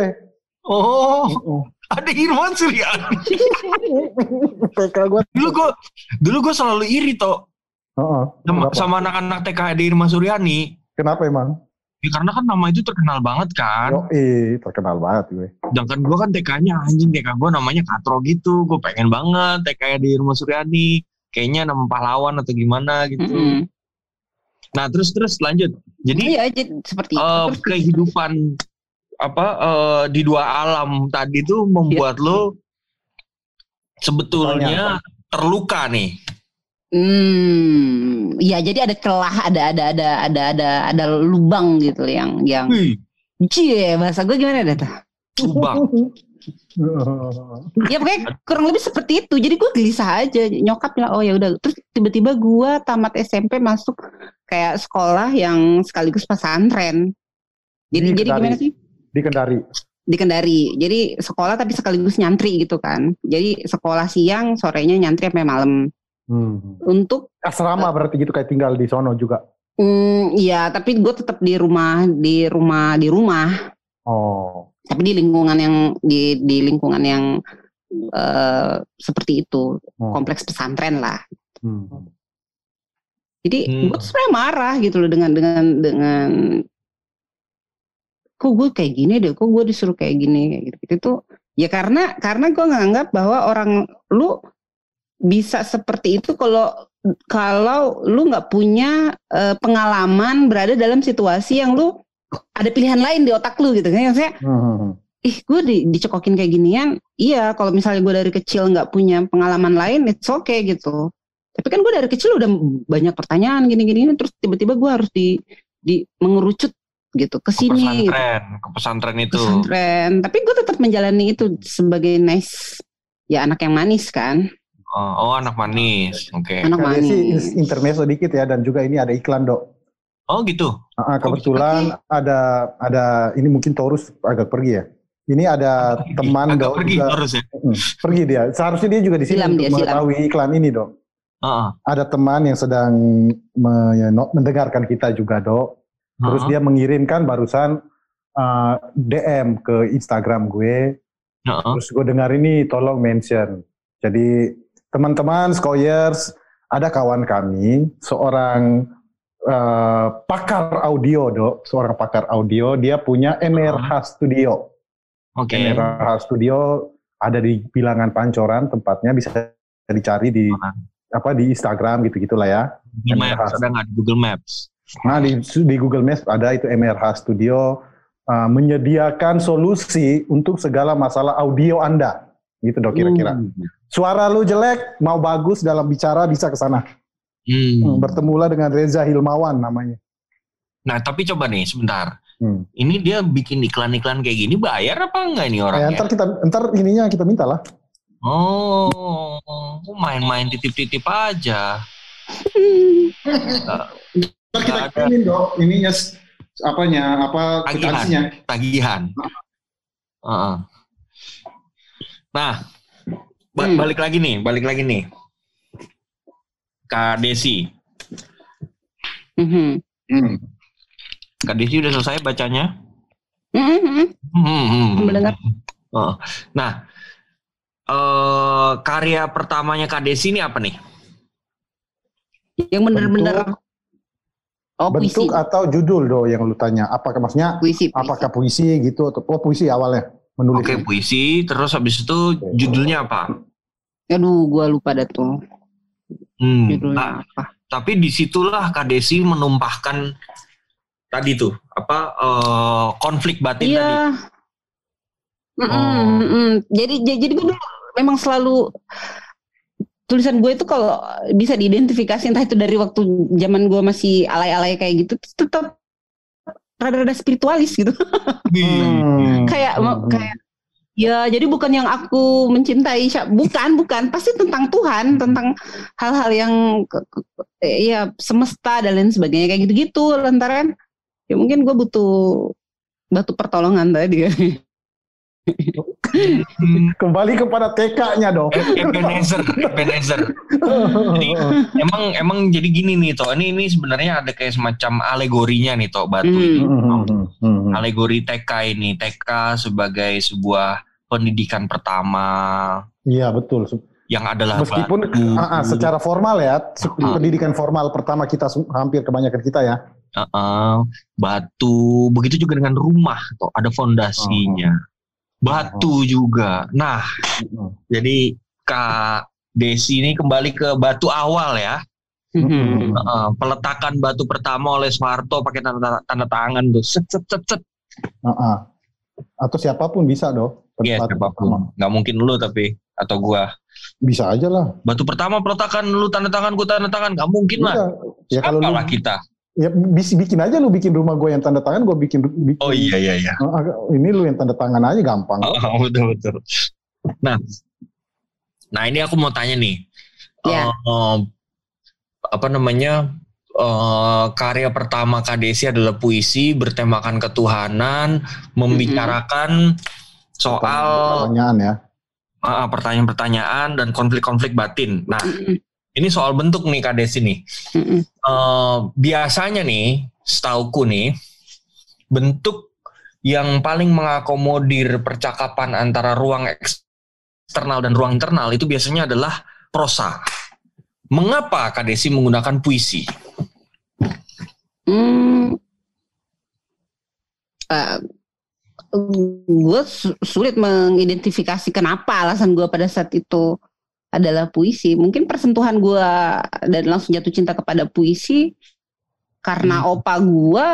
Speaker 9: Ada Irma Suryani.
Speaker 6: TK gue.
Speaker 9: Dulu gue selalu iri toh. Sama anak-anak TK ada Irma Suryani.
Speaker 6: Kenapa emang?
Speaker 9: Ya, karena kan nama itu terkenal banget kan.
Speaker 6: Terkenal banget gue.
Speaker 9: Sedangkan gue kan TK-nya anjing, TK gue namanya Katro gitu. Gue pengen banget TK di Irma Suryani. Kayaknya nama pahlawan atau gimana gitu. Nah terus lanjut. Jadi
Speaker 8: seperti itu.
Speaker 9: Kehidupan di dua alam tadi tuh membuat lo sebetulnya terluka nih.
Speaker 8: Ya jadi ada celah, ada lubang gitu yang Bahasa gue gimana dah tuh?
Speaker 9: Cubang.
Speaker 8: Ya pokoknya kurang lebih seperti itu. Jadi gue gelisah aja. Nyokap bilang, oh ya udah. Terus tiba-tiba gue tamat SMP masuk kayak sekolah yang sekaligus pesantren. Jadi gimana sih?
Speaker 6: Di Kendari. Jadi sekolah tapi sekaligus nyantri gitu kan. Jadi sekolah siang, sorenya nyantri sampai malam. Untuk asrama berarti gitu, kayak tinggal di sono juga.
Speaker 8: Iya, tapi gue tetap di rumah.
Speaker 6: Oh.
Speaker 8: Tapi di lingkungan yang seperti itu, kompleks pesantren lah. Jadi gue sebenarnya marah gitu loh dengan kok gue kayak gini deh, kok gue disuruh kayak gini gitu. Itu ya karena gue nganggap bahwa orang lu bisa seperti itu kalau lu nggak punya pengalaman berada dalam situasi yang lu ada pilihan lain di otak lu gitu kan. Maksudnya gue dicekokin kayak ginian. Iya, kalau misalnya gue dari kecil nggak punya pengalaman lain, it's okay gitu. Tapi kan gue dari kecil udah banyak pertanyaan gini-gini, terus tiba-tiba gue harus di mengerucut gitu ke sini.
Speaker 9: Ke pesantren itu.
Speaker 8: Tapi gue tetap menjalani itu sebagai nice, ya anak yang manis kan.
Speaker 9: Oh, anak manis. Oke.
Speaker 8: Anak manis.
Speaker 6: Sih intermezzo dikit ya, dan juga ini ada iklan, Dok.
Speaker 9: Oh gitu.
Speaker 6: Kebetulan ada ini mungkin Taurus agak pergi ya. Ini ada teman Dok.
Speaker 9: Pergi Taurus ya.
Speaker 6: Pergi dia. Seharusnya dia juga di sini untuk mengetahui iklan ini, Dok. Ada teman yang sedang mendengarkan kita juga, Dok. Terus dia mengirimkan barusan DM ke Instagram gue. Terus gue dengar ini, tolong mention. Jadi teman-teman Skoyers, ada kawan kami, seorang pakar audio, Dok. Seorang pakar audio, dia punya MRH Studio. MRH Studio ada di Bilangan Pancoran, tempatnya bisa dicari di Instagram gitu-gitulah ya.
Speaker 9: Ada nggak di Google Maps?
Speaker 6: Nah di Google Maps ada itu MRH Studio, menyediakan solusi untuk segala masalah audio Anda, gitu Dok kira-kira. Suara lu jelek, mau bagus dalam bicara, bisa ke sana. Bertemulah dengan Reza Hilmawan namanya.
Speaker 9: Nah tapi coba nih sebentar, ini dia bikin iklan-iklan kayak gini bayar apa enggak ini orangnya?
Speaker 6: Ntar ininya kita minta lah.
Speaker 9: Oh, main-main titip-titip aja.
Speaker 6: Ntar kita kirimin, Dok, ininya
Speaker 9: tagihan. Nah, balik lagi nih. Kak Desi. Kak Desi udah selesai bacanya?
Speaker 8: Mendengar.
Speaker 9: Nah, karya pertamanya Kak Desi ini apa nih?
Speaker 8: Yang benar-benar
Speaker 6: bentuk atau judul Do yang lu tanya? Apakah maksudnya puisi. Apakah puisi gitu atau puisi awalnya menulis?
Speaker 9: Oke, puisi, terus habis itu judulnya apa?
Speaker 8: Aduh, gua lupa dah tuh. Judulnya apa?
Speaker 9: Tapi disitulah Kak Desi menumpahkan tadi tuh konflik batin tadi.
Speaker 8: Jadi gue dulu memang selalu tulisan gue itu kalau bisa diidentifikasi entah itu dari waktu zaman gue masih alay-alay kayak gitu tetap rada-rada spiritualis gitu. kayak ya jadi bukan yang aku mencintai, bukan pasti tentang Tuhan, tentang hal-hal yang ya semesta dan lain sebagainya kayak gitu-gitu. Lantaran ya mungkin gue butuh batu pertolongan tadi.
Speaker 6: Kembali kepada TK-nya dong.
Speaker 9: Ebenezer. Jadi emang jadi gini nih toh. Ini sebenarnya ada kayak semacam alegorinya nih toh batu ini. Alegori TK ini. TK sebagai sebuah pendidikan pertama.
Speaker 6: Iya betul.
Speaker 9: Yang adalah
Speaker 6: meskipun secara formal ya, pendidikan formal pertama kita hampir kebanyakan kita ya.
Speaker 9: Batu. Begitu juga dengan rumah toh. Ada fondasinya. Batu juga. Nah, jadi Kak Desi ini kembali ke batu awal ya. Peletakan batu pertama oleh Soeharto pakai tanda tangan tuh. Set.
Speaker 6: Atau siapapun bisa dong.
Speaker 9: Iya, siapapun. Nggak mungkin lu tapi atau gua.
Speaker 6: Bisa aja lah.
Speaker 9: Batu pertama peletakan lu tanda tangan, gua tanda tangan. Nggak mungkin lah.
Speaker 6: Ya kalau
Speaker 9: kita.
Speaker 6: Ya bikin aja lu bikin rumah gue yang tanda tangan, gue bikin.
Speaker 9: Oh iya.
Speaker 6: Ini lu yang tanda tangan aja gampang.
Speaker 9: Betul. Nah ini aku mau tanya nih. Karya pertama Kak Desi adalah puisi bertemakan ketuhanan, membicarakan soal pertanyaan-pertanyaan dan konflik-konflik batin. Nah, ini soal bentuk nih Kak Desi nih. Biasanya nih, setauku nih, bentuk yang paling mengakomodir percakapan antara ruang eksternal dan ruang internal itu biasanya adalah prosa. Mengapa Kak Desi menggunakan puisi?
Speaker 8: Gue sulit mengidentifikasi kenapa alasan gue pada saat itu adalah puisi. Mungkin persentuhan gue dan langsung jatuh cinta kepada puisi karena opa gue,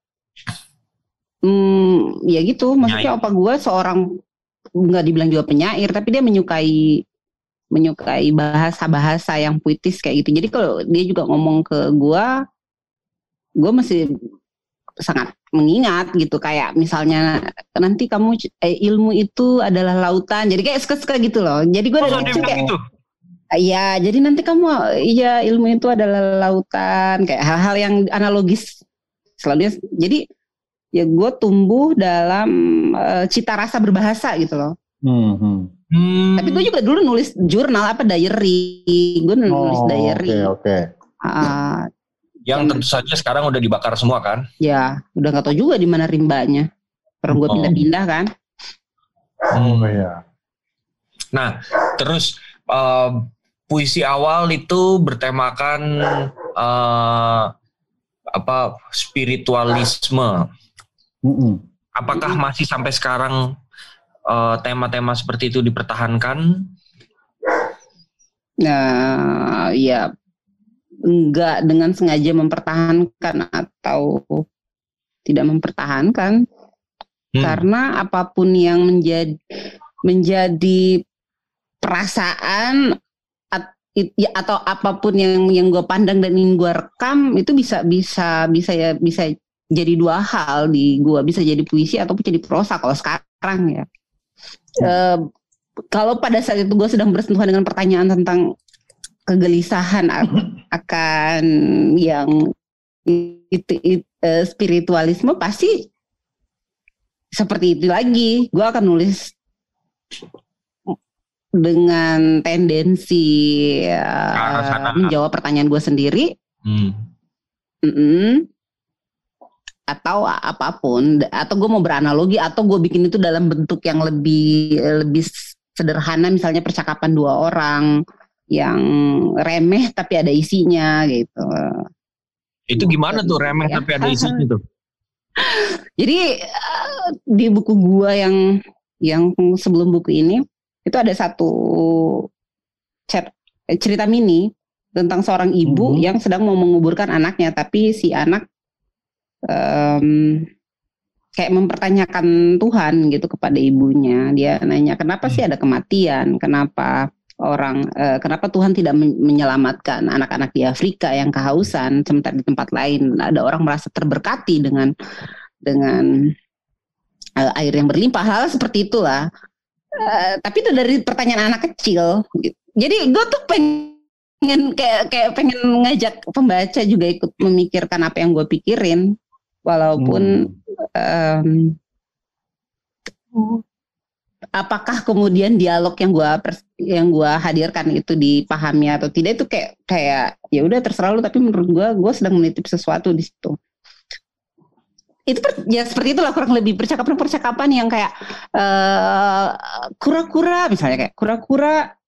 Speaker 8: ya gitu. Maksudnya opa gue seorang, nggak dibilang juga penyair, tapi dia menyukai bahasa-bahasa yang puitis kayak gitu. Jadi kalau dia juga ngomong ke gue masih sangat mengingat gitu. Kayak misalnya nanti kamu ilmu itu adalah lautan. Jadi kayak suka-suka gitu loh. Jadi gue dari kecil kayak gitu. Iya, jadi nanti kamu ilmu itu adalah lautan. Kayak hal-hal yang analogis selalu. Jadi ya gue tumbuh dalam cita rasa berbahasa gitu loh. Tapi gue juga dulu nulis jurnal diary. Gue nulis diary.
Speaker 6: Oke.
Speaker 9: Yang tentu saja sekarang udah dibakar semua kan?
Speaker 8: Ya, udah nggak tahu juga di mana rimbanya. Karena gue pindah-pindah kan.
Speaker 6: Iya.
Speaker 9: Nah, terus puisi awal itu bertemakan spiritualisme. Apakah masih sampai sekarang tema-tema seperti itu dipertahankan?
Speaker 8: Nah, ya enggak dengan sengaja mempertahankan atau tidak mempertahankan. Karena apapun yang menjadi perasaan atau apapun yang gue pandang dan ingin gue rekam itu bisa jadi dua hal di gue, bisa jadi puisi ataupun jadi prosa kalau sekarang ya. Kalau pada saat itu gue sedang bersentuhan dengan pertanyaan tentang kegelisahan akan yang spiritualisme, pasti seperti itu lagi. Gue akan nulis dengan tendensi menjawab pertanyaan gue sendiri, atau apapun, atau gue mau beranalogi, atau gue bikin itu dalam bentuk yang lebih sederhana, misalnya percakapan dua orang yang remeh tapi ada isinya gitu.
Speaker 9: Itu gimana tuh remeh tapi ada isinya tuh?
Speaker 8: Jadi di buku gua yang sebelum buku ini itu ada satu cerita mini tentang seorang ibu yang sedang mau menguburkan anaknya, tapi si anak kayak mempertanyakan Tuhan gitu kepada ibunya. Dia nanya, kenapa sih ada kematian? Kenapa Tuhan tidak menyelamatkan anak-anak di Afrika yang kehausan, sementara di tempat lain ada orang merasa terberkati dengan air yang berlimpah, hal seperti itulah. Tapi itu dari pertanyaan anak kecil. Jadi gue tuh pengen pengen ngajak pembaca juga ikut memikirkan apa yang gue pikirin, walaupun apakah kemudian dialog yang gue hadirkan itu dipahami atau tidak, itu kayak ya udah terserah lu, tapi menurut gue sedang menitip sesuatu di situ. Itu ya seperti itulah kurang lebih percakapan yang kayak kura-kura, misalnya kayak kura-kura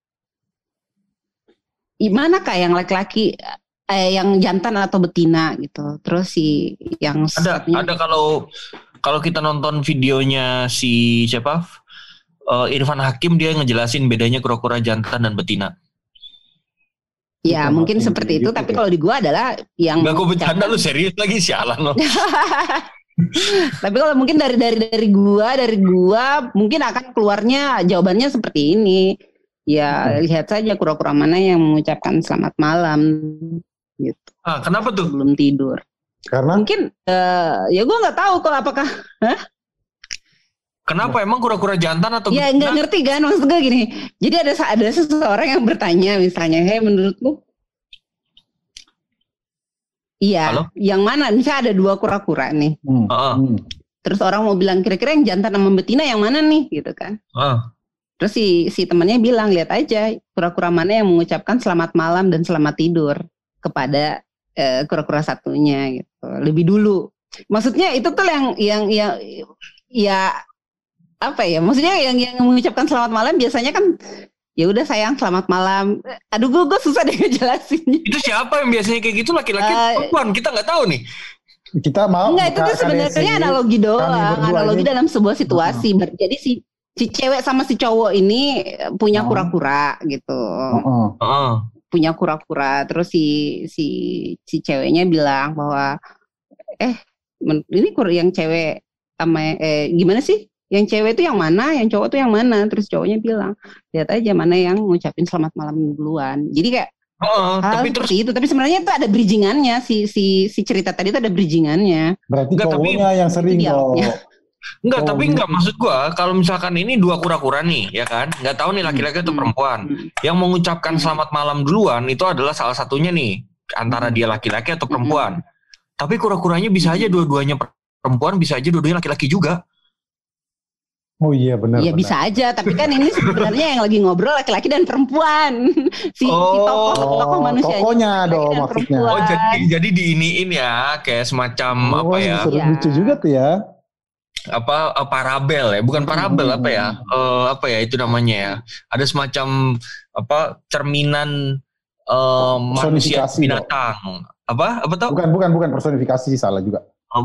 Speaker 8: manakah yang laki-laki, yang jantan atau betina gitu. Terus si yang
Speaker 9: ada kalau kita nonton videonya si siapa? Irfan Hakim, dia ngejelasin bedanya kura-kura jantan dan betina.
Speaker 8: Ya mungkin seperti itu, tapi kalau di gua adalah yang
Speaker 9: nggak, gue bercanda, lu serius lagi, sialan lo.
Speaker 8: Tapi kalau mungkin dari gua mungkin akan keluarnya jawabannya seperti ini. Ya lihat saja kura-kura mana yang mengucapkan selamat malam gitu.
Speaker 9: Kenapa tuh?
Speaker 8: Sebelum tidur.
Speaker 6: Karena
Speaker 8: mungkin ya gue nggak tahu kok apakah.
Speaker 9: Kenapa emang kura-kura jantan atau
Speaker 8: ya nggak ngerti kan, maksud gue gini. Jadi ada seseorang yang bertanya misalnya, menurutmu iya,
Speaker 9: halo?
Speaker 8: Yang mana? Misalnya ada 2 kura-kura nih. Terus orang mau bilang kira-kira yang jantan sama betina yang mana nih, gitu kan? Terus si temannya bilang, lihat aja kura-kura mana yang mengucapkan selamat malam dan selamat tidur kepada kura-kura satunya, gitu. Lebih dulu. Maksudnya itu tuh yang ya apa ya? Maksudnya yang mengucapkan selamat malam biasanya kan ya udah sayang selamat malam. Aduh gue susah deh ngejelasinnya.
Speaker 9: Itu siapa yang biasanya kayak gitu, laki-laki perempuan? Kita nggak tahu nih.
Speaker 6: Kita mau
Speaker 8: enggak, itu tuh sebenarnya analogi doang, analogi dalam sebuah situasi. Jadi si cewek sama si cowok ini punya kura-kura gitu. Punya kura-kura, terus si ceweknya bilang bahwa ini yang cewek sama gimana sih? Yang cewek itu yang mana, yang cowok itu yang mana? Terus cowoknya bilang, lihat aja mana yang ngucapin selamat malam duluan. Jadi kayak
Speaker 9: tapi
Speaker 8: seperti itu. Tapi sebenarnya itu ada bridgingannya, si cerita tadi itu ada bridgingannya.
Speaker 6: Berarti cowoknya yang sering loh.
Speaker 9: Enggak, tapi enggak, maksud gua kalau misalkan ini 2 kura-kura nih, ya kan? Enggak tahu nih laki-laki atau perempuan. Yang mengucapkan selamat malam duluan itu adalah salah satunya nih, antara dia laki-laki atau perempuan. Tapi kura-kuranya bisa aja dua-duanya perempuan, bisa aja dua-duanya laki-laki juga.
Speaker 6: Oh iya benar.
Speaker 8: Iya bisa aja, tapi kan ini sebenarnya yang lagi ngobrol laki-laki dan perempuan. Si tokoh manusianya.
Speaker 6: Tokohnya dong maksudnya.
Speaker 9: Oh jadi diiniin ya, kayak semacam apa ya?
Speaker 6: Lucu juga tuh ya.
Speaker 9: Apa parabel ya, bukan parabel, apa ya? Apa ya itu namanya ya? Ada semacam apa cerminan manusia binatang. Apa tau?
Speaker 6: Bukan personifikasi, salah juga.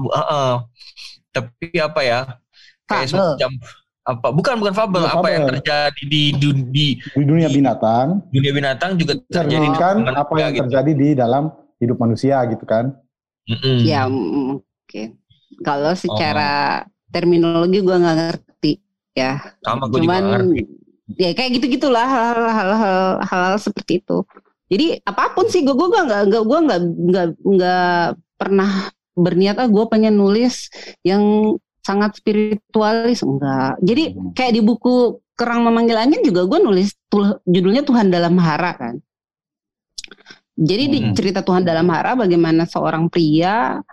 Speaker 9: Tapi apa ya? Kayak semacam apa? Bukan fabel. Apa yang terjadi di
Speaker 6: dunia binatang?
Speaker 9: Dunia binatang juga terjadi
Speaker 6: apa yang terjadi di dalam hidup manusia gitu kan?
Speaker 8: Ya mungkin. Kalau secara terminologi gue nggak ngerti ya.
Speaker 9: Sama gue juga ngerti.
Speaker 8: Ya kayak gitu-gitulah hal-hal seperti itu. Jadi apapun sih gue nggak pernah berniat gue pengen nulis yang sangat spiritualis, enggak. Jadi kayak di buku Kerang Memanggil Angin juga gue nulis judulnya Tuhan Dalam Hara kan. Jadi di cerita Tuhan Dalam Hara bagaimana seorang pria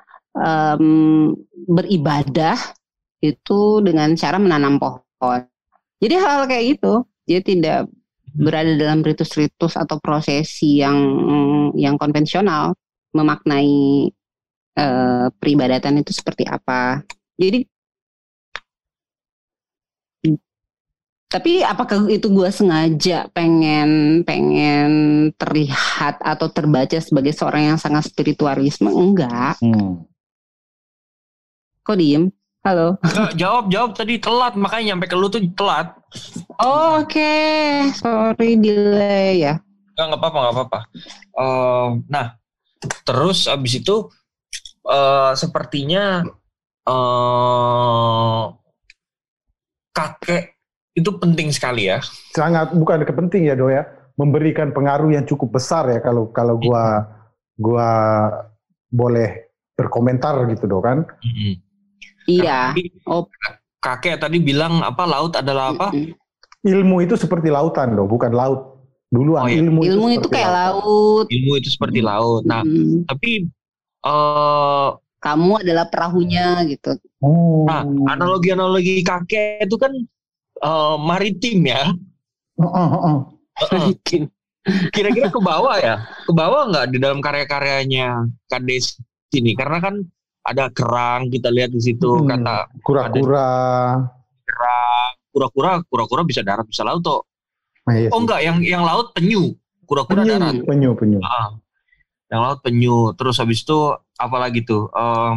Speaker 8: beribadah itu dengan cara menanam pohon. Jadi hal kayak gitu. Dia tidak berada dalam ritus-ritus atau prosesi yang konvensional, memaknai peribadatan itu seperti apa. Jadi tapi apakah itu gue sengaja pengen terlihat atau terbaca sebagai seorang yang sangat spiritualisme? Enggak. Kok diem? Halo.
Speaker 9: Enggak, jawab tadi telat, makanya nyampe ke lu tuh telat.
Speaker 8: Oke. Sorry delay ya.
Speaker 9: Enggak apa-apa. Nah, terus abis itu sepertinya kakek itu penting sekali ya.
Speaker 6: Sangat, bukan kepenting ya Do ya. Memberikan pengaruh yang cukup besar ya kalau gua boleh berkomentar gitu Do kan.
Speaker 8: Iya.
Speaker 9: Kakek tadi bilang apa, laut adalah apa?
Speaker 6: Ilmu itu seperti lautan Do, bukan laut. Duluan ilmu
Speaker 8: itu kayak laut.
Speaker 9: Ilmu itu seperti laut. Nah, tapi
Speaker 8: kamu adalah perahunya gitu.
Speaker 9: Nah, analogi kakek itu kan maritim ya. Kira-kira ke bawah ya? Ke bawah nggak di dalam karya-karyanya Kak Desi ini? Karena kan ada kerang, kita lihat di situ kata
Speaker 6: kura-kura
Speaker 9: bisa darat bisa laut toh.
Speaker 6: Iya
Speaker 9: oh enggak, yang laut penyu, kura-kura darat.
Speaker 6: Penyu.
Speaker 9: Yang laut penyu. Terus habis itu apa lagi tuh?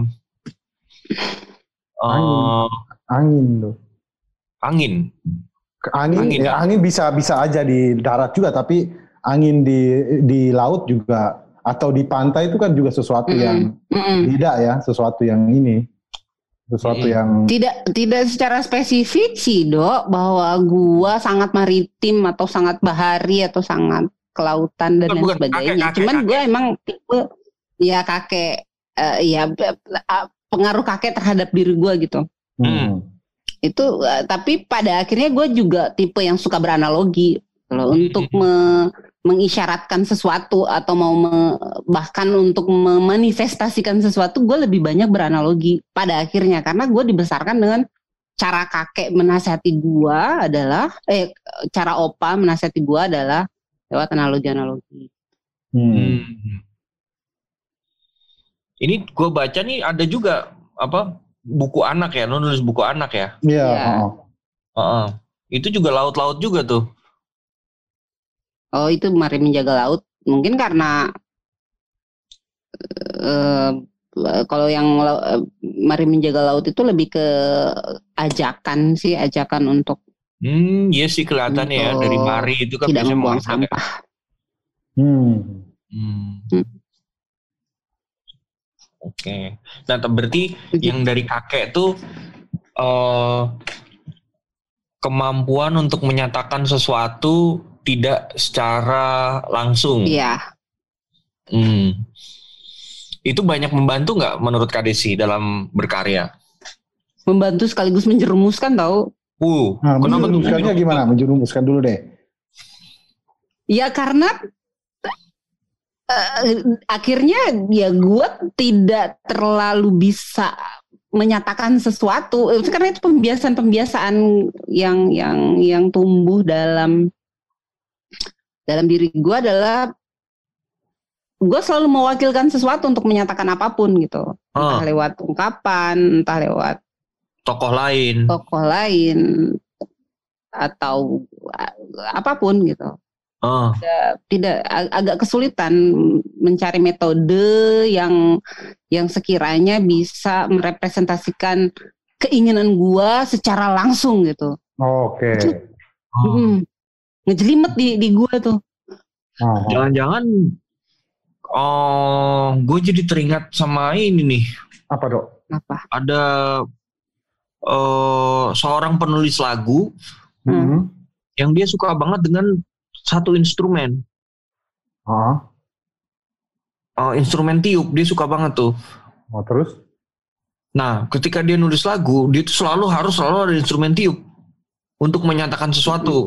Speaker 6: Angin tuh.
Speaker 9: Angin
Speaker 6: ya, angin bisa aja di darat juga, tapi angin di laut juga atau di pantai itu kan juga sesuatu yang beda ya, sesuatu yang
Speaker 8: tidak secara spesifik sih Dok, bahwa gua sangat maritim atau sangat bahari atau sangat kelautan dan lain sebagainya. Cuman gue emang tipe ya kakek pengaruh kakek terhadap diri gue gitu. Itu tapi pada akhirnya gue juga tipe yang suka beranalogi loh, untuk mengisyaratkan sesuatu atau bahkan untuk memanifestasikan sesuatu, gue lebih banyak beranalogi pada akhirnya, karena gue dibesarkan dengan cara kakek menasihati gue adalah cara opa menasihati gue adalah lewat analogi.
Speaker 9: Ini gue baca nih ada juga buku anak ya, nulis buku anak ya.
Speaker 6: Iya.
Speaker 9: Itu juga laut-laut juga tuh.
Speaker 8: Oh, itu Mari Menjaga Laut. Mungkin karena kalau yang Mari Menjaga Laut itu lebih ke ajakan untuk
Speaker 9: iya sih kelihatannya ya, dari Mari itu kan
Speaker 8: tidak membuang sampah.
Speaker 9: Oke. Nah, berarti yang dari kakek tuh kemampuan untuk menyatakan sesuatu tidak secara langsung.
Speaker 8: Iya.
Speaker 9: Itu banyak membantu nggak menurut Kak Desi dalam berkarya?
Speaker 8: Membantu sekaligus menjerumuskan tau.
Speaker 6: Menjerumuskannya gimana? Menjerumuskan dulu deh.
Speaker 8: Ya karena akhirnya ya gue tidak terlalu bisa menyatakan sesuatu karena itu pembiasaan yang tumbuh dalam diri gue adalah gue selalu mewakilkan sesuatu untuk menyatakan apapun gitu, entah lewat ungkapan, entah lewat
Speaker 9: tokoh lain
Speaker 8: atau apapun gitu. Tidak agak kesulitan mencari metode yang sekiranya bisa merepresentasikan keinginan gua secara langsung gitu.
Speaker 6: Oke.
Speaker 8: Ngejelimet di gua tuh.
Speaker 9: Jangan-jangan gue jadi teringat sama ini nih.
Speaker 6: Apa dok?
Speaker 8: Apa?
Speaker 9: Ada seorang penulis lagu yang dia suka banget dengan satu instrumen. Instrumen tiup, dia suka banget tuh.
Speaker 6: Terus?
Speaker 9: Nah, ketika dia nulis lagu, dia tuh harus selalu ada instrumen tiup untuk menyatakan sesuatu.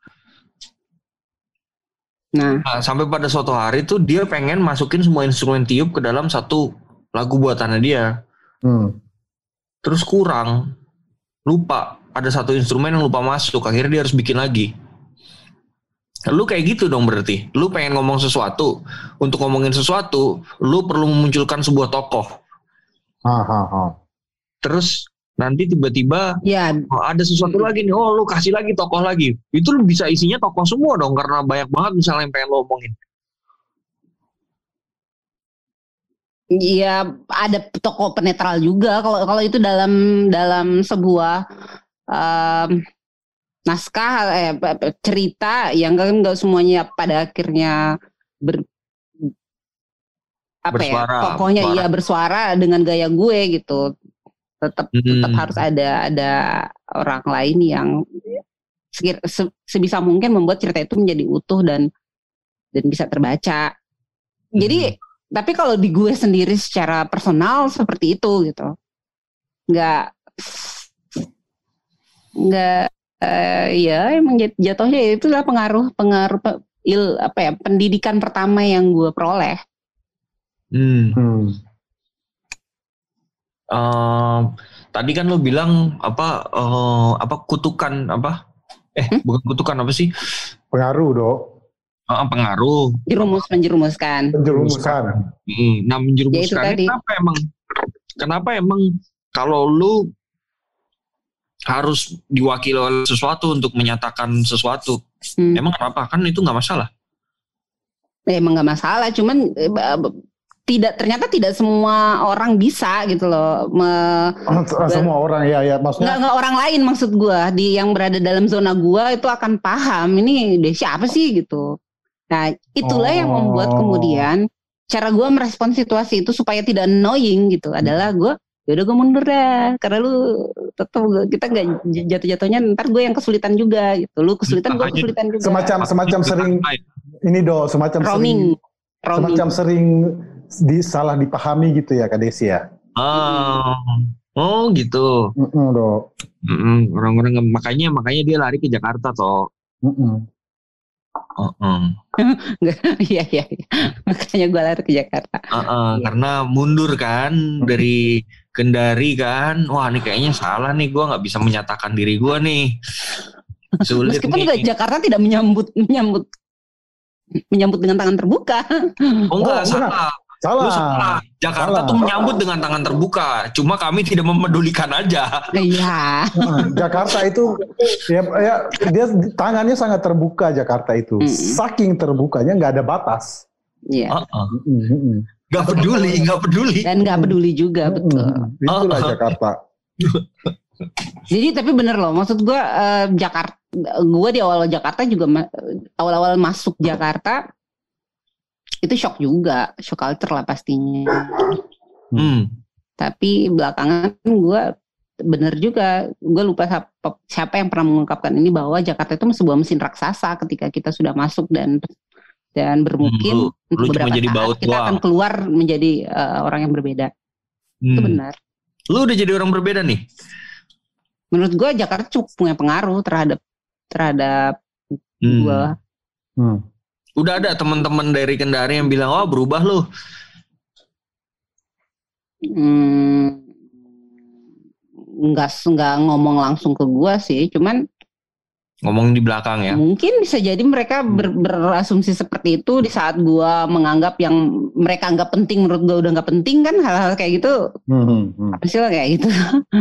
Speaker 9: Nah, sampai pada suatu hari tuh dia pengen masukin semua instrumen tiup ke dalam satu lagu buatannya dia. Terus kurang, lupa, ada satu instrumen yang lupa masuk, akhirnya dia harus bikin lagi. Lu kayak gitu dong berarti. Lu pengen ngomong sesuatu. Untuk ngomongin sesuatu, lu perlu memunculkan sebuah tokoh. Terus nanti tiba-tiba ada sesuatu lagi nih. Oh, lu kasih lagi tokoh lagi. Itu lu bisa isinya tokoh semua dong, karena banyak banget misalnya yang pengen lu omongin.
Speaker 8: Iya, ada tokoh penetral juga. Kalau itu dalam sebuah naskah cerita yang kan nggak semuanya pada akhirnya tokohnya bersuara dengan gaya gue gitu, tetap harus ada orang lain yang sebisa mungkin membuat cerita itu menjadi utuh dan bisa terbaca. Jadi tapi kalau di gue sendiri secara personal seperti itu gitu, nggak ya emang jatuhnya itulah pengaruh pendidikan pertama yang gue peroleh.
Speaker 9: Tadi kan lo bilang kutukan bukan kutukan apa sih?
Speaker 6: Pengaruh dok.
Speaker 9: Pengaruh.
Speaker 8: Menjerumuskan.
Speaker 9: Nah menjerumuskan ya kenapa emang kalau lu harus diwakili oleh sesuatu untuk menyatakan sesuatu. Emang apa? Kan itu nggak masalah.
Speaker 8: Emang nggak masalah, cuman ternyata tidak semua orang bisa gitu loh.
Speaker 6: Semua orang ya maksudnya.
Speaker 8: Nggak orang lain maksud gue yang berada dalam zona gue itu akan paham ini siapa sih gitu. Nah itulah yang membuat kemudian cara gue merespon situasi itu supaya tidak annoying gitu adalah gue yaudah gue mundur dah, karena lu tetap kita nggak jatuh-jatuhnya ntar gue yang kesulitan juga gitu, lu kesulitan gue kesulitan juga.
Speaker 6: Semacam sering ini semacam salah dipahami gitu ya Kak Desi ya.
Speaker 9: Oh gitu.
Speaker 6: Dok.
Speaker 9: Orang-orang makanya dia lari ke Jakarta toh.
Speaker 8: Iya. Makanya gue lari ke Jakarta.
Speaker 9: Karena mundur kan dari Kendari kan. Wah ini kayaknya salah nih, gue nggak bisa menyatakan diri gue nih. Sulit. Meskipun
Speaker 8: nih. Jakarta tidak menyambut dengan tangan terbuka.
Speaker 9: Oh enggak, salah. Salah. Jakarta tuh menyambut dengan tangan terbuka. Cuma kami tidak memedulikan aja.
Speaker 8: Iya.
Speaker 6: Jakarta itu ya dia tangannya sangat terbuka Jakarta itu. Saking terbukanya nggak ada batas.
Speaker 8: Iya.
Speaker 9: Nggak peduli.
Speaker 8: Dan nggak peduli juga, betul.
Speaker 6: Itulah Jakarta.
Speaker 8: Jadi tapi bener loh, maksud gue Jakarta, gue di awal Jakarta juga awal-awal masuk Jakarta itu shock juga, shock culture lah pastinya. Tapi belakangan gue bener juga, gue lupa siapa yang pernah mengungkapkan ini bahwa Jakarta itu sebuah mesin raksasa ketika kita sudah masuk dan bermukim untuk beberapa saat kita akan keluar menjadi orang yang berbeda. Itu benar.
Speaker 9: Lu udah jadi orang berbeda nih?
Speaker 8: Menurut gue Jakarta cukup punya pengaruh terhadap gue.
Speaker 9: Udah ada teman-teman dari Kendari yang bilang, "Oh, berubah lu."
Speaker 8: Enggak ngomong langsung ke gua sih, cuman
Speaker 9: ngomong di belakang ya.
Speaker 8: Mungkin bisa jadi mereka berasumsi seperti itu di saat gua menganggap yang mereka anggap penting menurut gua udah nggak penting kan, hal-hal kayak gitu. Apa sih lah kayak gitu.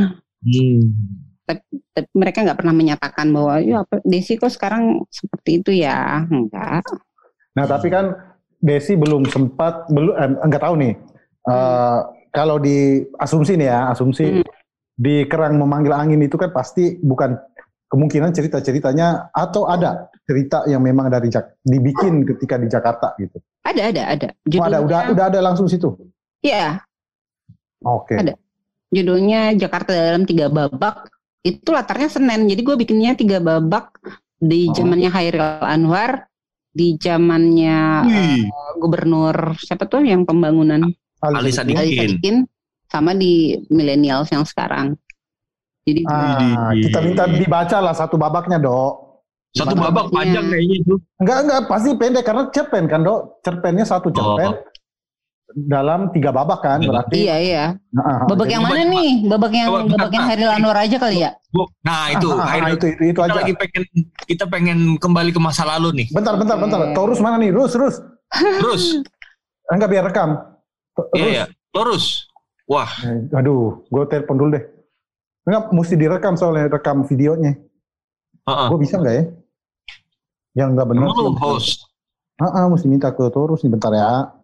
Speaker 8: Tapi mereka nggak pernah menyatakan bahwa ya Desi kok sekarang seperti itu ya, enggak.
Speaker 6: Nah tapi kan Desi belum enggak tahu nih. Kalau di asumsi nih ya, di Kerang Memanggil Angin itu kan pasti bukan kemungkinan cerita-ceritanya atau ada cerita yang memang dibikin ketika di Jakarta gitu.
Speaker 8: Ada.
Speaker 6: Judulnya, udah ada langsung situ.
Speaker 8: Iya.
Speaker 6: Oke.
Speaker 8: Ada. Judulnya Jakarta dalam 3 babak. Itu latarnya Senen. Jadi gue bikinnya 3 babak di zamannya Hairil Anwar, di zamannya gubernur siapa tuh yang pembangunan
Speaker 9: Ali Sadikin,
Speaker 8: sama di millennials yang sekarang. Jadi
Speaker 6: kita minta dibaca lah satu babaknya, Dok.
Speaker 9: Satu babak panjang kayaknya itu.
Speaker 6: Enggak pasti pendek karena cerpen kan, Dok. Cerpennya satu cerpen dalam 3 babak kan, berarti.
Speaker 8: Iya. Babak yang mana nih? Babak yang Hairil Anwar aja kali ya?
Speaker 9: Nah, itu
Speaker 6: itu aja.
Speaker 9: Kita pengen kembali ke masa lalu nih.
Speaker 6: Bentar. Taurus mana nih? Terus. Enggak biar rekam.
Speaker 9: Iya. Terus. Wah.
Speaker 6: Aduh, gue telepon dulu deh. Enggak, mesti direkam soalnya rekam videonya. Gue bisa nggak ya? Yang nggak benar.
Speaker 9: Lu host.
Speaker 6: Mesti minta ke Taurus nih, bentar ya.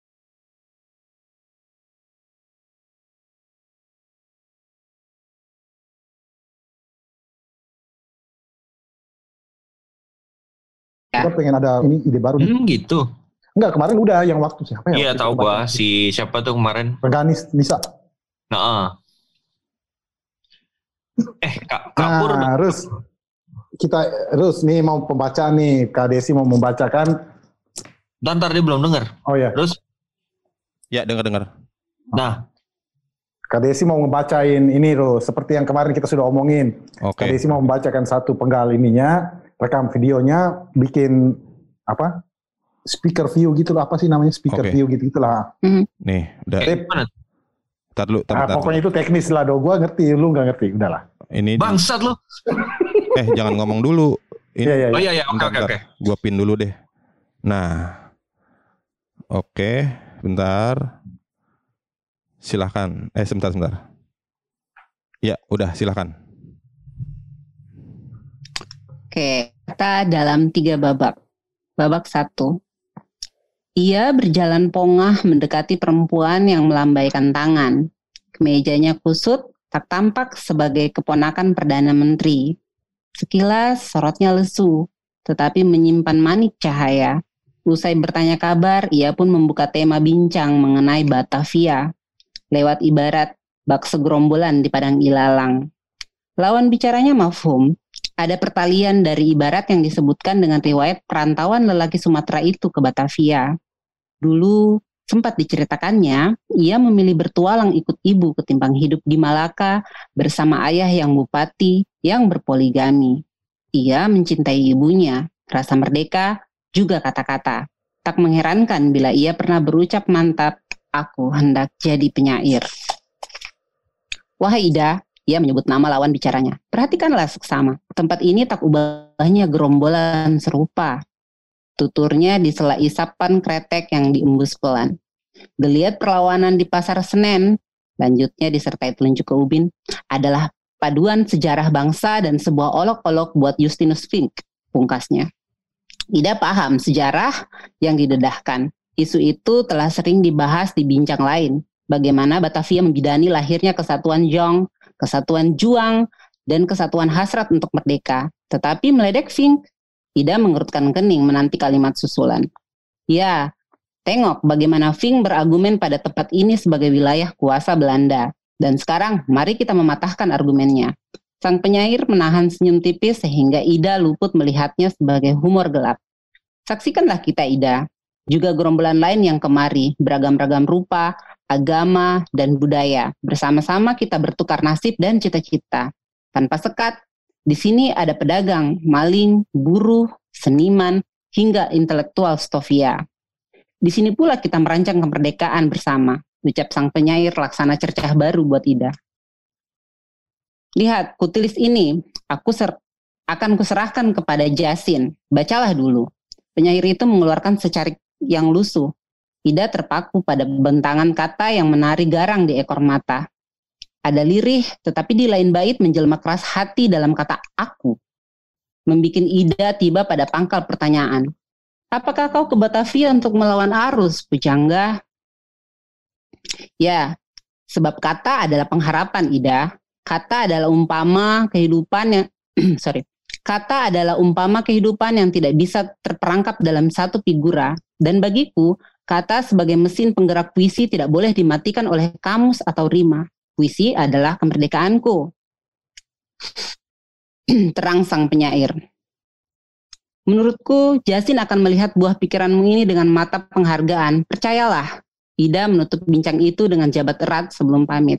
Speaker 6: Kita pengen ada ini ide baru.
Speaker 9: Gitu.
Speaker 6: Enggak, kemarin udah yang waktu siapa ya?
Speaker 9: Iya, tahu gua si siapa tuh kemarin?
Speaker 6: Reganis Nisa.
Speaker 9: Kak Pur.
Speaker 6: Terus nih mau pembaca nih, Kak Desi mau membacakan.
Speaker 9: Ntar dia belum dengar.
Speaker 6: Oh ya.
Speaker 9: Terus?
Speaker 7: Ya, dengar.
Speaker 9: Nah,
Speaker 6: Kak Desi mau ngebacain ini loh, seperti yang kemarin kita sudah omongin.
Speaker 7: Oke.
Speaker 6: Kak Desi mau membacakan satu penggal ininya, rekam videonya, bikin apa? Speaker view gitu lah, apa sih namanya speaker view gitu lah.
Speaker 7: Nih, udah. Tar dulu.
Speaker 6: Pokoknya itu teknis lah, gue ngerti, lu nggak ngerti, udahlah.
Speaker 9: Ini bangsat lu.
Speaker 7: Jangan ngomong dulu. Ini,
Speaker 9: iya, oke.
Speaker 7: Gua pin dulu deh. Nah, oke, bentar. Silahkan. Sebentar. Ya, udah, silahkan.
Speaker 8: Oke, kita dalam 3 babak. Babak 1. Ia berjalan pongah mendekati perempuan yang melambaikan tangan. Kemejanya kusut, tak tampak sebagai keponakan Perdana Menteri. Sekilas sorotnya lesu, tetapi menyimpan manik cahaya. Usai bertanya kabar, ia pun membuka tema bincang mengenai Batavia. Lewat ibarat bak segerombolan di padang ilalang. Lawan bicaranya mafhum. Ada pertalian dari ibarat yang disebutkan dengan riwayat perantauan lelaki Sumatera itu ke Batavia. Dulu Sempat diceritakannya, ia memilih bertualang ikut ibu ketimbang hidup di Malaka bersama ayah yang bupati yang berpoligami. Ia mencintai ibunya, rasa merdeka, juga kata-kata. Tak mengherankan bila ia pernah berucap mantap, aku hendak jadi penyair. Wahai Ida, ia menyebut nama lawan bicaranya. Perhatikanlah seksama, tempat ini tak ubahnya gerombolan serupa. Tuturnya di sela isapan kretek yang diembus pelan. Geliat perlawanan di Pasar Senen, lanjutnya disertai telunjuk ke ubin, adalah paduan sejarah bangsa dan sebuah olok-olok buat Justinus Fink, pungkasnya. Ida paham sejarah yang didedahkan. Isu itu telah sering dibahas di bincang lain. Bagaimana Batavia membidani lahirnya kesatuan Jong, kesatuan Juang, dan kesatuan hasrat untuk merdeka. Tetapi meledek Fink, Ida mengerutkan kening menanti kalimat susulan. Ya, tengok bagaimana Fink berargumen pada tempat ini sebagai wilayah kuasa Belanda. Dan sekarang, mari kita mematahkan argumennya. Sang penyair menahan senyum tipis sehingga Ida luput melihatnya sebagai humor gelap. Saksikanlah kita, Ida. Juga gerombolan lain yang kemari, beragam-ragam rupa, agama, dan budaya. Bersama-sama kita bertukar nasib dan cita-cita. Tanpa sekat, di sini ada pedagang, maling, buruh, seniman, hingga intelektual Stovia. Di sini pula kita merancang kemerdekaan bersama, ucap sang penyair laksana cercah baru buat Ida. Lihat, kutilis ini, akan kuserahkan kepada Jasin. Bacalah dulu. Penyair itu mengeluarkan secarik yang lusuh. Ida terpaku pada bentangan kata yang menari garang di ekor mata. Ada lirih, tetapi di lain bait menjelma keras hati dalam kata aku. Membikin Ida tiba pada pangkal pertanyaan. Apakah kau ke Batavia untuk melawan arus, pujangga? Ya, sebab kata adalah pengharapan, Ida. Kata adalah umpama kehidupan yang Kata adalah umpama kehidupan yang tidak bisa terperangkap dalam satu figura. Dan bagiku, kata sebagai mesin penggerak puisi tidak boleh dimatikan oleh kamus atau rima. Puisi adalah kemerdekaanku. Terang sang penyair. Menurutku, Jasin akan melihat buah pikiranmu ini dengan mata penghargaan. Percayalah. Ida menutup bincang itu dengan jabat erat sebelum pamit.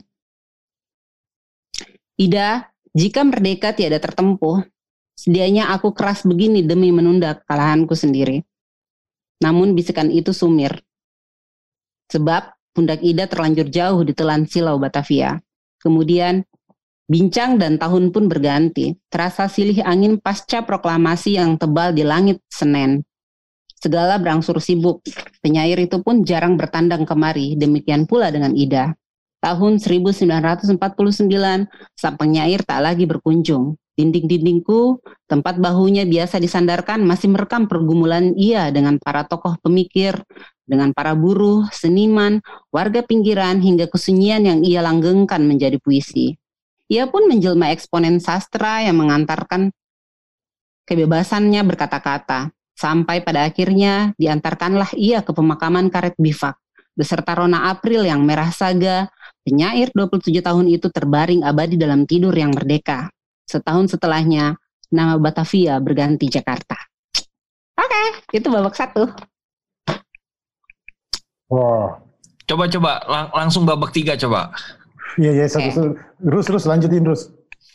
Speaker 8: Ida, jika merdeka tiada tertempuh, sedianya aku keras begini demi menunda kekalahanku sendiri. Namun bisikan itu sumir. Sebab pundak Ida terlanjur jauh ditelan silau Batavia. Kemudian, bincang dan tahun pun berganti. Terasa silih angin pasca proklamasi yang tebal di langit Senen. Segala berangsur sibuk. Penyair itu pun jarang bertandang kemari. Demikian pula dengan Ida. Tahun 1949, sang penyair tak lagi berkunjung. Dinding-dindingku, tempat bahunya biasa disandarkan, masih merekam pergumulan ia dengan para tokoh pemikir, dengan para buruh, seniman, warga pinggiran, hingga kesunyian yang ia langgengkan menjadi puisi. Ia pun menjelma eksponen sastra yang mengantarkan kebebasannya berkata-kata, sampai pada akhirnya diantarkanlah ia ke pemakaman karet bifak, beserta Rona April yang merah saga. Penyair 27 tahun itu terbaring abadi dalam tidur yang merdeka. Setahun setelahnya, nama Batavia berganti Jakarta. Oke, itu babak 1.
Speaker 6: Wah.
Speaker 9: Coba langsung babak 3 coba.
Speaker 6: Iya, satu. Terus lanjutin terus.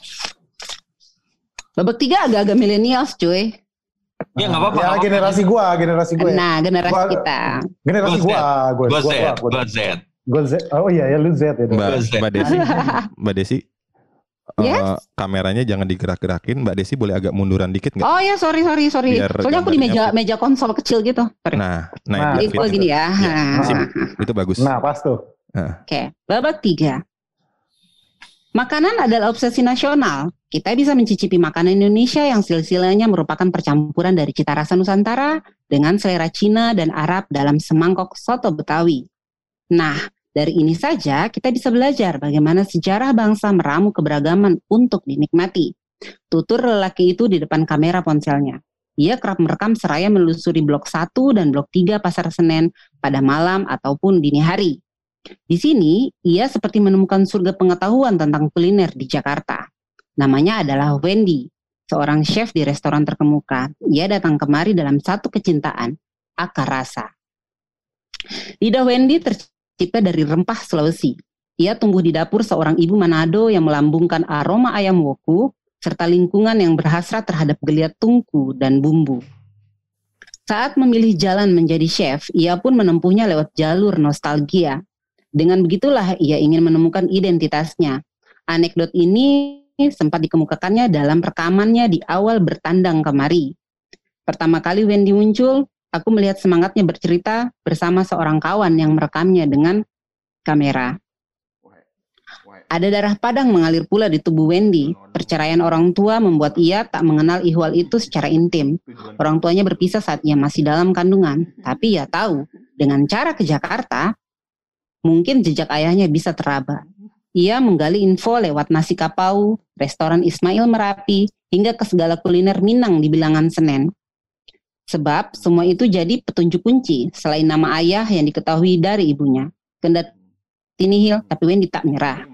Speaker 8: Babak 3 agak-agak milenials, cuy.
Speaker 9: Ya nggak apa-apa.
Speaker 6: Ya generasi gua.
Speaker 8: Nah, generasi kita.
Speaker 6: Generasi gua
Speaker 9: Z.
Speaker 6: Oh iya ya, lu Z ya.
Speaker 7: Mbak Desi.
Speaker 8: Yes?
Speaker 7: Kameranya jangan digerak-gerakin. Mbak Desi boleh agak munduran dikit nggak?
Speaker 8: Oh ya, sorry. Soalnya aku di meja konsol kecil gitu. Sorry.
Speaker 7: Nah
Speaker 8: itu gini ya.
Speaker 7: Itu bagus.
Speaker 6: Nah, pas tuh.
Speaker 8: Oke, babak 3. Makanan adalah obsesi nasional. Kita bisa mencicipi makanan Indonesia yang silsilahnya merupakan percampuran dari cita rasa Nusantara dengan selera Cina dan Arab dalam semangkok soto Betawi. Nah, dari ini saja kita bisa belajar bagaimana sejarah bangsa meramu keberagaman untuk dinikmati. Tutur lelaki itu di depan kamera ponselnya. Ia kerap merekam seraya menelusuri blok 1 dan blok 3 Pasar Senen pada malam ataupun dini hari. Di sini, ia seperti menemukan surga pengetahuan tentang kuliner di Jakarta. Namanya adalah Wendy, seorang chef di restoran terkemuka. Ia datang kemari dalam satu kecintaan, akar rasa. Lidah Wendy tercipta dari rempah Sulawesi. Ia tumbuh di dapur seorang ibu Manado yang melambungkan aroma ayam woku serta lingkungan yang berhasrat terhadap geliat tungku dan bumbu. Saat memilih jalan menjadi chef, ia pun menempuhnya lewat jalur nostalgia. Dengan begitulah ia ingin menemukan identitasnya. Anekdot ini sempat dikemukakannya dalam rekamannya di awal bertandang kemari. Pertama kali Wendy muncul, aku melihat semangatnya bercerita bersama seorang kawan yang merekamnya dengan kamera. Ada darah Padang mengalir pula di tubuh Wendy. Perceraian orang tua membuat ia tak mengenal ihwal itu secara intim. Orang tuanya berpisah saat ia masih dalam kandungan. Tapi ia tahu, dengan cara ke Jakarta, mungkin jejak ayahnya bisa teraba. Ia menggali info lewat nasi kapau, restoran Ismail Merapi, hingga ke segala kuliner Minang di bilangan Senen. Sebab semua itu jadi petunjuk kunci selain nama ayah yang diketahui dari ibunya. Kendati nihil, tapi Wendy tak menyerah.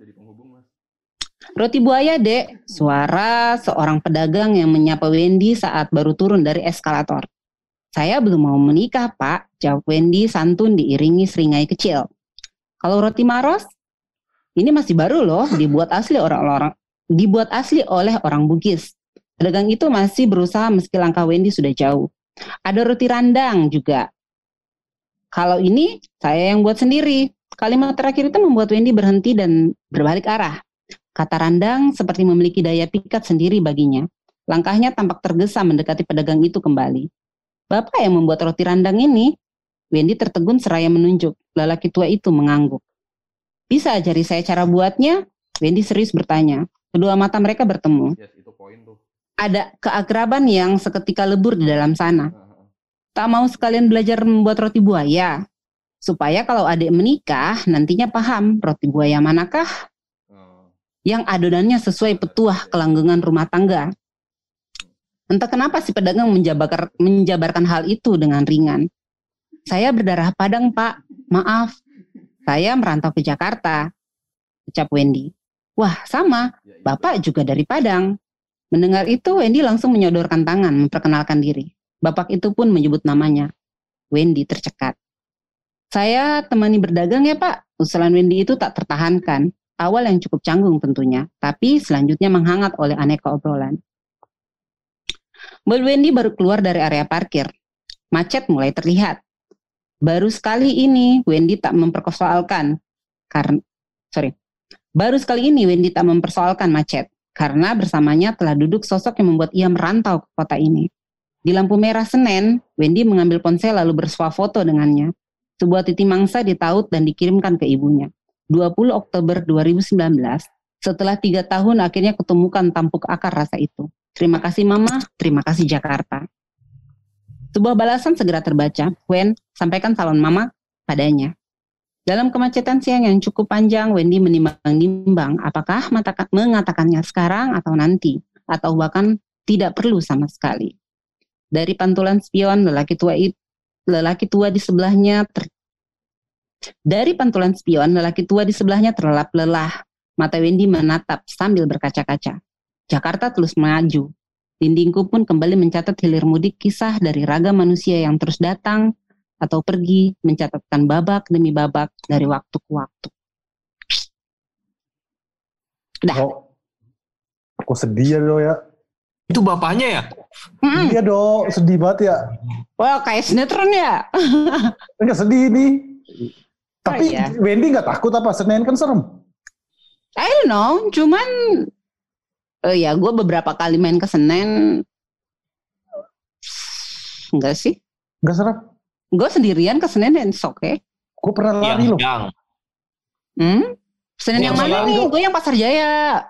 Speaker 8: Roti buaya, Dek. Suara seorang pedagang yang menyapa Wendy saat baru turun dari eskalator. Saya belum mau menikah, Pak, jawab Wendy santun diiringi seringai kecil. Kalau roti Maros? Ini masih baru loh, dibuat asli oleh orang Bugis. Pedagang itu masih berusaha meski langkah Wendy sudah jauh. Ada roti randang juga. Kalau ini saya yang buat sendiri. Kalimat terakhir itu membuat Wendy berhenti dan berbalik arah. Kata randang seperti memiliki daya pikat sendiri baginya. Langkahnya tampak tergesa mendekati pedagang itu kembali. Bapak yang membuat roti randang ini? Wendy tertegun seraya menunjuk. Lelaki tua itu mengangguk. Bisa ajari saya cara buatnya? Wendy serius bertanya. Kedua mata mereka bertemu. Ada keakraban yang seketika lebur di dalam sana. Tak mau sekalian belajar membuat roti buaya? Supaya kalau adik menikah, nantinya paham roti buaya manakah yang adonannya sesuai petuah kelanggengan rumah tangga. Entah kenapa si pedagang menjabarkan hal itu dengan ringan. Saya berdarah Padang, Pak. Maaf. Saya merantau ke Jakarta, ucap Wendy. Wah, sama. Bapak juga dari Padang. Mendengar itu, Wendy langsung menyodorkan tangan, memperkenalkan diri. Bapak itu pun menyebut namanya. Wendy tercekat. Saya temani berdagang ya, Pak. Usulan Wendy itu tak tertahankan. Awal yang cukup canggung tentunya, tapi selanjutnya menghangat oleh aneka obrolan. Wendy baru keluar dari area parkir. Macet mulai terlihat. Baru sekali ini Wendy tak mempersoalkan macet karena bersamanya telah duduk sosok yang membuat ia merantau ke kota ini. Di lampu merah Senen, Wendy mengambil ponsel lalu bersuah foto dengannya. Sebuah titi mangsa ditaut dan dikirimkan ke ibunya. 20 Oktober 2019, setelah 3 tahun akhirnya ketemukan tampuk akar rasa itu. Terima kasih Mama, terima kasih Jakarta. Sebuah balasan segera terbaca. Wen, sampaikan salon Mama padanya. Dalam kemacetan siang yang cukup panjang, Wendy menimbang-nimbang apakah mengatakannya sekarang atau nanti, atau bahkan tidak perlu sama sekali. Dari pantulan spion, lelaki tua di sebelahnya terlelap lelah. Mata Wendy menatap sambil berkaca-kaca. Jakarta terus maju. Dindingku pun kembali mencatat hilir mudik kisah dari ragam manusia yang terus datang atau pergi, mencatatkan babak demi babak dari waktu ke waktu. Udah.
Speaker 6: Oh, aku sedih ya Do ya.
Speaker 9: Itu bapaknya ya?
Speaker 6: Iya Do, sedih banget ya.
Speaker 8: Wah, kayak sinetron ya?
Speaker 6: Enggak sedih nih. Tapi iya. Wendy gak takut apa? Senen kan serem.
Speaker 8: I don't know, cuman ya gue beberapa kali main ke Senen. Enggak sih.
Speaker 6: Enggak serem?
Speaker 8: Gue sendirian ke Senen dan oke.
Speaker 6: Gue pernah lari loh.
Speaker 8: Senen yang mana nih? Gue yang Pasar Jaya.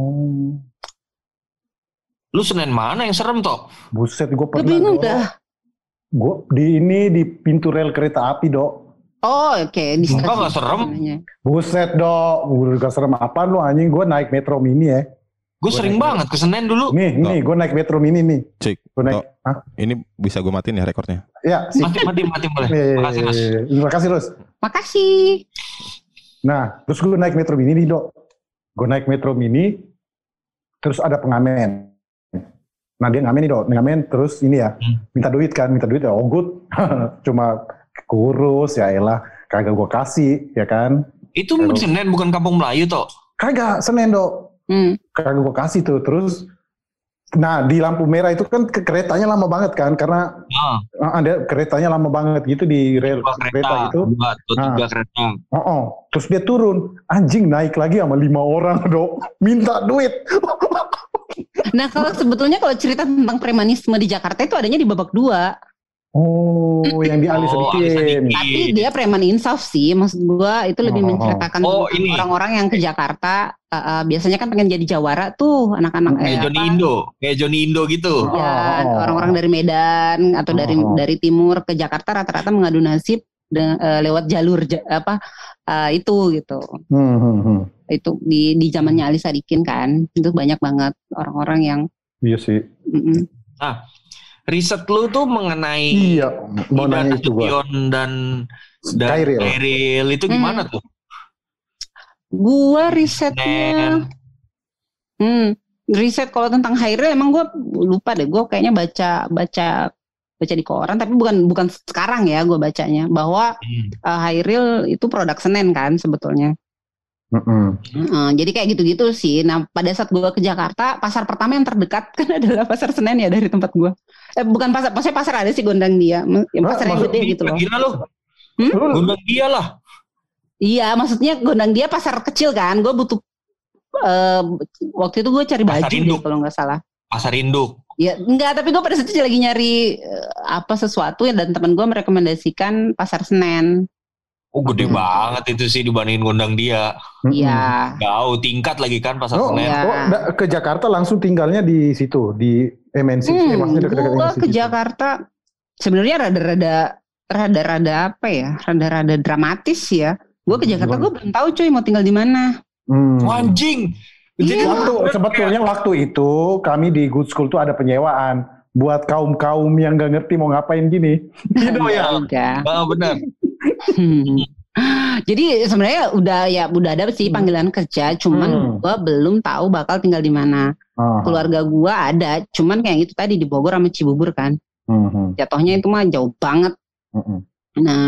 Speaker 9: Lu Senen mana yang serem toh?
Speaker 6: Buset, gue pernah.
Speaker 8: Gue bingung dah.
Speaker 6: Gue di pintu rel kereta api Dok.
Speaker 8: Oh oke. Di
Speaker 9: stasiun gak serem?
Speaker 6: Buset Dok, gak serem apaan lu anjing. Gue naik Metro Mini ya.
Speaker 9: Gue sering banget ke Senen dulu.
Speaker 6: Nih, gue naik Metro Mini nih.
Speaker 7: Cik, ini bisa gue matiin ya rekornya?
Speaker 6: Ya,
Speaker 9: mati boleh. Makasih Mas.
Speaker 6: Terima kasih Lus.
Speaker 8: Makasih.
Speaker 6: Nah, terus gue naik Metro Mini nih Dok. Gue naik Metro Mini, terus ada pengamen. Nah dia ngamen nih Dok, ngamen terus ini ya, minta duit ya, oh good. Cuma kurus ya elah, kagak gue kasih ya kan.
Speaker 9: Itu Senen bukan Kampung Melayu toh?
Speaker 6: Kagak, Senen Dok. Kagak gue kasih tuh. Terus nah di lampu merah itu kan keretanya lama banget kan, karena ada keretanya lama banget gitu di rel kereta itu.
Speaker 9: Tiga kereta.
Speaker 6: Terus dia turun, anjing naik lagi sama 5 orang Dok, minta duit.
Speaker 8: Nah kalau sebetulnya kalau cerita tentang premanisme di Jakarta itu adanya di babak 2.
Speaker 6: Oh, yang di Ali Sadikin.
Speaker 8: Tapi dia preman insaf sih, maksud gua itu lebih menceritakan orang-orang yang ke Jakarta biasanya kan pengen jadi jawara tuh anak-anak
Speaker 9: kayak Johnny Indo gitu.
Speaker 8: Ya, orang-orang dari Medan atau dari timur ke Jakarta rata-rata mengadu nasib lewat jalur itu gitu. Itu di zamannya Ali Sadikin kan, itu banyak banget orang-orang yang.
Speaker 6: Iya sih.
Speaker 9: Nah, riset lu tuh mengenai Nasution dan Khairil itu gimana tuh?
Speaker 8: Gua risetnya riset kalau tentang Khairil emang gue lupa deh, gue kayaknya baca di koran, tapi bukan sekarang ya gue bacanya, bahwa Khairil itu produk Senen kan sebetulnya. Jadi kayak gitu-gitu sih. Nah pada saat gue ke Jakarta, pasar pertama yang terdekat kan adalah pasar Senen ya dari tempat gue. Bukan pasar, maksudnya pasar ada sih Gondang Dia, pasar yang gede gitu loh.
Speaker 9: Gila loh. Gondang Dia lah.
Speaker 8: Iya, maksudnya Gondang Dia pasar kecil kan. Gue butuh waktu itu gue cari baju deh kalau nggak salah.
Speaker 9: Pasar induk.
Speaker 8: Ya enggak, tapi gue pada saat itu lagi nyari sesuatu dan teman gue merekomendasikan pasar Senen.
Speaker 9: Oh gede banget itu sih dibandingin Gondang Dia.
Speaker 8: Iya.
Speaker 9: Jauh tingkat lagi kan pasar Senen.
Speaker 6: Ke Jakarta langsung tinggalnya di situ di MNC.
Speaker 8: Gue ke Jakarta sebenarnya rada-rada apa ya? Rada-rada dramatis ya. Gue ke Jakarta gue belum tahu cuy mau tinggal di mana.
Speaker 9: Anjing.
Speaker 6: Jadi sebetulnya waktu itu kami di Good School tuh ada penyewaan buat kaum yang gak ngerti mau ngapain gini.
Speaker 9: Gitu ya. Benar.
Speaker 8: Jadi sebenarnya udah ada sih panggilan kerja, cuman gue belum tahu bakal tinggal di mana. Keluarga gue ada, cuman kayak gitu tadi di Bogor sama Cibubur kan. Jatuhnya itu mah jauh banget. Nah,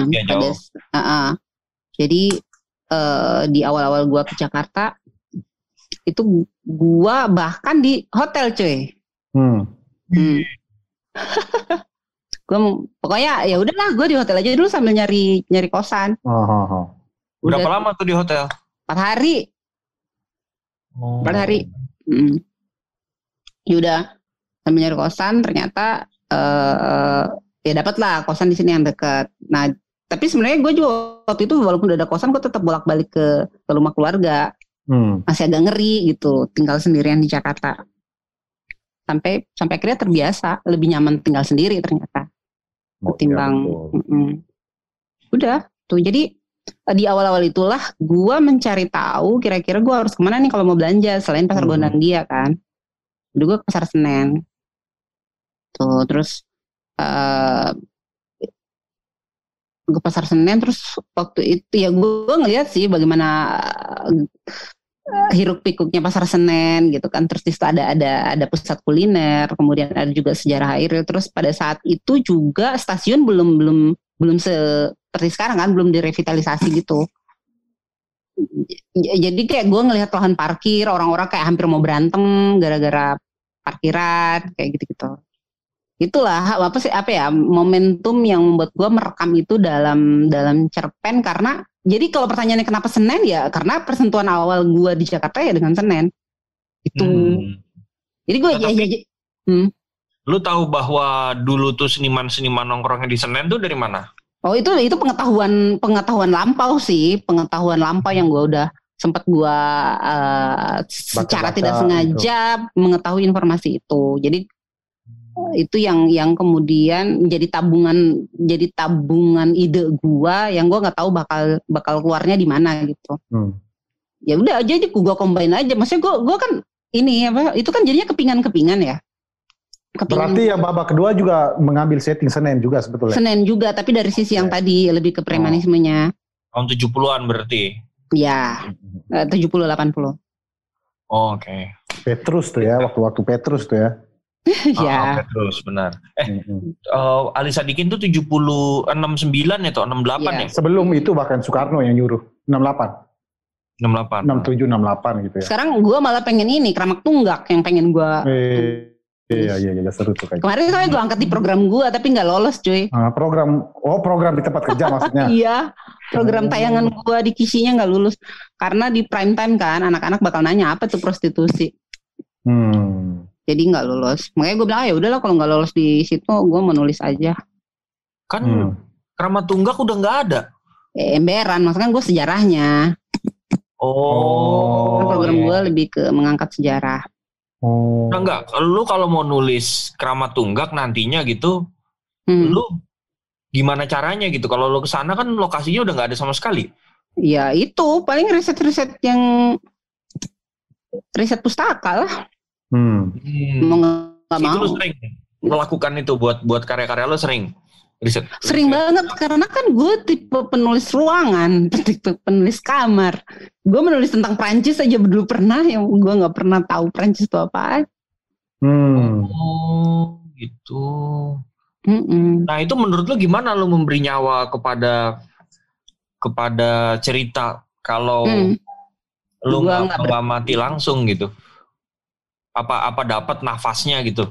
Speaker 8: jadi di awal-awal gue ke Jakarta itu gue bahkan di hotel cuy. Gue pokoknya ya udahlah gue di hotel aja dulu sambil nyari kosan.
Speaker 9: Berapa lama tuh di hotel?
Speaker 8: 4 hari. 4 hari. Ya udah sambil nyari kosan, ternyata ya dapat lah kosan di sini yang dekat. Nah tapi sebenarnya gue juga waktu itu walaupun udah ada kosan, gue tetap bolak-balik ke rumah keluarga. Masih agak ngeri gitu tinggal sendirian di Jakarta. Sampai akhirnya terbiasa, lebih nyaman tinggal sendiri ternyata ketimbang. Udah tuh, jadi di awal-awal itulah gue mencari tahu kira-kira gue harus kemana nih kalau mau belanja selain pasar Gondang Dia kan. Udah gue ke pasar Senen tuh, terus ke pasar Senen, terus waktu itu ya gue ngeliat sih bagaimana hiruk pikuknya pasar Senen gitu kan. Terus di situ ada pusat kuliner, kemudian ada juga sejarah Khairil. Terus pada saat itu juga stasiun belum seperti sekarang kan, belum direvitalisasi gitu. Jadi kayak gue ngelihat lahan parkir, orang-orang kayak hampir mau berantem gara-gara parkiran kayak gitu-gitu. Itulah momentum yang membuat gue merekam itu dalam cerpen. Karena jadi kalau pertanyaannya kenapa Senen, ya karena persentuhan awal gue di Jakarta ya dengan Senen itu. Jadi gue
Speaker 9: Lu tahu bahwa dulu tuh seniman nongkrongnya di Senen tuh dari mana?
Speaker 8: Oh itu pengetahuan lampau sih, pengetahuan lampau yang gue udah sempat gue secara tidak sengaja mengetahui informasi itu. Jadi itu yang kemudian menjadi tabungan ide gua yang gua nggak tahu bakal keluarnya di mana gitu. Ya udah aja gua combine aja. Maksudnya gua kan itu kan jadinya kepingan ya.
Speaker 6: Berarti yang babak kedua juga mengambil setting Senen juga sebetulnya.
Speaker 8: Senen juga, tapi dari sisi yang tadi lebih ke premanismenya.
Speaker 9: Tahun 70-an berarti.
Speaker 8: Ya, 70-80.
Speaker 9: Oke.
Speaker 6: Petrus tuh ya, waktu Petrus tuh ya.
Speaker 8: Ya.
Speaker 9: Terus benar. Ali Sadikin tuh 69 atau 68 ya?
Speaker 6: Sebelum itu bahkan Soekarno yang nyuruh 68. 67, 68 gitu ya.
Speaker 8: Sekarang gue malah pengen ini Kramak Tunggak yang pengen gue.
Speaker 6: Iya seru tuh kayaknya.
Speaker 8: Kemarin soalnya gue angkat di program gue tapi nggak lolos cuy.
Speaker 6: Program di tempat kerja maksudnya.
Speaker 8: Iya, program tayangan gue di Kisinya nggak lulus karena di prime time kan anak-anak bakal nanya apa tuh prostitusi. Jadi nggak lulus. Makanya gue bilang ya udahlah kalau nggak lolos di situ gue menulis aja.
Speaker 9: Kan Kramat Tunggak udah nggak ada.
Speaker 8: Emberan, maksudnya gue sejarahnya. Program gue lebih ke mengangkat sejarah.
Speaker 9: Nah enggak, lu kalau mau nulis Kramat Tunggak nantinya gitu, lu gimana caranya gitu? Kalau lu kesana kan lokasinya udah nggak ada sama sekali.
Speaker 8: Ya itu paling riset yang riset pustaka lah. Mau nggak mau.
Speaker 9: Itu lu sering melakukan itu buat karya-karya lu sering riset.
Speaker 8: Sering banget karena kan gue tipe penulis ruangan, tipe penulis kamar. Gue menulis tentang Prancis aja dulu pernah, yang gue nggak pernah tahu Prancis itu apaan.
Speaker 9: Gitu. Nah itu menurut lu gimana lu memberi nyawa kepada cerita kalau lu nggak mati langsung gitu? Apa dapat nafasnya gitu?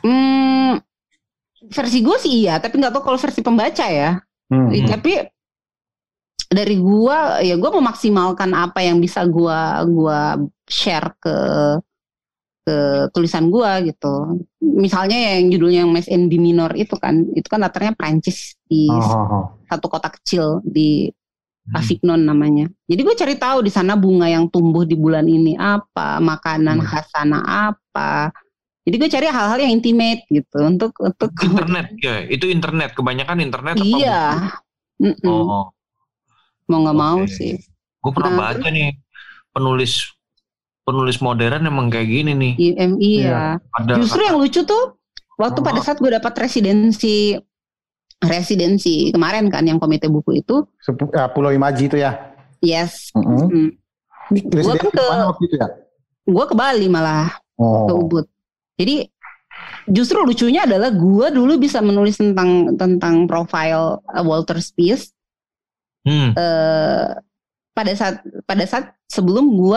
Speaker 8: Versi gue sih iya, tapi nggak tahu kalau versi pembaca ya. Tapi dari gue memaksimalkan apa yang bisa gue share ke tulisan gue gitu. Misalnya yang judulnya yang Mass in B minor itu kan latarnya Prancis di satu kota kecil di Avignon namanya. Jadi gue cari tahu di sana bunga yang tumbuh di bulan ini apa, makanan khas sana apa. Jadi gue cari hal-hal yang intimate gitu untuk
Speaker 9: internet ya. Itu internet, kebanyakan internet apa?
Speaker 8: Iya. Mau nggak mau sih.
Speaker 9: Gue pernah baca nih penulis modern emang kayak gini nih.
Speaker 8: Iya. Justru yang lucu tuh waktu pada saat gue dapat residensi kemarin kan yang komite buku itu.
Speaker 6: Pulau Imaji itu ya.
Speaker 8: Yes.
Speaker 6: Gue
Speaker 8: ke Bali malah ke Ubud. Jadi justru lucunya adalah gue dulu bisa menulis tentang profil Walter Spies. Pada saat sebelum gue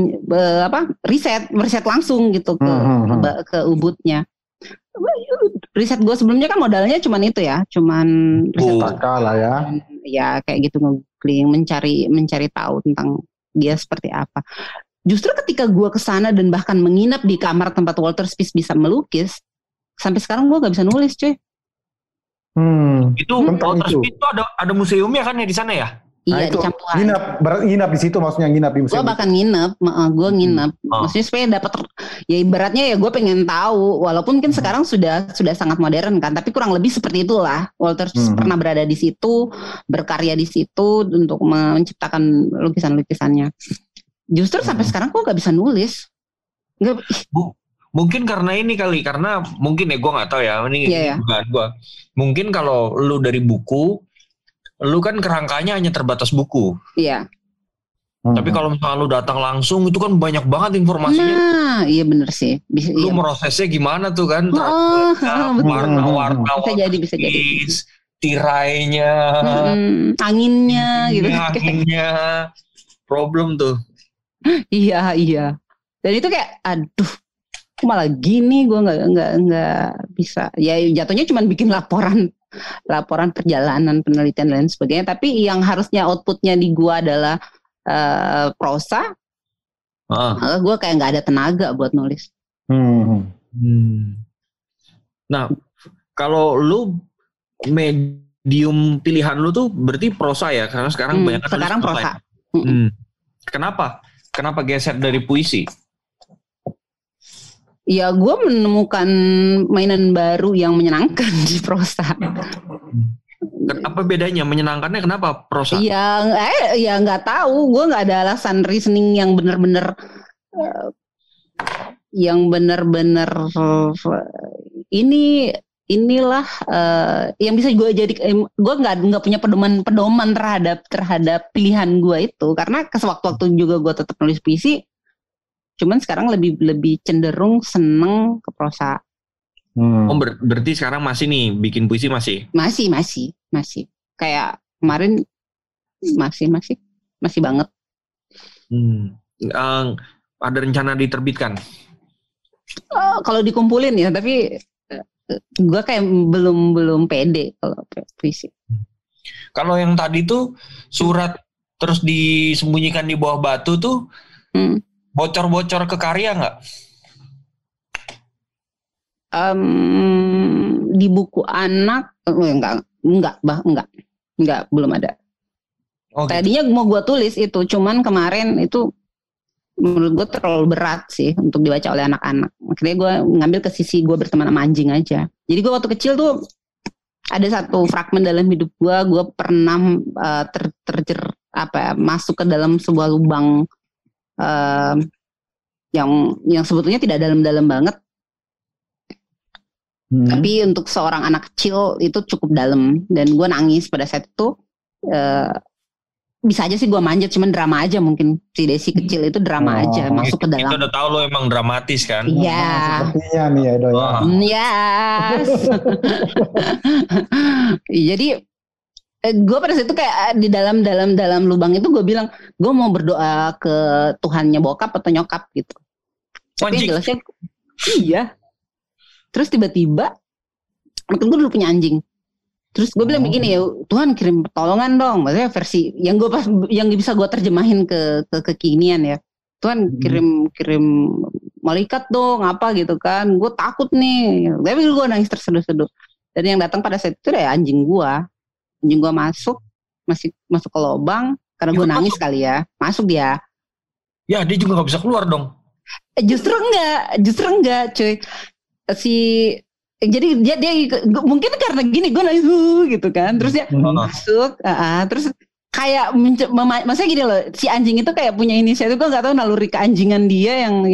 Speaker 8: riset langsung gitu ke Ubudnya. Riset gue sebelumnya kan modalnya cuman itu ya, riset
Speaker 6: lah ya.
Speaker 8: Ya kayak gitu nge-googling, mencari tahu tentang dia seperti apa. Justru ketika gue kesana dan bahkan menginap di kamar tempat Walter Spies bisa melukis, sampai sekarang gue nggak bisa nulis, cuy.
Speaker 9: Itu Walter Spies itu ada museumnya kan ya di sana ya?
Speaker 8: Iya, di Campuran.
Speaker 6: Nginap di situ maksudnya nginap di museum.
Speaker 8: Gue bahkan nginep, maksudnya supaya dapat ya ibaratnya ya gue pengen tahu, walaupun kan sekarang sudah sangat modern kan, tapi kurang lebih seperti itulah. Walter pernah berada di situ, berkarya di situ untuk menciptakan lukisan-lukisannya. Justru sampai sekarang gue gak bisa nulis.
Speaker 9: Mungkin karena ini kali, karena mungkin ya gue gak tahu ya, ini bukan gue. Mungkin kalau lu dari buku, lu kan kerangkanya hanya terbatas buku.
Speaker 8: Iya.
Speaker 9: Tapi kalau misalnya lu datang langsung, itu kan banyak banget informasinya.
Speaker 8: Nah, iya bener sih.
Speaker 9: Lu prosesnya gimana tuh kan? Warna-warna,
Speaker 8: bisa jadi.
Speaker 9: Tirainya,
Speaker 8: anginnya gitu.
Speaker 9: Anginnya, problem tuh.
Speaker 8: Iya. Dan itu kayak aduh malah gini gue nggak bisa ya, jatuhnya cuma bikin laporan perjalanan penelitian dan lain sebagainya, tapi yang harusnya outputnya di gue adalah prosa, malah gue kayak nggak ada tenaga buat nulis.
Speaker 9: Nah kalau lu medium pilihan lu tuh berarti prosa ya, karena sekarang banyak
Speaker 8: sekarang prosa.
Speaker 9: Kenapa geser dari puisi?
Speaker 8: Ya gue menemukan mainan baru yang menyenangkan di prosa.
Speaker 9: Apa bedanya? Menyenangkannya kenapa prosa?
Speaker 8: Ya nggak tahu. Gue nggak ada alasan reasoning yang benar-benar inilah yang bisa gue jadi. Gue nggak punya pedoman terhadap pilihan gue itu, karena sewaktu-waktu juga gue tetap nulis puisi. Cuman sekarang lebih cenderung seneng ke prosa.
Speaker 9: Berarti sekarang masih nih bikin puisi masih?
Speaker 8: Masih. Kayak kemarin masih banget.
Speaker 9: Ada rencana diterbitkan?
Speaker 8: Kalau dikumpulin ya, tapi gue kayak belum pede kalau puisi.
Speaker 9: Kalau yang tadi tuh surat terus disembunyikan di bawah batu tuh bocor-bocor ke karya nggak?
Speaker 8: Di buku anak enggak, belum ada. Tadinya mau gue tulis itu, cuman kemarin itu menurut gue terlalu berat sih untuk dibaca oleh anak-anak. Makanya gue ngambil ke sisi gue berteman sama anjing aja. Jadi gue waktu kecil tuh ada satu fragmen dalam hidup gue pernah masuk ke dalam sebuah lubang yang sebetulnya tidak dalam-dalam banget. Tapi untuk seorang anak kecil itu cukup dalam, dan gue nangis pada saat itu. Bisa aja sih gue manjat, cuman drama aja mungkin. Si Desi kecil itu drama aja masuk ke dalam.
Speaker 9: Itu udah tahu lo emang dramatis kan?
Speaker 8: Iya.
Speaker 6: Sepertinya nih ya Edo ya.
Speaker 8: Yes. Jadi gue pada saat itu kayak di dalam lubang itu gue bilang gue mau berdoa ke Tuhannya bokap atau nyokap gitu. Tapi yang jelasnya iya. Terus tiba-tiba mungkin gue dulu punya anjing. Terus gue bilang begini, ya Tuhan kirim pertolongan dong. Maksudnya versi yang bisa gue terjemahin ke kekinian ya. Tuhan kirim malaikat dong, apa gitu kan. Gue takut nih. Tapi gue nangis terseduh-seduh. Dan yang datang pada saat itu ya anjing gue. Anjing gue masuk ke lubang karena gue nangis kali ya. Masuk dia.
Speaker 9: Ya dia juga gak bisa keluar dong.
Speaker 8: Justru enggak cuy. Jadi dia mungkin karena gini gue nangis gitu kan, terus dia masuk, terus kayak maksudnya gini loh, si anjing itu kayak punya inisiatif, gue nggak tahu naluri keanjingan dia yang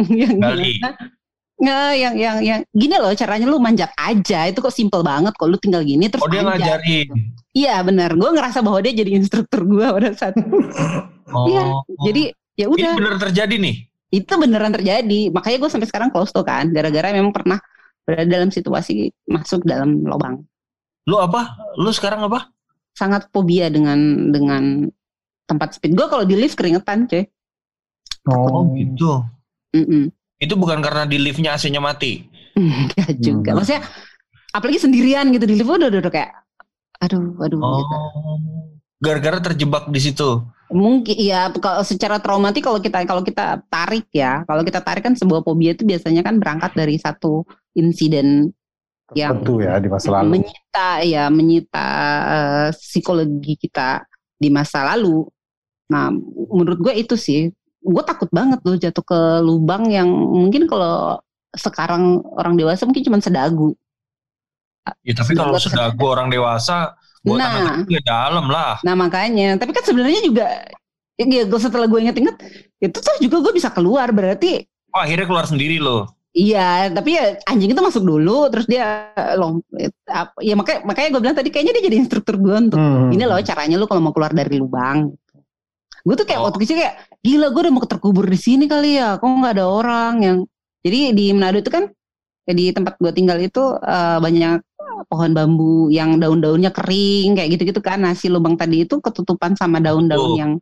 Speaker 8: yang gini loh caranya, lu manjat aja, itu kok simple banget kok, lu tinggal gini terus
Speaker 9: dia ngajarin.
Speaker 8: Iya benar, gue ngerasa bahwa dia jadi instruktur gue pada saat iya, jadi ya udah.
Speaker 9: Ini beneran terjadi nih?
Speaker 8: Itu beneran terjadi, makanya gue sampai sekarang close tuh kan, gara-gara memang pernah berada dalam situasi masuk dalam lubang.
Speaker 9: Lu sekarang apa?
Speaker 8: Sangat fobia dengan tempat speed. Gue kalau di lift keringetan, coy.
Speaker 9: Oh gitu. Itu bukan karena di liftnya AC-nya mati?
Speaker 8: Enggak juga. Maksudnya apalagi sendirian gitu di lift, udah kayak aduh gitu.
Speaker 9: Gara-gara terjebak di situ.
Speaker 8: Mungkin ya, kalau secara traumatik kalau kita tarik kan sebuah fobia itu biasanya kan berangkat dari satu insiden yang
Speaker 6: tentu ya di masa lalu
Speaker 8: menyita psikologi kita di masa lalu. Nah, menurut gue itu sih, gue takut banget loh jatuh ke lubang yang mungkin kalau sekarang orang dewasa mungkin cuma sedagu.
Speaker 9: Ya tapi kalau sedagu orang dewasa buat anak kecil dalam lah. Nah
Speaker 8: makanya, tapi kan sebenarnya juga ya setelah gue inget-inget itu tuh juga gue bisa keluar, berarti
Speaker 9: akhirnya keluar sendiri loh.
Speaker 8: Iya, tapi ya anjing itu masuk dulu, terus dia ya makanya gue bilang tadi kayaknya dia jadi instruktur gue untuk ini loh caranya lu kalau mau keluar dari lubang. Gue tuh kayak waktu kecil kayak gila, gue udah mau terkubur di sini kali ya, kok nggak ada orang yang. Jadi di Manado itu kan di tempat gue tinggal itu banyak pohon bambu yang daun-daunnya kering kayak gitu-gitu kan. Nah si lubang tadi itu ketutupan sama daun-daun yang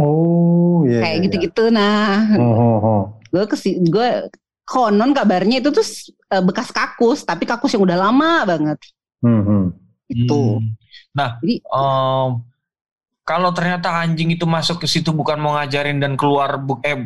Speaker 8: kayak gitu-gitu. Nah gue konon kabarnya itu tuh bekas kakus, tapi kakus yang udah lama banget. Itu.
Speaker 9: Nah, jadi, kalau ternyata anjing itu masuk ke situ bukan mau ngajarin dan keluar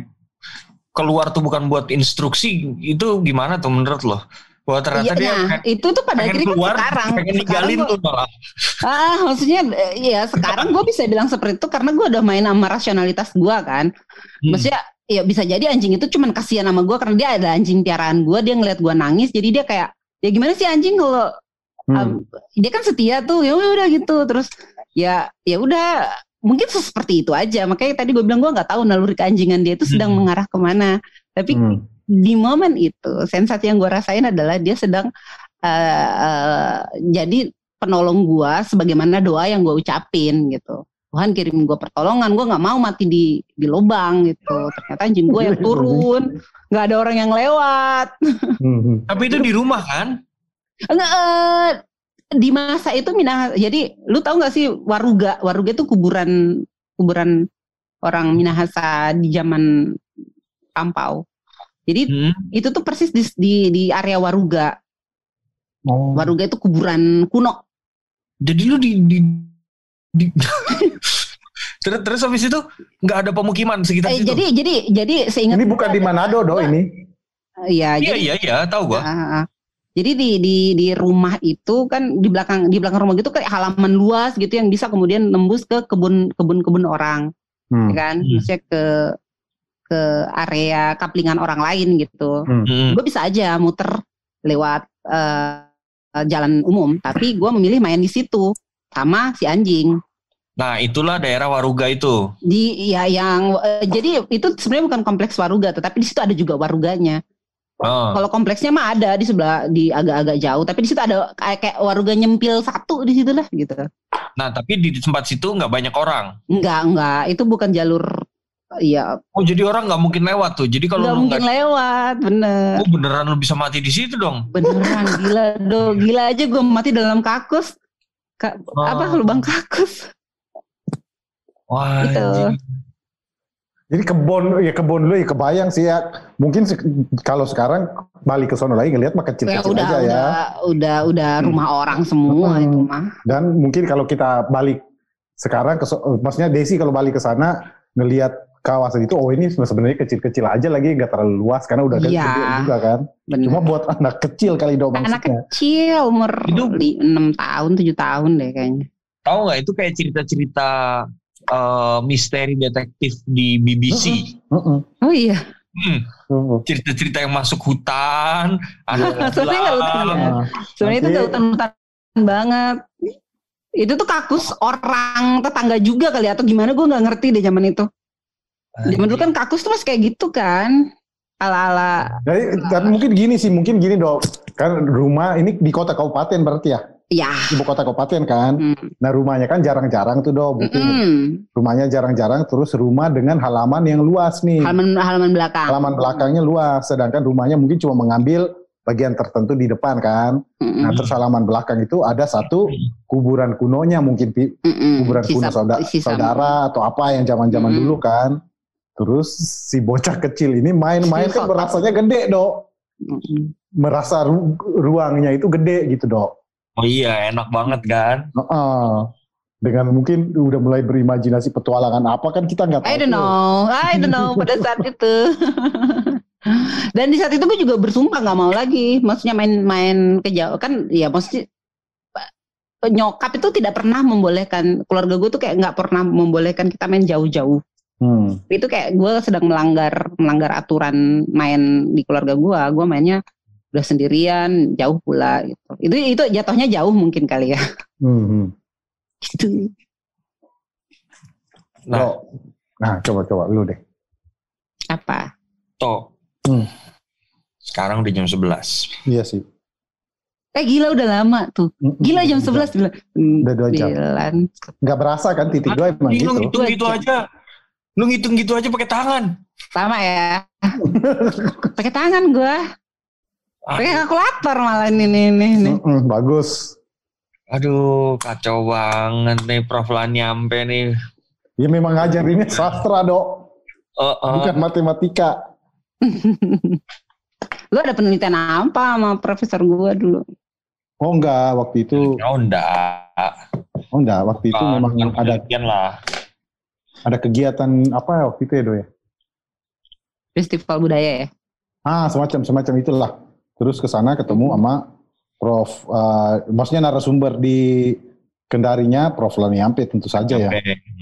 Speaker 9: tuh bukan buat instruksi, itu gimana tuh menurut lo? Bahwa ternyata dia
Speaker 8: itu tuh pada akhirnya
Speaker 9: keluar,
Speaker 8: sekarang
Speaker 9: ninggalin tuh malah.
Speaker 8: Maksudnya ya sekarang gue bisa bilang seperti itu karena gue udah main sama rasionalitas gue kan. Maksudnya ya bisa jadi anjing itu cuman kasihan sama gue karena dia ada anjing piaraan gue, dia ngeliat gue nangis, jadi dia kayak ya gimana sih anjing kalau dia kan setia tuh, ya udah gitu, terus ya udah mungkin seperti itu aja. Makanya tadi gue bilang gue nggak tahu naluri keanjingan dia itu sedang mengarah kemana, tapi di momen itu sensasi yang gue rasain adalah dia sedang jadi penolong gue sebagaimana doa yang gue ucapin gitu. Tuhan kirim gue pertolongan, gue nggak mau mati di lubang gitu. Ternyata anjing gue yang turun, nggak ada orang yang lewat.
Speaker 9: Tapi itu di rumah kan?
Speaker 8: Enggak, di masa itu Minahasa. Jadi lu tahu nggak sih Waruga? Waruga itu kuburan orang Minahasa di zaman lampau. Jadi itu tuh persis di area Waruga. Waruga itu kuburan kuno.
Speaker 9: Jadi lu terus habis itu nggak ada pemukiman sekitar situ.
Speaker 8: Jadi seingat
Speaker 6: ini bukan di Manado ini.
Speaker 8: Iya,
Speaker 9: tahu gua.
Speaker 8: Jadi di rumah itu kan di belakang rumah gitu kayak halaman luas gitu yang bisa kemudian nembus ke kebun orang, ya kan? Maksudnya ke area kaplingan orang lain gitu. Gue bisa aja muter lewat jalan umum, tapi gue memilih main di situ sama si anjing.
Speaker 9: Nah, itulah daerah Waruga itu.
Speaker 8: Jadi itu sebenarnya bukan kompleks Waruga, tetapi di situ ada juga Waruganya. Kalau kompleksnya mah ada di sebelah, di agak-agak jauh, tapi di situ ada kayak Waruga nyempil satu di situ lah gitu.
Speaker 9: Nah, tapi di tempat situ nggak banyak orang.
Speaker 8: Enggak, itu bukan jalur. Iya.
Speaker 9: Oh, jadi orang nggak mungkin lewat tuh. Jadi kalau
Speaker 8: nggak mungkin lewat, bener.
Speaker 9: Oh, beneran lu bisa mati di situ dong?
Speaker 8: Beneran, gila aja gue mati dalam kakus. Lubang kakus.
Speaker 9: Wah.
Speaker 8: Gitu.
Speaker 6: Jadi kebun lu ya kebayang sih ya. Mungkin kalau sekarang balik ke sono lagi ngelihat mah kecil-kecil aja ya.
Speaker 8: Udah rumah orang semua itu mah.
Speaker 6: Dan mungkin kalau kita balik sekarang maksudnya Desi kalau balik ke sana ngelihat kawasan itu, ini sebenarnya kecil-kecil aja lagi, nggak terlalu luas karena udah gede juga kan. Bener. Cuma buat anak kecil kali dong maksudnya.
Speaker 8: Anak kecil umur 6 tahun 7 tahun deh kayaknya.
Speaker 9: Tahu nggak itu kayak cerita-cerita misteri detektif di BBC.
Speaker 8: Oh iya.
Speaker 9: Cerita-cerita yang masuk hutan, ada
Speaker 8: sebenarnya nggak hutan ya. Sebenarnya itu nggak hutan banget. Itu tuh kakus orang tetangga juga kali atau gimana, gue nggak ngerti deh zaman itu. Zaman dulu kan kakus tuh masih kayak gitu kan, ala-ala.
Speaker 6: Tapi mungkin gini dong, kan rumah ini di kota kabupaten berarti ya?
Speaker 8: Iya.
Speaker 6: Ibu kota kabupaten kan. Nah rumahnya kan jarang-jarang tuh dong. Rumahnya jarang-jarang, terus rumah dengan halaman yang luas nih.
Speaker 8: Halaman belakang.
Speaker 6: Halaman belakangnya luas, sedangkan rumahnya mungkin cuma mengambil bagian tertentu di depan kan. Nah terus halaman belakang itu ada satu kuburan kunonya mungkin kuburan kuno saudara atau apa yang zaman-zaman dulu kan. Terus si bocah kecil ini main-main kan merasanya gede dok. Merasa ruangnya itu gede gitu dok.
Speaker 9: Oh iya, enak banget kan?
Speaker 6: Dengan mungkin udah mulai berimajinasi petualangan apa kan kita nggak tahu.
Speaker 8: I don't know pada saat itu. Dan di saat itu gue juga bersumpah nggak mau lagi. Maksudnya main ke jauh kan? Ya maksudnya nyokap itu tidak pernah membolehkan, keluarga gue tuh kayak nggak pernah membolehkan kita main jauh-jauh. Itu kayak gue sedang melanggar aturan main di keluarga gue. Gue mainnya udah sendirian, jauh pula gitu. Itu jatuhnya jauh mungkin kali ya. Gitu.
Speaker 6: Nah, coba lu deh.
Speaker 8: Apa?
Speaker 9: Sekarang udah jam 11.
Speaker 6: Iya sih.
Speaker 8: Gila udah lama tuh. Gila jam 11 gila.
Speaker 6: Udah 2 jam. Gak berasa kan titik 2 emang gitu.
Speaker 9: Lu ngitung gitu aja. Lu ngitung gitu aja pakai tangan.
Speaker 8: Sama ya. Pakai tangan gua. Pakai kalkulator malah ini.
Speaker 6: Bagus.
Speaker 9: Aduh, kacau banget nih Prof Lanyampe nih.
Speaker 6: Ya memang ngajarinnya sastra, Dok. Bukan matematika.
Speaker 8: Lu ada penelitian apa sama profesor gua dulu?
Speaker 6: Oh enggak, waktu itu.
Speaker 9: Oh enggak,
Speaker 6: waktu itu memang ada
Speaker 9: lah.
Speaker 6: Ada kegiatan apa waktu itu ya, Dok ya?
Speaker 8: Festival budaya ya?
Speaker 6: Semacam itulah. Terus ke sana ketemu sama Prof, maksudnya narasumber di Kendarinya Prof Lanyampe tentu saja ya.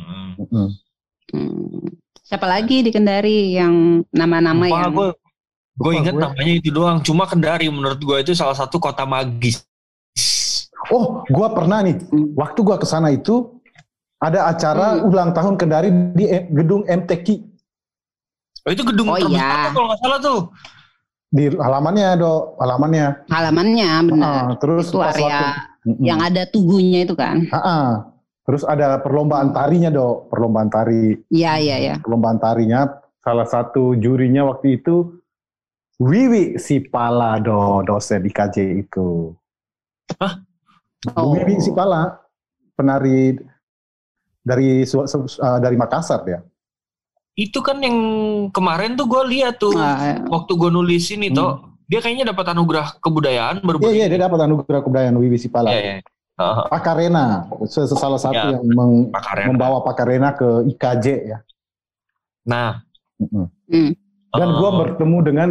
Speaker 8: Siapa lagi di Kendari yang nama-nama yang?
Speaker 9: Gue ingat namanya itu doang. Cuma Kendari menurut gue itu salah satu kota magis.
Speaker 6: Oh, gue pernah nih. Waktu gue ke sana itu ada acara ulang tahun Kendari di gedung MTQ.
Speaker 9: Oh itu gedung terbesar kalau nggak salah tuh.
Speaker 6: Di halamannya, Dok. Halamannya,
Speaker 8: benar.
Speaker 6: Terus
Speaker 8: itu area yang ada tugunya itu kan.
Speaker 6: Terus ada perlombaan tarinya, Dok. Perlombaan tari.
Speaker 8: Iya.
Speaker 6: Perlombaan tarinya, salah satu jurinya waktu itu Wiwi Sipala, dosen IKJ itu.
Speaker 9: Hah?
Speaker 6: Bu Wiwi Sipala, penari dari Makassar dia.
Speaker 9: Itu kan yang kemarin tuh gue lihat tuh waktu gue nulis ini toh, dia kayaknya dapat anugerah kebudayaan baru.
Speaker 6: Iya, dia dapat anugerah kebudayaan Wiwi Sipala.
Speaker 9: Iya.
Speaker 6: Pakarena, salah satu yang membawa Pakarena ke IKJ ya.
Speaker 9: Nah,
Speaker 6: dan gue bertemu dengan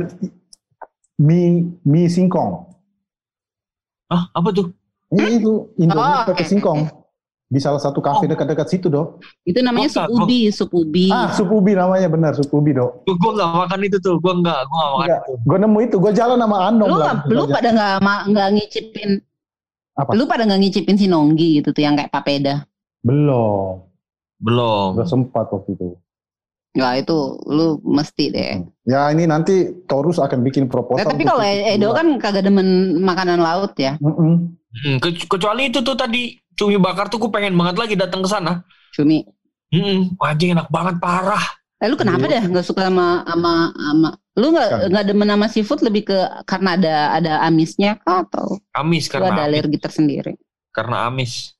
Speaker 6: Mi Singkong.
Speaker 9: Apa tuh?
Speaker 6: Itu Indomie pakai singkong. Di salah satu kafe dekat-dekat situ, Dok.
Speaker 8: Itu namanya sup ubi.
Speaker 6: Sup ubi namanya, benar, sup ubi, Dok.
Speaker 9: Gue gak makan itu tuh, gue gak makan itu.
Speaker 6: Gue nemu itu, gue jalan sama Anom.
Speaker 8: Lu pada gak ngicipin,
Speaker 6: apa?
Speaker 8: Lu pada gak ngicipin sinonggi gitu tuh, yang kayak papeda?
Speaker 6: Belum.
Speaker 9: Gak
Speaker 6: sempat waktu itu.
Speaker 8: Ya itu, lu mesti deh.
Speaker 6: Ya ini nanti Taurus akan bikin proposal.
Speaker 8: Tapi kalau Edo kan kagak demen makanan laut ya.
Speaker 9: Kecuali itu tuh tadi cumi bakar tuh gue pengen banget lagi datang ke sana.
Speaker 8: Cumi.
Speaker 9: Anjing enak banget parah.
Speaker 8: Lu kenapa dah nggak suka sama lu nggak demen sama seafood lebih ke karena ada amisnya kah atau?
Speaker 9: Amis karena
Speaker 8: ada alergi tersendiri.
Speaker 9: Karena amis.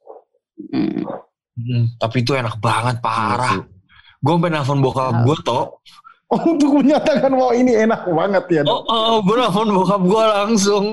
Speaker 9: Tapi itu enak banget parah. Gue sampai nelfon bokap gue toh.
Speaker 6: Untuk menyatakan bahwa ini enak banget ya.
Speaker 9: Gue nelfon bokap gue langsung.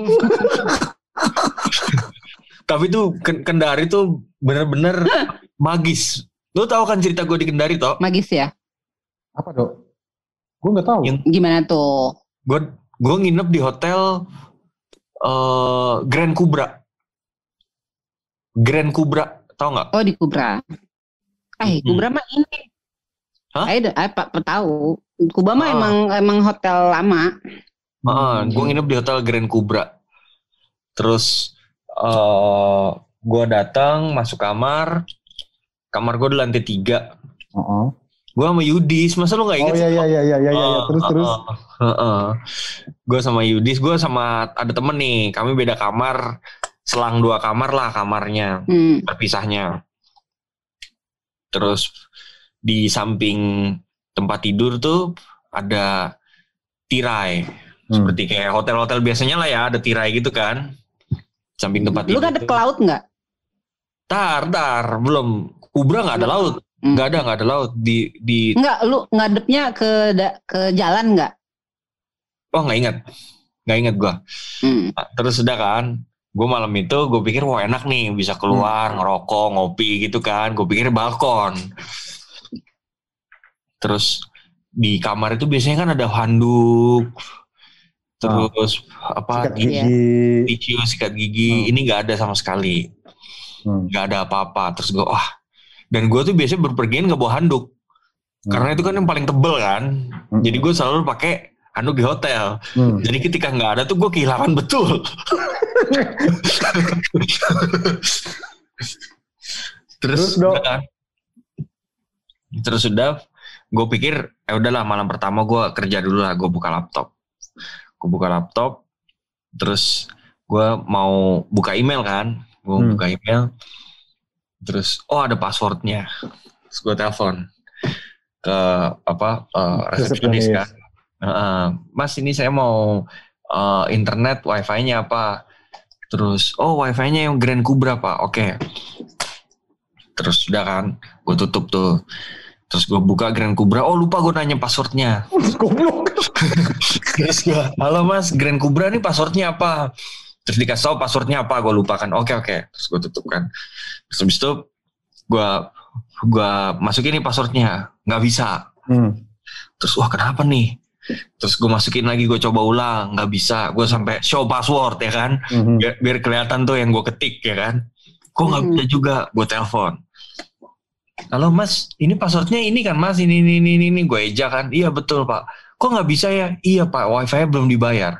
Speaker 9: Tapi tuh Kendari tuh bener-bener magis. Lo tau kan cerita gue di Kendari toh?
Speaker 8: Magis ya?
Speaker 6: Apa Dok? Gue nggak tahu.
Speaker 8: Gimana tuh?
Speaker 9: Gue nginep di hotel Grand Kubra. Grand Kubra, tau nggak?
Speaker 8: Oh di Kubra. Kubra mah ini.
Speaker 9: Hah?
Speaker 8: Tahu. Kubra mah emang hotel lama.
Speaker 9: Gue nginep di hotel Grand Kubra. Terus gue datang masuk kamar gue di lantai 3. Gue sama Yudis, masa lu nggak inget?
Speaker 6: Iya. Terus.
Speaker 9: Gue sama Yudis, gue sama ada temen nih, kami beda kamar, selang 2 kamar lah kamarnya, terpisahnya. Terus di samping tempat tidur tuh ada tirai, seperti kayak hotel-hotel biasanya lah ya, ada tirai gitu kan. Samping tempat tidur.
Speaker 8: Lu ngadep ke laut nggak?
Speaker 9: Tar, belum. Kubra nggak ada laut, nggak ada laut di.
Speaker 8: Nggak, lu ngadepnya ke jalan nggak?
Speaker 9: Oh nggak ingat gue. Nah, terus udah kan, gue malam itu gue pikir wah enak nih bisa keluar ngerokok ngopi gitu kan, gue pikir balkon. Terus di kamar itu biasanya kan ada handuk. Terus sikat gigi, ini nggak ada sama sekali, nggak ada apa-apa. Terus gue dan gue tuh biasanya berpergian nggak bawa handuk, karena itu kan yang paling tebel kan. Jadi gue selalu pakai handuk di hotel. Jadi ketika nggak ada tuh gue kehilangan betul. Terus udah, gue pikir udahlah malam pertama gue kerja dulu lah, gue buka laptop, terus gue mau buka email kan, terus ada passwordnya, terus gue telepon ke resepsionis kan, Mas ini saya mau internet wifi-nya apa, terus wifi-nya yang Grand Kubra Pak, oke. Terus udah kan, gue tutup tuh. Terus gue buka Grand Kubra, lupa gue nanya passwordnya. Terus gue, halo Mas, Grand Kubra nih passwordnya apa? Terus dikasih tau passwordnya apa, gue lupa kan. Oke. Terus gue tutup kan. Terus habis itu gue masukin nih passwordnya, nggak bisa. Terus kenapa nih? Terus gue masukin lagi, gue coba ulang, nggak bisa. Gue sampai show password ya kan, biar kelihatan tuh yang gue ketik ya kan. Kok nggak bisa juga? Gue telepon. Halo Mas, ini passwordnya ini kan Mas, ini gue eja kan. Iya betul Pak. Kok nggak bisa ya? Iya Pak, wifi-nya belum dibayar.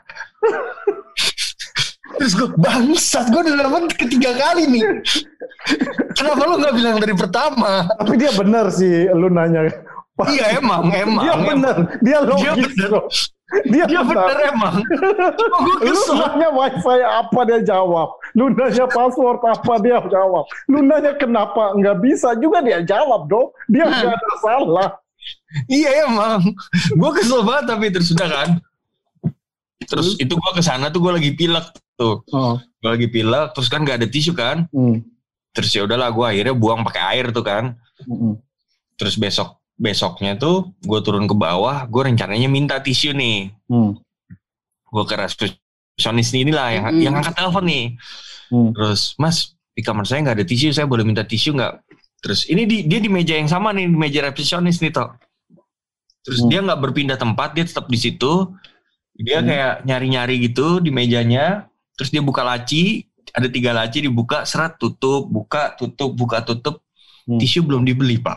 Speaker 9: Terus gue bangsat, gue udah dapat ketiga kali nih. Kenapa lu nggak bilang dari pertama?
Speaker 6: Tapi dia benar sih, lu nanya.
Speaker 9: Iya emang.
Speaker 6: Dia benar, dia logis. Dia
Speaker 9: benar emang.
Speaker 6: Lu nanya wifi apa dia jawab. Lu nanya password apa dia jawab. Lu nanya kenapa nggak bisa juga dia jawab dong. Dia nggak ada salah.
Speaker 9: Iya emang. Gue kesel banget tapi terus sudah kan. Terus itu gue kesana tuh gue lagi pilek. tuh. Gue lagi pilek, terus kan gak ada tisu kan. Terus ya udahlah gue akhirnya buang pakai air tuh kan. Terus besoknya tuh gue turun ke bawah, gue rencananya minta tisu nih. Gue ke resepsionis inilah yang angkat telepon nih. Terus, Mas, di kamar saya nggak ada tisu, saya boleh minta tisu nggak? Terus ini dia di meja yang sama nih, di meja resepsionis nih toh. Terus dia nggak berpindah tempat, dia tetap di situ. Dia kayak nyari-nyari gitu di mejanya. Terus dia buka laci, ada 3 laci dibuka, seret tutup, buka tutup. Tisu belum dibeli Pak.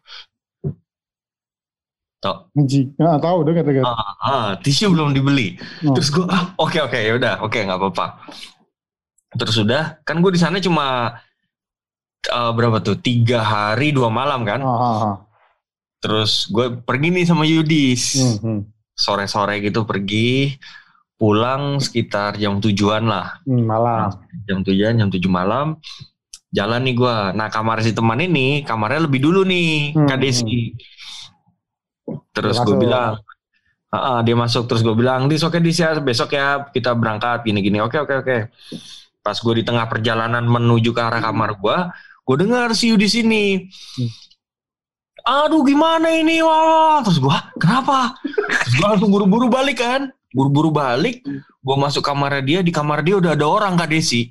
Speaker 6: Tahu dengar.
Speaker 9: Tisu belum dibeli. Terus gue oke ya udah nggak apa-apa. Terus udah kan gue di sana cuma berapa tuh 3 hari 2 malam kan. Terus gue pergi nih sama Yudis. Sore-sore gitu pergi, pulang sekitar jam 7-an lah.
Speaker 6: Malam.
Speaker 9: Jam 7 malam. Jalan nih gue. Nah kamar si teman ini kamarnya lebih dulu nih Kak Desi. Terus gue bilang, dia masuk. Terus gue bilang, Dis oke Dis ya, besok ya kita berangkat gini-gini. Oke. Pas gue di tengah perjalanan menuju ke arah kamar gue dengar si Yudis ini. Aduh gimana ini, wah. Terus gue, kenapa? Terus gue langsung buru-buru balik kan. Gue masuk kamarnya dia, di kamar dia udah ada orang Kak Desi.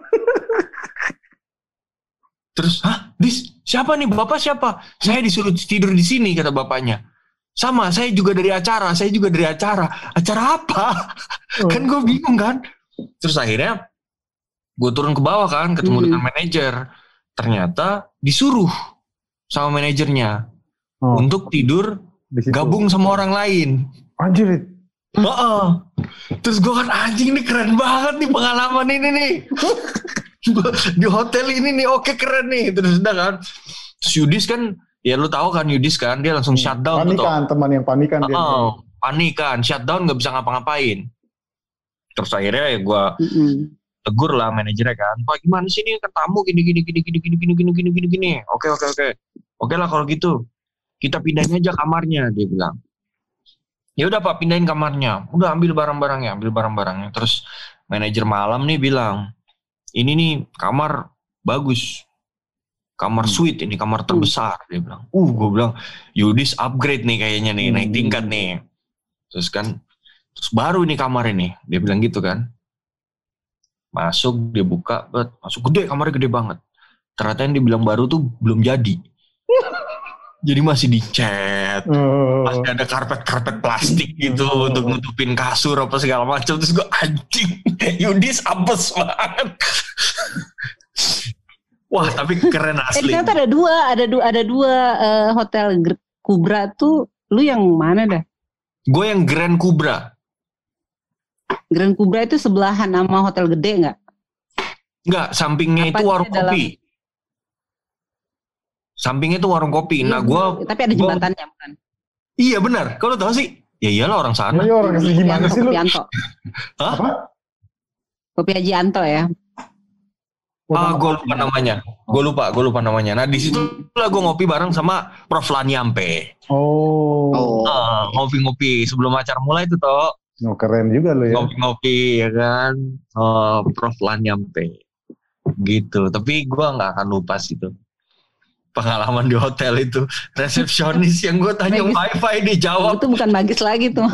Speaker 9: Terus, Dis, siapa nih? Bapak siapa? Saya disuruh tidur di sini, kata bapaknya. Sama, saya juga dari acara. Acara apa? Kan gue bingung kan. Terus akhirnya gue turun ke bawah kan, ketemu dengan manajer. Ternyata disuruh sama manajernya untuk tidur gabung sama orang lain.
Speaker 6: Anjir.
Speaker 9: Terus gue kan anjing nih keren banget nih pengalaman ini nih. Di hotel ini nih oke keren nih. Terus udah kan. Terus Yudis kan, ya lu tahu kan Yudis kan, dia langsung shutdown.
Speaker 6: Panikan, teman yang panikan dia.
Speaker 9: Panikan, shutdown gak bisa ngapa-ngapain. Terus akhirnya ya gue tegur lah manajernya kan, Pak gimana sih ini kan tamu gini. Oke lah kalau gitu, kita pindahin aja kamarnya, dia bilang. Ya udah Pak pindahin kamarnya, udah ambil barang-barangnya. Terus manajer malam nih bilang, ini nih kamar bagus. Kamar suite ini, kamar terbesar. Dia bilang, gue bilang, Yudis upgrade nih kayaknya nih, naik tingkat nih. Terus baru ini kamar ini. Dia bilang gitu kan. Masuk, dia buka, masuk gede, kamarnya gede banget. Ternyata yang dibilang baru tuh belum jadi. Jadi masih dicat. Masih ada karpet plastik gitu untuk nutupin kasur apa segala macam. Terus gue anjing, Yudis apes banget. Wah, tapi keren asli.
Speaker 8: Ternyata ada dua hotel Kubra tuh. Lu yang mana dah?
Speaker 9: Gue yang Grand Kubra.
Speaker 8: Grand Kubra itu sebelahan sama hotel gede nggak?
Speaker 9: Nggak, sampingnya itu warung kopi. Sampingnya itu warung kopi. Nah,
Speaker 8: tapi ada jembatannya bukan?
Speaker 9: Iya benar. Kalau tahu sih, ya iyalah orang sana.
Speaker 6: Iya orang asli gimana sih lu?
Speaker 8: Kopi Anto.
Speaker 6: Apa?
Speaker 8: Kopi Haji Anto ya.
Speaker 9: Gue lupa namanya. Nah di situ lah gue ngopi bareng sama Prof Lanyampe. Ngopi-ngopi sebelum acara mulai itu toh.
Speaker 6: Keren juga lo ya.
Speaker 9: Ngopi-ngopi ya kan. Prof Lanyampe. Gitu. Tapi gue nggak akan lupa itu. Pengalaman di hotel itu. Resepsionis yang gue tanya wifi dijawab.
Speaker 8: Itu bukan magis lagi tuh.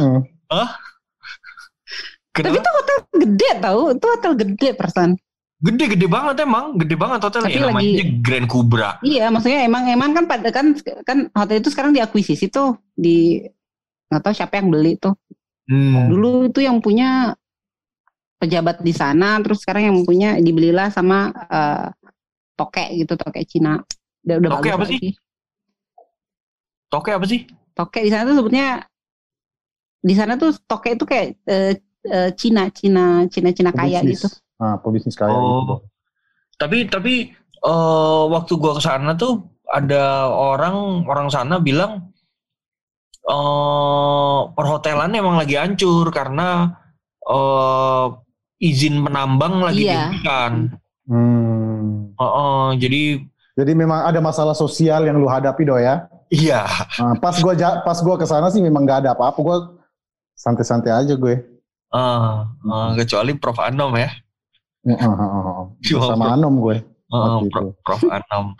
Speaker 8: Tapi itu hotel gede tau. Itu hotel gede perasaan.
Speaker 9: Gede banget emang, gede banget hotelnya. Namanya Grand Kubra.
Speaker 8: Iya, maksudnya emang kan hotel itu sekarang diakuisisi tuh, nggak tahu siapa yang beli tuh. Dulu itu yang punya pejabat di sana, terus sekarang yang punya dibelilah sama Tokek gitu, Tokek Cina. Udah
Speaker 9: Tokek apa sih? Tokek apa sih?
Speaker 8: Tokek di sana tuh sebutnya, di sana tuh Tokek itu kayak Cina kaya gitu.
Speaker 6: Pebisnis kaya gitu.
Speaker 9: Tapi waktu gua kesana tuh ada orang sana bilang perhotelan emang lagi hancur karena izin penambang lagi dihentikan.
Speaker 6: Jadi memang ada masalah sosial yang lu hadapi do ya?
Speaker 9: Iya.
Speaker 6: Pas gua kesana sih memang nggak ada apa-apa, gua santai-santai aja gue.
Speaker 9: Kecuali Prof Anom ya.
Speaker 6: Sama Anom gue.
Speaker 9: Prof Anom.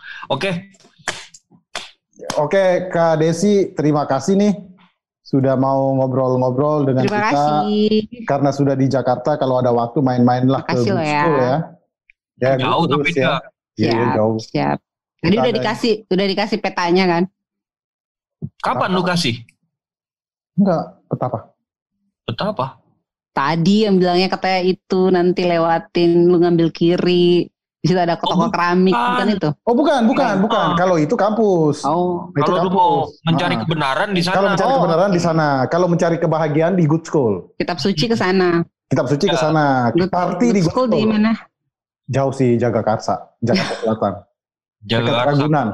Speaker 6: Oke, Kak Desi, terima kasih nih sudah mau ngobrol-ngobrol dengan
Speaker 8: terima
Speaker 6: kita.
Speaker 8: Kasih.
Speaker 6: Karena sudah di Jakarta, kalau ada waktu main-mainlah ke Good School ya.
Speaker 9: Jauh tapi ya.
Speaker 6: Jauh.
Speaker 8: Siap. Tadi udah dikasih petanya kan?
Speaker 9: Kapan lu kasih?
Speaker 6: Enggak, peta apa?
Speaker 8: Tadi yang bilangnya katanya itu nanti lewatin lu ngambil kiri. Di situ ada toko keramik, bukan itu?
Speaker 6: Oh, bukan. Kalau itu kampus.
Speaker 9: Kalau lu mau mencari kebenaran di sana.
Speaker 6: Kalau mencari kebenaran di sana. Kalau mencari kebahagiaan di Good School.
Speaker 8: Kitab suci ke sana. Party di Good School di mana?
Speaker 6: Jauh sih, Jakarta Selatan. Dekat Ragunan.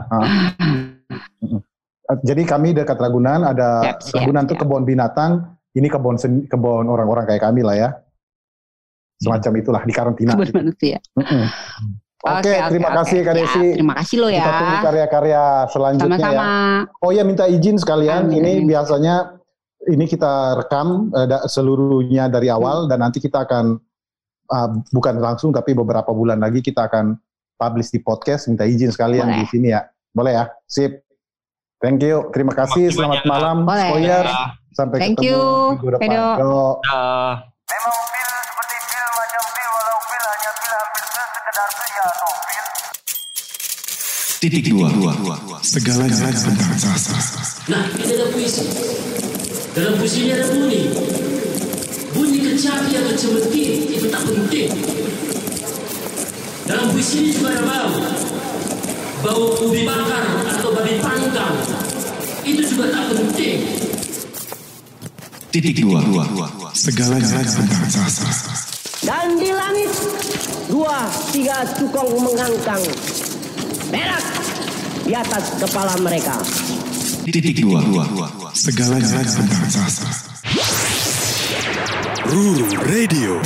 Speaker 6: Jadi kami dekat Ragunan, ada Ragunan tuh kebun binatang, ini kebun orang-orang kayak kami lah ya. Semacam itulah di karantina.
Speaker 8: Kebun manusia.
Speaker 6: Oke, terima kasih Kak Desi.
Speaker 8: Terima kasih lo ya.
Speaker 6: Kita tunggu karya-karya selanjutnya.
Speaker 8: Sama-sama.
Speaker 6: Ya. Oh ya, minta izin sekalian, ini biasanya ini kita rekam seluruhnya dari awal dan nanti kita akan bukan langsung tapi beberapa bulan lagi kita akan publish di podcast. Minta izin sekalian di sini ya. Boleh ya? Sip. Thank you. Terima kasih. Selamat malam. Spoiler. Sampai ketemu minggu depan.
Speaker 2: Memang pil seperti pil macam pil, walau pil hanya pil hampir sekedar pil ya atau pil.
Speaker 3: Titik 2. Segalanya tentang sasa.
Speaker 4: Nah, ini ada puisi. Dalam puisi ini ada bunyi. Bunyi kecapi atau cemeti itu tak penting. Dalam puisi ini juga ada bau. Bau ubi bakar atau babi panggang. Itu juga tak penting.
Speaker 3: Titik 2. Segalanya tentang sasa.
Speaker 5: Dan di langit 2-3 cukong mengangkang. Berak di atas kepala mereka.
Speaker 3: Titik 2. Segalanya tentang sasa.
Speaker 1: Ruru Radio.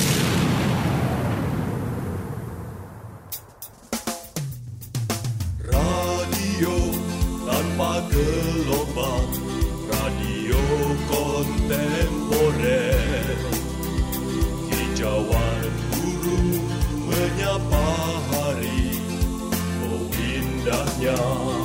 Speaker 1: Radio tanpa gelombang, radio kontemporer. Hijauan guru menyapa hari, oh indahnya